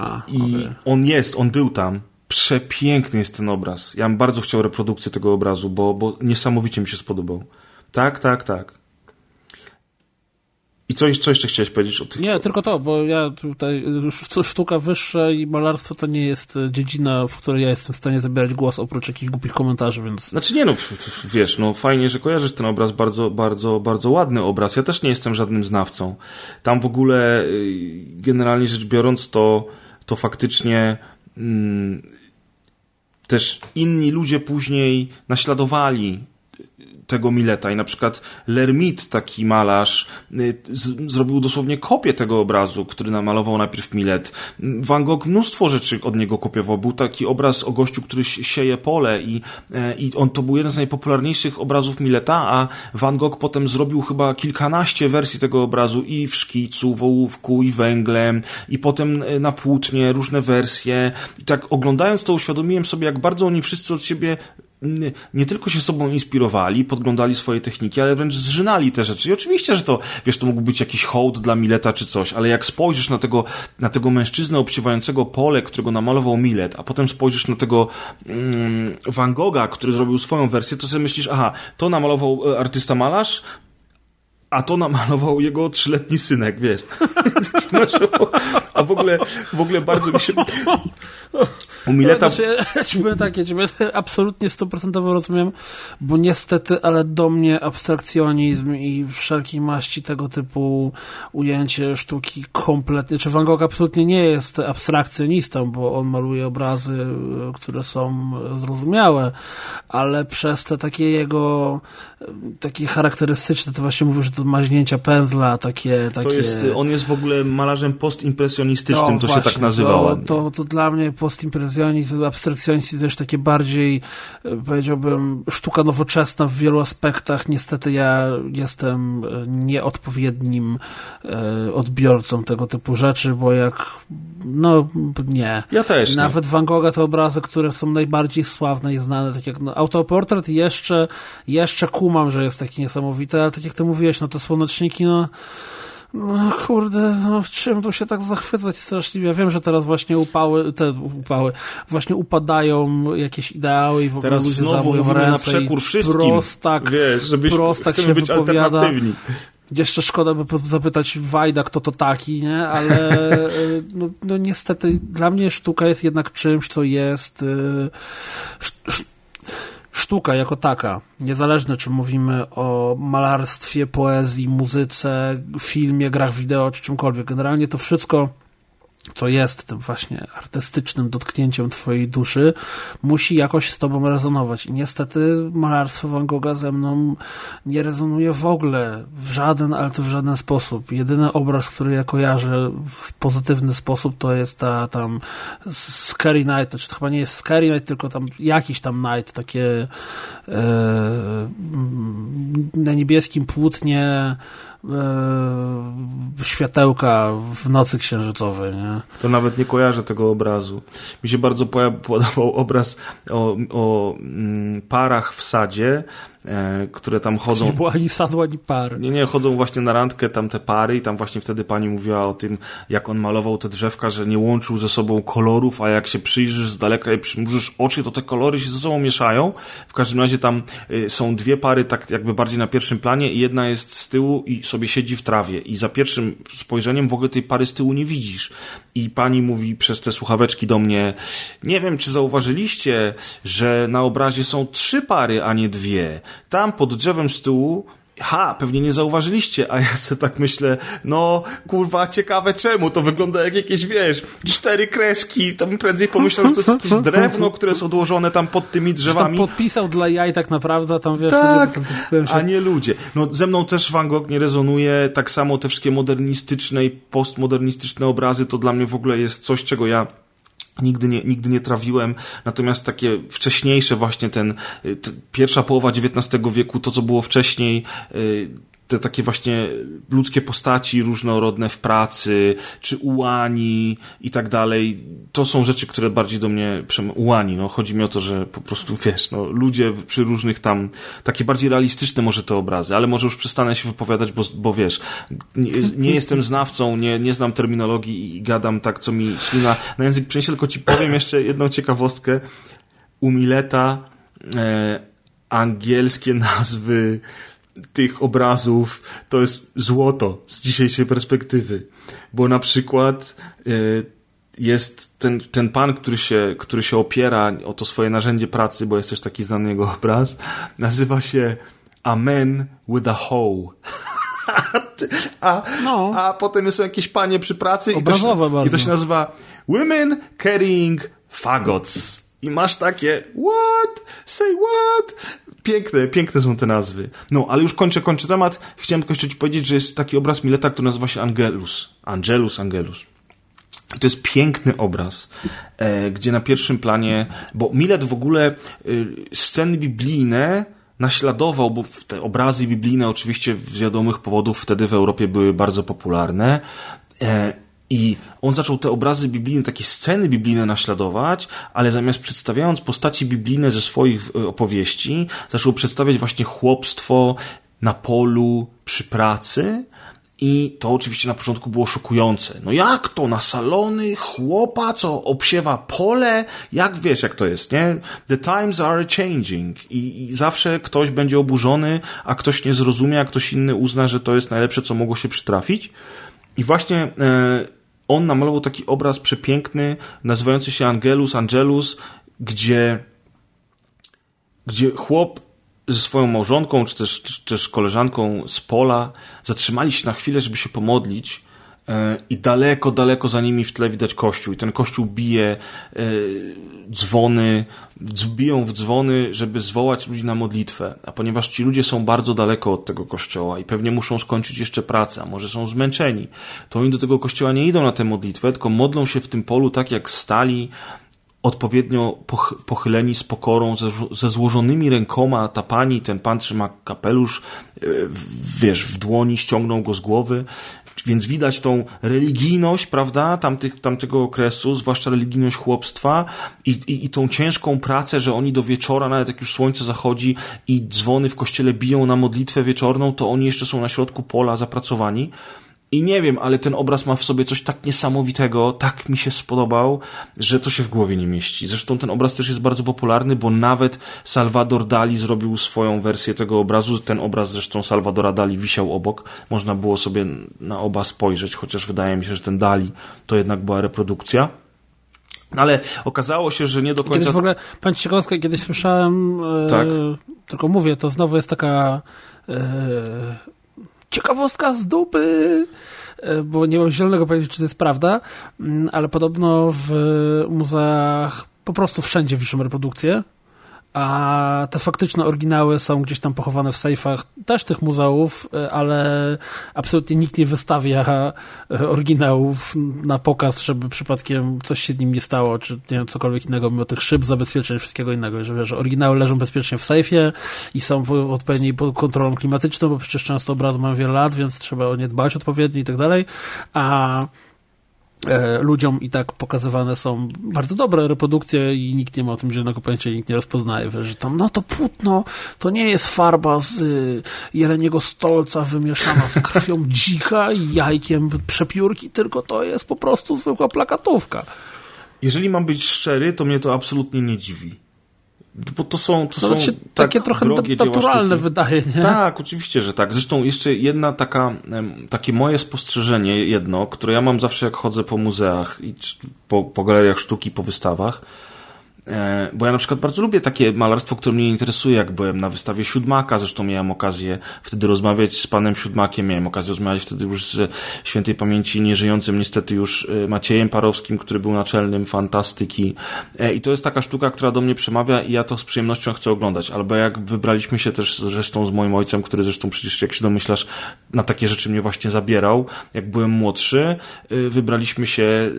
on był tam. Przepiękny jest ten obraz. Ja bym bardzo chciał reprodukcję tego obrazu, bo niesamowicie mi się spodobał. Tak. I co jeszcze chciałeś powiedzieć o tych... Nie, tylko to, bo ja tutaj sztuka wyższa i malarstwo to nie jest dziedzina, w której ja jestem w stanie zabierać głos oprócz jakichś głupich komentarzy, więc... Znaczy nie, no wiesz, no fajnie, że kojarzysz ten obraz, bardzo, bardzo, bardzo ładny obraz. Ja też nie jestem żadnym znawcą. Tam w ogóle generalnie rzecz biorąc to faktycznie też inni ludzie później naśladowali tego Milleta i na przykład L'Hermite, taki malarz, zrobił dosłownie kopię tego obrazu, który namalował najpierw Millet. Van Gogh mnóstwo rzeczy od niego kopiował. Był taki obraz o gościu, który sieje pole i on to był jeden z najpopularniejszych obrazów Milleta, a Van Gogh potem zrobił chyba kilkanaście wersji tego obrazu i w szkicu, w ołówku, i węglem, i potem na płótnie, różne wersje. I tak oglądając to uświadomiłem sobie, jak bardzo oni wszyscy od siebie nie tylko się sobą inspirowali, podglądali swoje techniki, ale wręcz zżynali te rzeczy. I oczywiście, że to, wiesz, to mógł być jakiś hołd dla Milleta czy coś, ale jak spojrzysz na tego mężczyznę obsiewającego pole, którego namalował Millet, a potem spojrzysz na tego Van Gogha, który zrobił swoją wersję, to sobie myślisz, aha, to namalował artysta malarz, a to namalował jego 3-letni synek, wiesz. A w ogóle bardzo mi się... U Milleta... Ja ci powiem tak, ja ciebie absolutnie 100% rozumiem, bo niestety, ale do mnie abstrakcjonizm i wszelkiej maści tego typu ujęcie sztuki kompletnie, czy Van Gogh absolutnie nie jest abstrakcjonistą, bo on maluje obrazy, które są zrozumiałe, ale przez te takie charakterystyczne, to właśnie mówisz, że to maźnięcia pędzla, takie... On jest w ogóle malarzem postimpresjonistycznym, to się tak nazywało. To dla mnie postimpresjonizm, abstrakcjonizm to też takie bardziej, powiedziałbym, sztuka nowoczesna w wielu aspektach. Niestety ja jestem nieodpowiednim odbiorcą tego typu rzeczy, bo nie. Ja też Nawet Van Gogha te obrazy, które są najbardziej sławne i znane, tak jak autoportret jeszcze kumam, że jest taki niesamowity, ale tak jak ty mówiłeś, te słoneczniki, No kurde, no czym tu się tak zachwycać straszliwie? Ja wiem, że teraz właśnie właśnie upadają jakieś ideały i w ogóle teraz ludzie znowu mówimy na przekór wszystkim. Prostak się być wypowiada. alternatywni. Jeszcze szkoda by zapytać Wajda, kto to taki, nie? Ale no niestety dla mnie sztuka jest jednak czymś, co jest sztuka jako taka. Niezależnie, czy mówimy o malarstwie, poezji, muzyce, filmie, grach wideo, czy czymkolwiek. Generalnie to wszystko, co jest tym właśnie artystycznym dotknięciem twojej duszy, musi jakoś z tobą rezonować. I niestety malarstwo Van Gogha ze mną nie rezonuje w ogóle, ale to w żaden sposób. Jedyny obraz, który ja kojarzę w pozytywny sposób, to jest ta tam Scary Night, czy to chyba nie jest Scary Night, tylko tam jakiś tam night, takie na niebieskim płótnie światełka w nocy księżycowej, nie? To nawet nie kojarzę tego obrazu. Mi się bardzo podobał obraz o parach w sadzie, które tam chodzą. Nie było ani sadu, ani par. Nie, chodzą właśnie na randkę tam te pary i tam właśnie wtedy pani mówiła o tym, jak on malował te drzewka, że nie łączył ze sobą kolorów, a jak się przyjrzysz z daleka i przymrużysz oczy, to te kolory się ze sobą mieszają. W każdym razie tam są dwie pary tak jakby bardziej na pierwszym planie i jedna jest z tyłu i sobie siedzi w trawie i za pierwszym spojrzeniem w ogóle tej pary z tyłu nie widzisz. I pani mówi przez te słuchaweczki do mnie: nie wiem, czy zauważyliście, że na obrazie są 3 pary, a nie 2. Tam pod drzewem z tyłu, pewnie nie zauważyliście, a ja sobie tak myślę, no kurwa, ciekawe czemu, to wygląda jak jakieś, 4 kreski, tam prędzej pomyślał, że to jest jakieś drewno, które jest odłożone tam pod tymi drzewami. Tam podpisał dla jaj tak naprawdę, tam wiesz... Tak, a nie ludzie. No ze mną też Van Gogh nie rezonuje, tak samo te wszystkie modernistyczne i postmodernistyczne obrazy, to dla mnie w ogóle jest coś, czego ja nigdy nie trawiłem, natomiast takie wcześniejsze właśnie pierwsza połowa XIX wieku, to co było wcześniej, te takie właśnie ludzkie postaci różnorodne w pracy, czy ułani i tak dalej, to są rzeczy, które bardziej do mnie ułani, chodzi mi o to, że po prostu ludzie przy różnych tam, takie bardziej realistyczne może te obrazy, ale może już przestanę się wypowiadać, bo nie jestem znawcą, nie znam terminologii i gadam tak, co mi ślina na język przyniesie, tylko ci powiem jeszcze jedną ciekawostkę. U Milleta angielskie nazwy tych obrazów to jest złoto z dzisiejszej perspektywy, bo na przykład jest ten pan, który się opiera o to swoje narzędzie pracy, bo jest też taki znany jego obraz, nazywa się A Man with a Hoe. A potem są jakieś panie przy pracy i to się nazywa Women Carrying Fagots. I masz takie what? Say what? Piękne są te nazwy. No, ale już kończę temat. Chciałem tylko jeszcze ci powiedzieć, że jest taki obraz Milleta, który nazywa się Angelus. I to jest piękny obraz, gdzie na pierwszym planie, bo Millet w ogóle sceny biblijne naśladował, bo te obrazy biblijne oczywiście z wiadomych powodów wtedy w Europie były bardzo popularne. I on zaczął te obrazy biblijne, takie sceny biblijne naśladować, ale zamiast przedstawiając postaci biblijne ze swoich opowieści, zaczął przedstawiać właśnie chłopstwo na polu, przy pracy. I to oczywiście na początku było szokujące. No jak to? Nasalony chłopa, co obsiewa pole? Jak wiesz, jak to jest, nie? The times are changing. I zawsze ktoś będzie oburzony, a ktoś nie zrozumie, a ktoś inny uzna, że to jest najlepsze, co mogło się przytrafić. I właśnie on namalował taki obraz przepiękny, nazywający się Angelus, gdzie chłop ze swoją małżonką, czy też koleżanką z pola zatrzymali się na chwilę, żeby się pomodlić i daleko za nimi w tle widać kościół i ten kościół bije dzwony, biją w dzwony, żeby zwołać ludzi na modlitwę, a ponieważ ci ludzie są bardzo daleko od tego kościoła i pewnie muszą skończyć jeszcze pracę, a może są zmęczeni, to oni do tego kościoła nie idą na tę modlitwę, tylko modlą się w tym polu tak jak stali, odpowiednio pochyleni z pokorą, ze złożonymi rękoma, ta pani, ten pan trzyma kapelusz, w dłoni, ściągnął go z głowy, więc widać tą religijność, prawda, tamtego okresu, zwłaszcza religijność chłopstwa i tą ciężką pracę, że oni do wieczora, nawet jak już słońce zachodzi i dzwony w kościele biją na modlitwę wieczorną, to oni jeszcze są na środku pola zapracowani. I nie wiem, ale ten obraz ma w sobie coś tak niesamowitego, tak mi się spodobał, że to się w głowie nie mieści. Zresztą ten obraz też jest bardzo popularny, bo nawet Salvador Dali zrobił swoją wersję tego obrazu. Ten obraz zresztą Salvadora Dali wisiał obok. Można było sobie na oba spojrzeć, chociaż wydaje mi się, że ten Dali to jednak była reprodukcja. Ale okazało się, że nie do końca... Kiedyś w ogóle, pani ciekawostka, kiedyś słyszałem, tak? Tylko mówię, to znowu jest taka ciekawostka z dupy, bo nie mam zielonego pojęcia, czy to jest prawda, ale podobno w muzeach po prostu wszędzie wiszą reprodukcje, a te faktyczne oryginały są gdzieś tam pochowane w sejfach też tych muzeów, ale absolutnie nikt nie wystawia oryginałów na pokaz, żeby przypadkiem coś się z nim nie stało, czy nie wiem, cokolwiek innego, mimo tych szyb, zabezpieczeń, wszystkiego innego. Że oryginały leżą bezpiecznie w sejfie i są pod odpowiedniej kontrolą klimatyczną, bo przecież często obrazy mają wiele lat, więc trzeba o nie dbać odpowiednio i tak dalej, a ludziom i tak pokazywane są bardzo dobre reprodukcje i nikt nie ma o tym żadnego pojęcia, nikt nie rozpoznaje, że tam, no to płótno, to nie jest farba z jeleniego stolca wymieszana z krwią dzika i jajkiem przepiórki, tylko to jest po prostu zwykła plakatówka. Jeżeli mam być szczery, to mnie to absolutnie nie dziwi. Bo to są takie trochę naturalne wydaje, nie? Tak, oczywiście, że tak. Zresztą jeszcze jedna takie moje spostrzeżenie, które ja mam zawsze jak chodzę po muzeach i po galeriach sztuki, po wystawach, bo ja na przykład bardzo lubię takie malarstwo, które mnie interesuje, jak byłem na wystawie Siódmaka, zresztą miałem okazję wtedy rozmawiać z panem Siódmakiem, miałem okazję rozmawiać wtedy już z świętej pamięci nieżyjącym niestety już Maciejem Parowskim, który był naczelnym fantastyki i to jest taka sztuka, która do mnie przemawia i ja to z przyjemnością chcę oglądać, albo jak wybraliśmy się też zresztą z moim ojcem, który zresztą przecież jak się domyślasz na takie rzeczy mnie właśnie zabierał, jak byłem młodszy, wybraliśmy się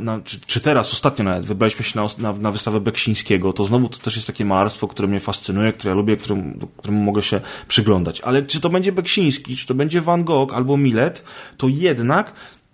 czy teraz ostatnio nawet, wybraliśmy się na wystawę Beksińskiego, to znowu to też jest takie malarstwo, które mnie fascynuje, które ja lubię, któremu mogę się przyglądać. Ale czy to będzie Beksiński, czy to będzie Van Gogh albo Millet, to jednak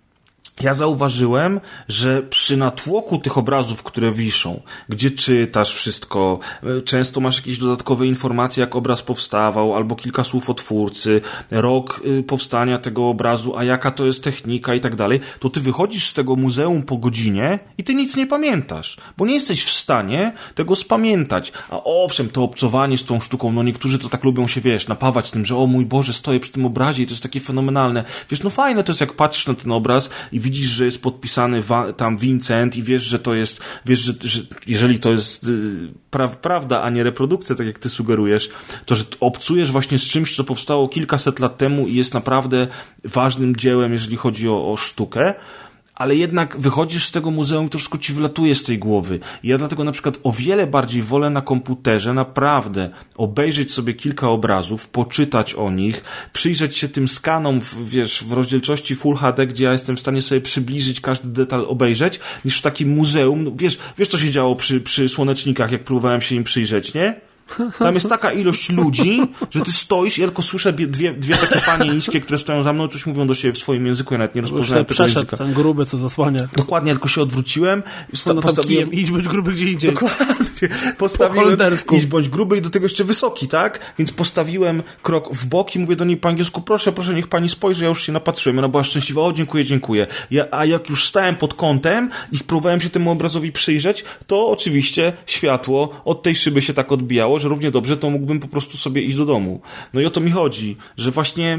ja zauważyłem, że przy natłoku tych obrazów, które wiszą, gdzie czytasz wszystko, często masz jakieś dodatkowe informacje, jak obraz powstawał, albo kilka słów o twórcy, rok powstania tego obrazu, a jaka to jest technika i tak dalej, to ty wychodzisz z tego muzeum po godzinie i ty nic nie pamiętasz, bo nie jesteś w stanie tego spamiętać. A owszem, to obcowanie z tą sztuką, no niektórzy to tak lubią się, napawać tym, że o mój Boże, stoję przy tym obrazie i to jest takie fenomenalne. No fajne to jest, jak patrzysz na ten obraz i widzisz, że jest podpisany tam Vincent i wiesz, że to jest, że jeżeli to jest prawda, a nie reprodukcja, tak jak ty sugerujesz, to że obcujesz właśnie z czymś, co powstało kilkaset lat temu i jest naprawdę ważnym dziełem, jeżeli chodzi o sztukę, ale jednak wychodzisz z tego muzeum i to wszystko ci wylatuje z tej głowy. I ja dlatego na przykład o wiele bardziej wolę na komputerze naprawdę obejrzeć sobie kilka obrazów, poczytać o nich, przyjrzeć się tym skanom w rozdzielczości Full HD, gdzie ja jestem w stanie sobie przybliżyć każdy detal, obejrzeć, niż w takim muzeum. No, wiesz co się działo przy słonecznikach, jak próbowałem się im przyjrzeć, nie? Tam jest taka ilość ludzi, że ty stoisz i ja tylko słyszę dwie takie panie niskie, które stoją za mną, coś mówią do siebie w swoim języku, ja nawet nie rozpoznałem tego języka. Ten gruby, co zasłania. Dokładnie, tylko się odwróciłem. Postawiłem, idź bądź gruby gdzie indziej. Dokładnie. Postawiłem, idź bądź gruby i do tego jeszcze wysoki, tak? Więc postawiłem krok w bok i mówię do niej po angielsku, proszę, niech pani spojrzy, ja już się napatrzyłem. Ona była szczęśliwa, o dziękuję. A jak już stałem pod kątem i próbowałem się temu obrazowi przyjrzeć, to oczywiście światło od tej szyby się tak odbijało, że równie dobrze to mógłbym po prostu sobie iść do domu. No i o to mi chodzi, że właśnie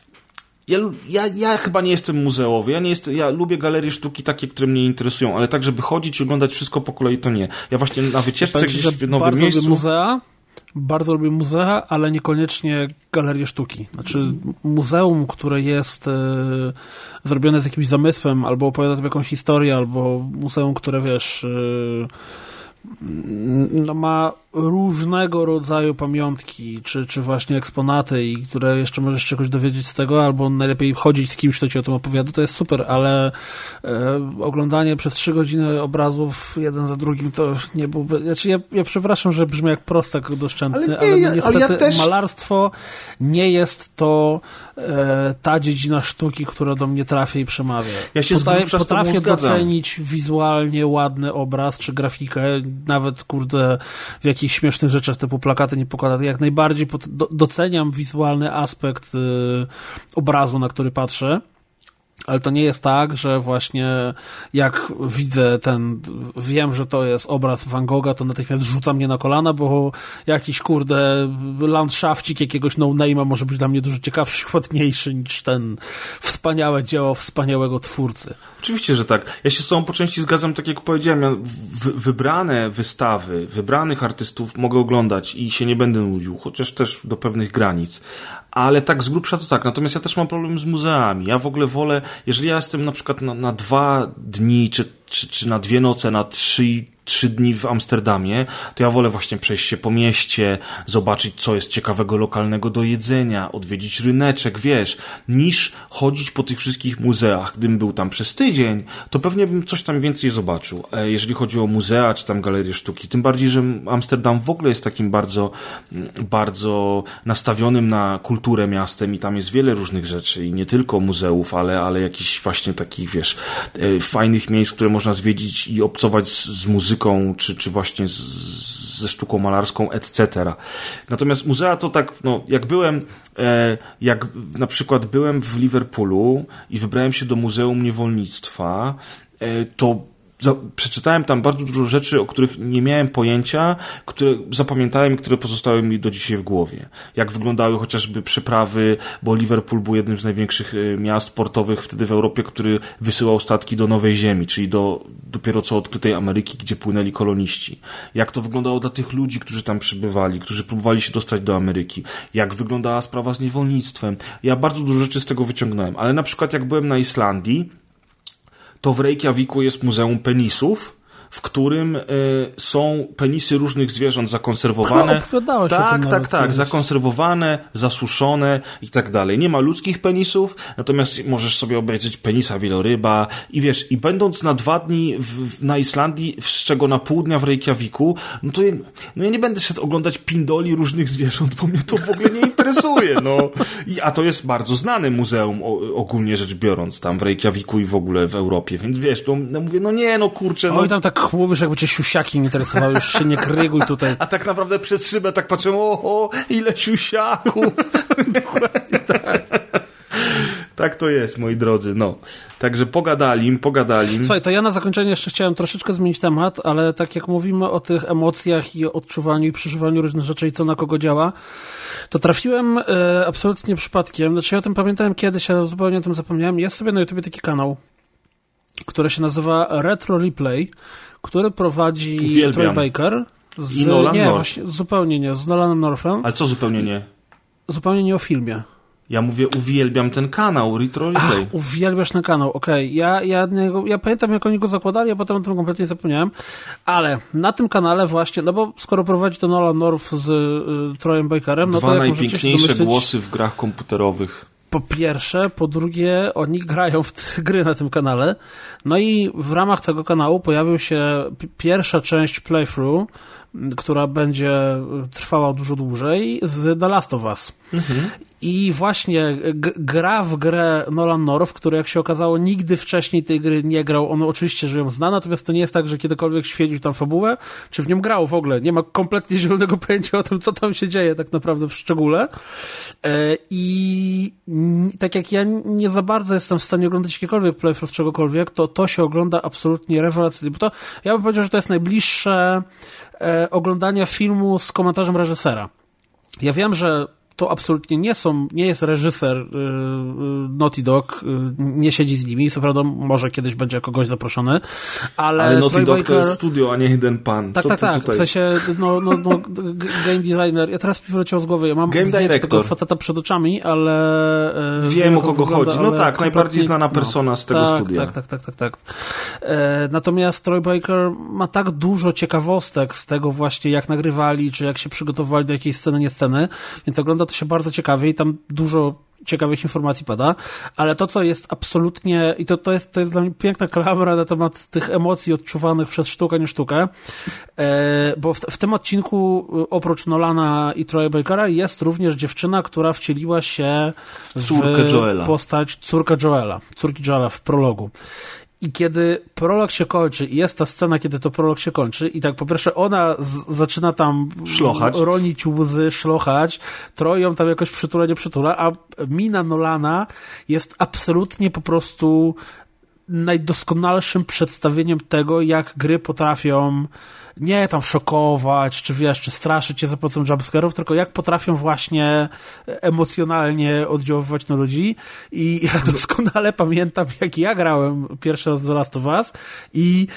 ja chyba nie jestem muzeowy, ja lubię galerie sztuki takie, które mnie interesują, ale tak, żeby chodzić i oglądać wszystko po kolei, to nie. Ja właśnie na wycieczce gdzieś w nowym miejscu... Bardzo lubię muzea, ale niekoniecznie galerie sztuki. Znaczy muzeum, które jest zrobione z jakimś zamysłem, albo opowiada jakąś historię, albo muzeum, które ma różnego rodzaju pamiątki, czy właśnie eksponaty, i które jeszcze możesz czegoś dowiedzieć z tego, albo najlepiej chodzić z kimś, kto ci o tym opowiada, to jest super, ale oglądanie przez 3 godziny obrazów jeden za drugim to nie byłby... Znaczy ja przepraszam, że brzmi jak prostak doszczętny, ale niestety malarstwo nie jest to ta dziedzina sztuki, która do mnie trafia i przemawia. Ja się potrafię docenić wizualnie ładny obraz, czy grafikę, nawet w jakichś śmiesznych rzeczach typu plakaty, nie pokazaty. Jak najbardziej doceniam wizualny aspekt obrazu, na który patrzę, Ale to nie jest tak, że właśnie jak widzę wiem, że to jest obraz Van Gogha, to natychmiast rzuca mnie na kolana, bo jakiś landszafcik jakiegoś no-name'a może być dla mnie dużo ciekawszy, ładniejszy niż ten wspaniałe dzieło wspaniałego twórcy. Oczywiście, że tak. Ja się z tobą po części zgadzam, tak jak powiedziałem, ja wybrane wystawy, wybranych artystów mogę oglądać i się nie będę nudził, chociaż też do pewnych granic. Ale tak z grubsza to tak. Natomiast ja też mam problem z muzeami. Ja w ogóle wolę, jeżeli ja jestem na przykład na 2 dni, czy na 2 noce, na 3 dni w Amsterdamie, to ja wolę właśnie przejść się po mieście, zobaczyć, co jest ciekawego lokalnego do jedzenia, odwiedzić ryneczek, wiesz, niż chodzić po tych wszystkich muzeach. Gdybym był tam przez tydzień, to pewnie bym coś tam więcej zobaczył. Jeżeli chodzi o muzea, czy tam galerie sztuki, tym bardziej, że Amsterdam w ogóle jest takim bardzo, bardzo nastawionym na kulturę miastem i tam jest wiele różnych rzeczy i nie tylko muzeów, ale jakichś właśnie takich, wiesz, fajnych miejsc, które można zwiedzić i obcować z muzyką, czy właśnie ze sztuką malarską, etc. Natomiast muzea to tak, no, jak na przykład byłem w Liverpoolu i wybrałem się do Muzeum Niewolnictwa, to przeczytałem tam bardzo dużo rzeczy, o których nie miałem pojęcia, które zapamiętałem i które pozostały mi do dzisiaj w głowie. Jak wyglądały chociażby przeprawy, bo Liverpool był jednym z największych miast portowych wtedy w Europie, który wysyłał statki do Nowej Ziemi, czyli do dopiero co odkrytej Ameryki, gdzie płynęli koloniści. Jak to wyglądało dla tych ludzi, którzy tam przybywali, którzy próbowali się dostać do Ameryki. Jak wyglądała sprawa z niewolnictwem. Ja bardzo dużo rzeczy z tego wyciągnąłem. Ale na przykład jak byłem na Islandii, to w Reykjaviku jest Muzeum Penisów, w którym są penisy różnych zwierząt zakonserwowane. Tak, zakonserwowane, zasuszone i tak dalej. Nie ma ludzkich penisów, natomiast możesz sobie obejrzeć penisa wieloryba i wiesz, i będąc na 2 dni na Islandii, z czego na pół dnia w Reykjaviku, no ja nie będę szedł oglądać pindoli różnych zwierząt, bo mnie to w ogóle nie interesuje, no. A to jest bardzo znane muzeum, ogólnie rzecz biorąc, tam w Reykjaviku i w ogóle w Europie, więc wiesz, to mówię, kurczę, no. Oj, tam tak mówisz, jakby cię siusiaki interesowały, już się nie kryguj tutaj. A tak naprawdę przez szybę tak patrzę, ile siusiaków. Dokładnie tak. Tak to jest, moi drodzy, no. Także pogadali. Słuchaj, to ja na zakończenie jeszcze chciałem troszeczkę zmienić temat, ale tak jak mówimy o tych emocjach i odczuwaniu i przeżywaniu różnych rzeczy i co na kogo działa, to trafiłem absolutnie przypadkiem, znaczy ja o tym pamiętałem kiedyś, ale zupełnie o tym zapomniałem. Jest sobie na YouTubie taki kanał, który się nazywa Retro Replay, który prowadzi Troy Baker. I Nolan North. Właśnie, zupełnie nie, z Nolanem Northem. Ale co zupełnie nie? Zupełnie nie o filmie. Ja mówię, uwielbiam ten kanał, Retro Replay. Uwielbiasz ten kanał, okej. Ja pamiętam, jak oni go zakładali, a potem o tym kompletnie zapomniałem, ale na tym kanale właśnie, no bo skoro prowadzi to Nolan North z Troyem Bakerem, no to jak najpiękniejsze głosy w grach komputerowych. Po pierwsze, po drugie, oni grają w te gry na tym kanale. No i w ramach tego kanału pojawił się pierwsza część playthrough, która będzie trwała dużo dłużej, z The Last of Us. Mhm. I właśnie gra w grę Nolan North, który jak się okazało nigdy wcześniej tej gry nie grał. On oczywiście, że ją zna, natomiast to nie jest tak, że kiedykolwiek świecił tam fabułę, czy w nią grał w ogóle. Nie ma kompletnie zielonego pojęcia o tym, co tam się dzieje tak naprawdę w szczególe. I tak jak ja nie za bardzo jestem w stanie oglądać jakiekolwiek playthrough z czegokolwiek, to się ogląda absolutnie rewelacyjnie. Bo to, ja bym powiedział, że to jest najbliższe oglądania filmu z komentarzem reżysera. Ja wiem, że to absolutnie nie jest reżyser Naughty Dog, nie siedzi z nimi, co prawda może kiedyś będzie kogoś zaproszony, ale Naughty Dog to jest studio, a nie jeden pan. Tak, w sensie game designer, ja teraz mi wyleciało z głowy, ja mam tego faceta przed oczami, ale wiem o kogo chodzi, no tak, najbardziej znana persona z tego studia. Tak. Natomiast Troy Baker ma tak dużo ciekawostek z tego właśnie, jak nagrywali, czy jak się przygotowywali do jakiejś sceny, nie sceny, więc ogląda to się bardzo ciekawie i tam dużo ciekawych informacji pada, ale to, co jest absolutnie, i to jest dla mnie piękna klamra na temat tych emocji odczuwanych przez sztukę, nie sztukę, bo w tym odcinku oprócz Nolana i Troya Bakera jest również dziewczyna, która wcieliła się w postać córki Joela w prologu. I kiedy prolog się kończy i jest ta scena, kiedy to prolog się kończy i tak po pierwsze ona zaczyna tam ronić łzy, szlochać, Troy ją tam jakoś przytula, a mina Nolana jest absolutnie po prostu najdoskonalszym przedstawieniem tego, jak gry potrafią nie tam szokować, czy wiesz, czy straszyć cię za pomocą jumpscare'ów, tylko jak potrafią właśnie emocjonalnie oddziaływać na ludzi. I ja doskonale pamiętam, jak ja grałem pierwszy raz do Last of Us i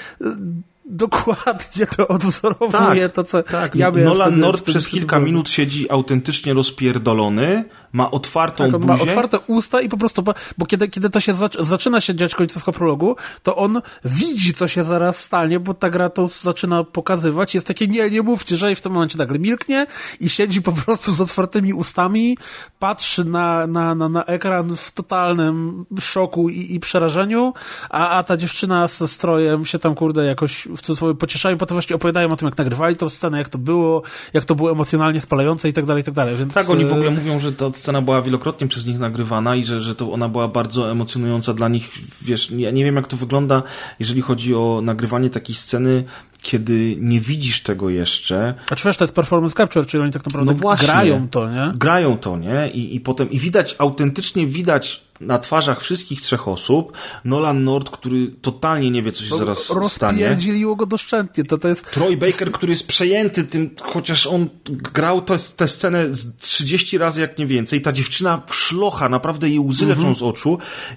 dokładnie to odwzorowuje to, co ja miałem. Nolan North przez kilka minut siedzi autentycznie rozpierdolony, ma otwartą buzię. Ma otwarte usta i po prostu, bo kiedy to się zaczyna się dziać końcówka prologu, to on widzi, co się zaraz stanie, bo ta gra to zaczyna pokazywać. Jest takie, nie mówcie, że i w tym momencie nagle milknie i siedzi po prostu z otwartymi ustami, patrzy na ekran w totalnym szoku i przerażeniu, a ta dziewczyna ze strojem się tam, kurde, jakoś w cudzysłowie pocieszają, potem właśnie opowiadają o tym, jak nagrywali tą scenę, jak to było emocjonalnie spalające i tak dalej, więc... Tak, oni w ogóle mówią, że ta scena była wielokrotnie przez nich nagrywana i że to ona była bardzo emocjonująca dla nich, wiesz, ja nie wiem, jak to wygląda, jeżeli chodzi o nagrywanie takiej sceny, kiedy nie widzisz tego jeszcze. A czy wiesz, to jest performance capture, czyli oni tak naprawdę grają to, nie? Grają to, nie? I potem autentycznie widać na twarzach wszystkich trzech osób Nolan North, który totalnie nie wie, co się zaraz stanie. Rozpierdzieliło go doszczętnie. To jest... Troy Baker, który jest przejęty tym, chociaż on grał tę scenę 30 razy, jak nie więcej. Ta dziewczyna szlocha, naprawdę jej łzy leczą z oczu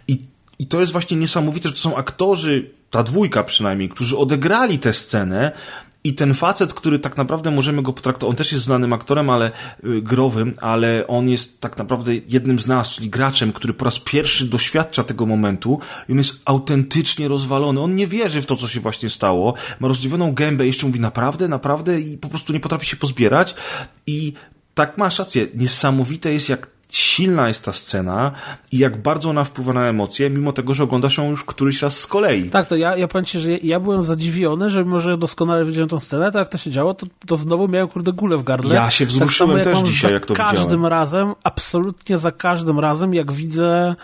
i to jest właśnie niesamowite, że to są aktorzy, ta dwójka przynajmniej, którzy odegrali tę scenę i ten facet, który tak naprawdę możemy go potraktować, on też jest znanym aktorem, ale growym, ale on jest tak naprawdę jednym z nas, czyli graczem, który po raz pierwszy doświadcza tego momentu i on jest autentycznie rozwalony. On nie wierzy w to, co się właśnie stało. Ma rozdziawioną gębę, jeszcze mówi naprawdę i po prostu nie potrafi się pozbierać i tak, masz rację, niesamowite jest, jak silna jest ta scena i jak bardzo ona wpływa na emocje, mimo tego, że oglądasz ją już któryś raz z kolei. Tak, to ja powiem ci, że ja byłem zadziwiony, że mimo, że doskonale widziałem tą scenę, to jak to się działo, to znowu miałem, kurde, gulę w gardle. Ja się wzruszyłem tak też dzisiaj, jak to widziałem. Absolutnie za każdym razem, jak widzę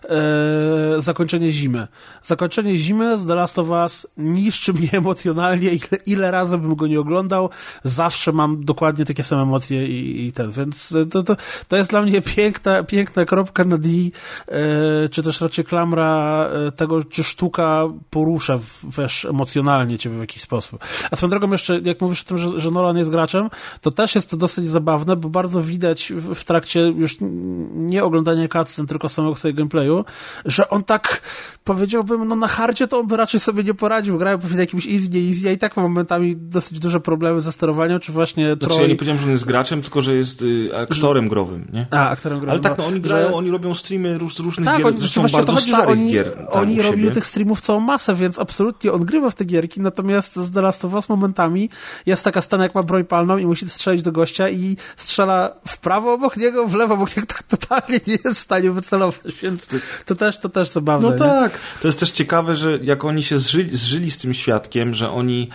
zakończenie zimy. Zakończenie zimy z The Last of Us niszczy mnie emocjonalnie, ile razy bym go nie oglądał, zawsze mam dokładnie takie same emocje i ten, więc to jest dla mnie piękna kropka na D, czy też raczej klamra tego, czy sztuka porusza, wiesz, emocjonalnie ciebie w jakiś sposób. A swoją drogą jeszcze, jak mówisz o tym, że Nolan jest graczem, to też jest to dosyć zabawne, bo bardzo widać w trakcie już nie oglądania cutscen, tylko samego swojego gameplayu, że on tak, powiedziałbym, no na hardzie to on by raczej sobie nie poradził. Grałem po jakimś easy, i tak ma momentami dosyć duże problemy ze sterowaniem, czy właśnie Troy... ja nie powiedziałem, że on jest graczem, tylko że jest aktorem growym, nie? Aktorem growym. Ale tak, no oni grają, oni robią streamy z różnych gier, zresztą bardzo starych gier. Oni robią tych streamów całą masę, więc absolutnie on grywa w te gierki, natomiast z The Last of Us momentami jest taka scena, jak ma broń palną i musi strzelić do gościa i strzela w prawo obok niego, w lewo obok niego, tak totalnie nie jest w stanie wycelować, więc to też zabawne. No tak. To jest też ciekawe, że jak oni się zżyli z tym świadkiem, że oni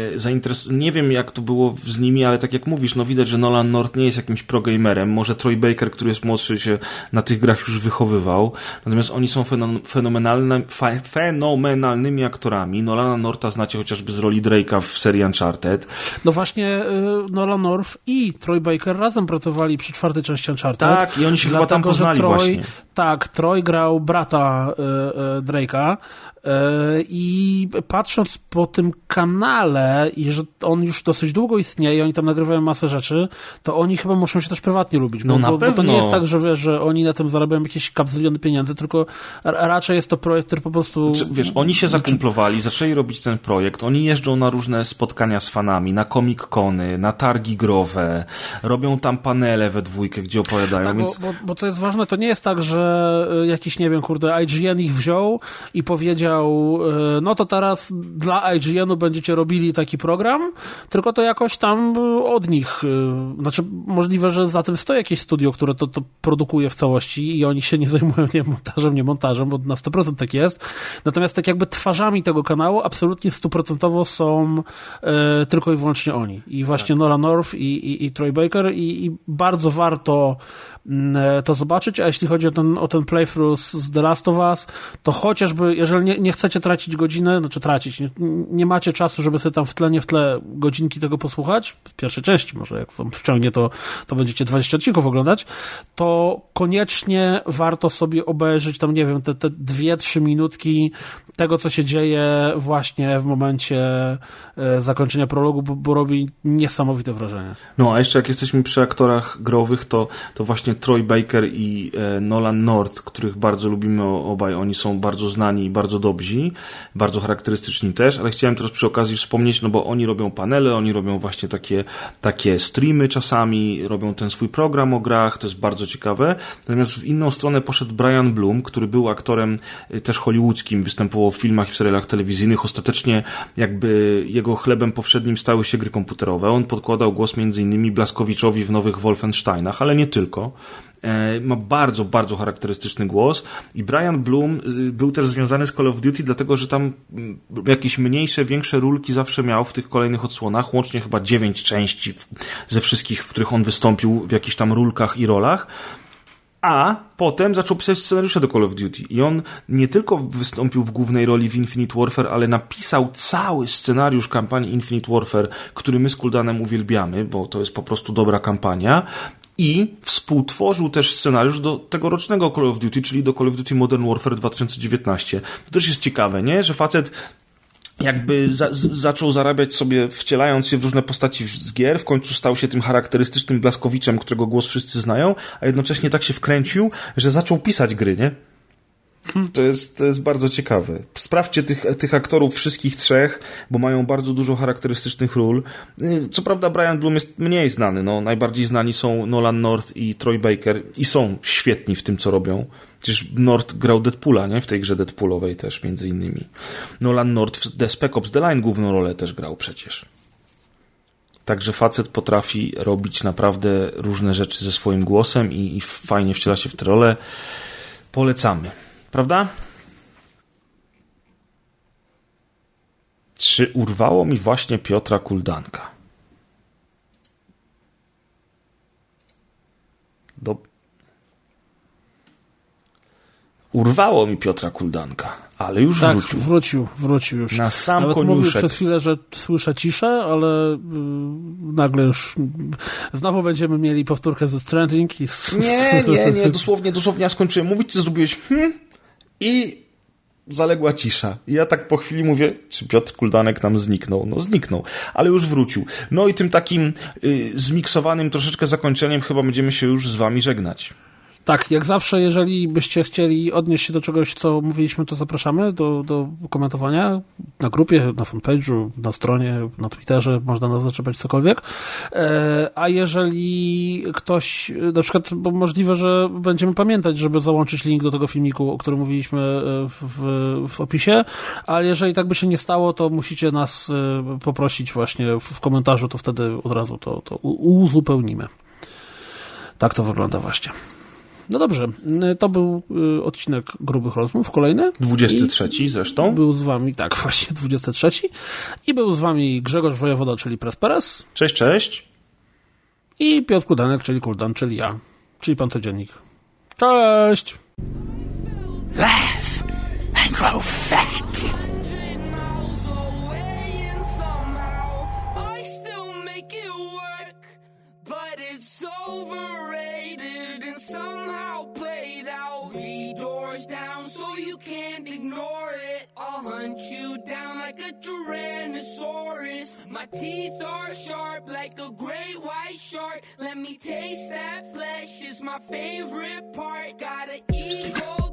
nie wiem, jak to było z nimi, ale tak jak mówisz, no widać, że Nolan North nie jest jakimś progamerem, może Troy Baker, który jest młodszy, się na tych grach już wychowywał, natomiast oni są fenomenalnymi aktorami. Nolana Northa znacie chociażby z roli Drake'a w serii Uncharted. No właśnie Nolan North i Troy Baker razem pracowali przy czwartej części Uncharted. Tak, i oni się chyba tam poznali właśnie. Tak, Troy grał brata Drake'a i patrząc po tym kanale i że on już dosyć długo istnieje i oni tam nagrywają masę rzeczy, to oni chyba muszą się też prywatnie lubić. Bo to nie jest tak, że wiesz, że oni na tym zarabiają jakieś kapzyliony pieniędzy, tylko raczej jest to projekt, który po prostu... Wiesz, oni się zakumplowali, zaczęli robić ten projekt, oni jeżdżą na różne spotkania z fanami, na Comic-Cony, na targi growe, robią tam panele we dwójkę, gdzie opowiadają. Tak, więc... bo co jest ważne, to nie jest tak, że jakiś, nie wiem, kurde, IGN ich wziął i powiedział, no to teraz dla IGN-u będziecie robili taki program, tylko to jakoś tam od nich, znaczy możliwe, że za tym stoi jakieś studio, które to produkuje w całości i oni się nie zajmują nie montażem, bo na 100% tak jest. Natomiast tak jakby twarzami tego kanału absolutnie 100% są tylko i wyłącznie oni. I właśnie Nolan North i Troy Baker i bardzo warto to zobaczyć, a jeśli chodzi o ten playthrough z The Last of Us, to chociażby, nie chcecie tracić godziny, nie macie czasu, żeby sobie tam w tle godzinki tego posłuchać, pierwszej części, może jak wam wciągnie, to będziecie 20 odcinków oglądać, to koniecznie warto sobie obejrzeć tam, nie wiem, te 2-3 minutki tego, co się dzieje właśnie w momencie zakończenia prologu, bo robi niesamowite wrażenie. No, a jeszcze jak jesteśmy przy aktorach growych, to właśnie Troy Baker i Nolan North, których bardzo lubimy obaj, oni są bardzo znani i bardzo dobrzy, bardzo charakterystyczni też, ale chciałem teraz przy okazji wspomnieć, no bo oni robią panele, oni robią właśnie takie streamy czasami, robią ten swój program o grach, to jest bardzo ciekawe. Natomiast w inną stronę poszedł Brian Bloom, który był aktorem też hollywoodzkim, występował w filmach i w serialach telewizyjnych. Ostatecznie jakby jego chlebem powszednim stały się gry komputerowe. On podkładał głos m.in. Blaskowiczowi w nowych Wolfensteinach, ale nie tylko. Ma bardzo, bardzo charakterystyczny głos i Brian Bloom był też związany z Call of Duty, dlatego, że tam jakieś mniejsze, większe rólki zawsze miał w tych kolejnych odsłonach, łącznie chyba 9 części ze wszystkich, w których on wystąpił w jakichś tam rólkach i rolach. A potem zaczął pisać scenariusze do Call of Duty i on nie tylko wystąpił w głównej roli w Infinite Warfare, ale napisał cały scenariusz kampanii Infinite Warfare, który my z Kuldanem uwielbiamy, bo to jest po prostu dobra kampania. I współtworzył też scenariusz do tegorocznego Call of Duty, czyli do Call of Duty Modern Warfare 2019. To też jest ciekawe, nie? Że facet jakby zaczął zarabiać sobie, wcielając się w różne postaci z gier, w końcu stał się tym charakterystycznym Blaskowiczem, którego głos wszyscy znają, a jednocześnie tak się wkręcił, że zaczął pisać gry, nie? To jest bardzo ciekawe. Sprawdźcie tych aktorów wszystkich trzech, bo mają bardzo dużo charakterystycznych ról. Co prawda Brian Bloom jest mniej znany. No, najbardziej znani są Nolan North i Troy Baker i są świetni w tym, co robią. Przecież North grał Deadpoola, nie? W tej grze Deadpoolowej też między innymi. Nolan North w The Spec Ops The Line główną rolę też grał przecież. Także facet potrafi robić naprawdę różne rzeczy ze swoim głosem i fajnie wciela się w tę rolę. Polecamy. Prawda? Czy urwało mi właśnie Piotra Kuldanka? Urwało mi Piotra Kuldanka, ale już wrócił. Wrócił już. Na sam Nawet koniuszek. Mówił przez chwilę, że słyszę ciszę, ale nagle już znowu będziemy mieli powtórkę ze Stranding. Nie, dosłownie ja skończyłem mówić, co zrobiłeś i zaległa cisza. I ja tak po chwili mówię, czy Piotr Kuldanek nam zniknął? No zniknął, ale już wrócił. No i tym takim zmiksowanym troszeczkę zakończeniem chyba będziemy się już z wami żegnać. Tak, jak zawsze, jeżeli byście chcieli odnieść się do czegoś, co mówiliśmy, to zapraszamy do komentowania na grupie, na fanpage'u, na stronie, na Twitterze, można nas zaczepiać cokolwiek. A jeżeli ktoś, na przykład, bo możliwe, że będziemy pamiętać, żeby załączyć link do tego filmiku, o którym mówiliśmy w opisie, ale jeżeli tak by się nie stało, to musicie nas poprosić właśnie w komentarzu, to wtedy od razu to uzupełnimy. Tak to wygląda właśnie. No dobrze, to był odcinek Grubych Rozmów, kolejny. 23 zresztą. Był z wami, tak, właśnie 23. I był z wami Grzegorz Wojewoda, czyli Presperes. Cześć, cześć. I Piotr Kuldanek, czyli Kuldan, czyli ja, czyli Pan Codziennik. Cześć! Laugh and grow fat. Somehow played out. 3 doors down so you can't ignore it. I'll hunt you down like a Tyrannosaurus. My teeth are sharp like a great white shark. Let me taste that flesh, is my favorite part. Got an ego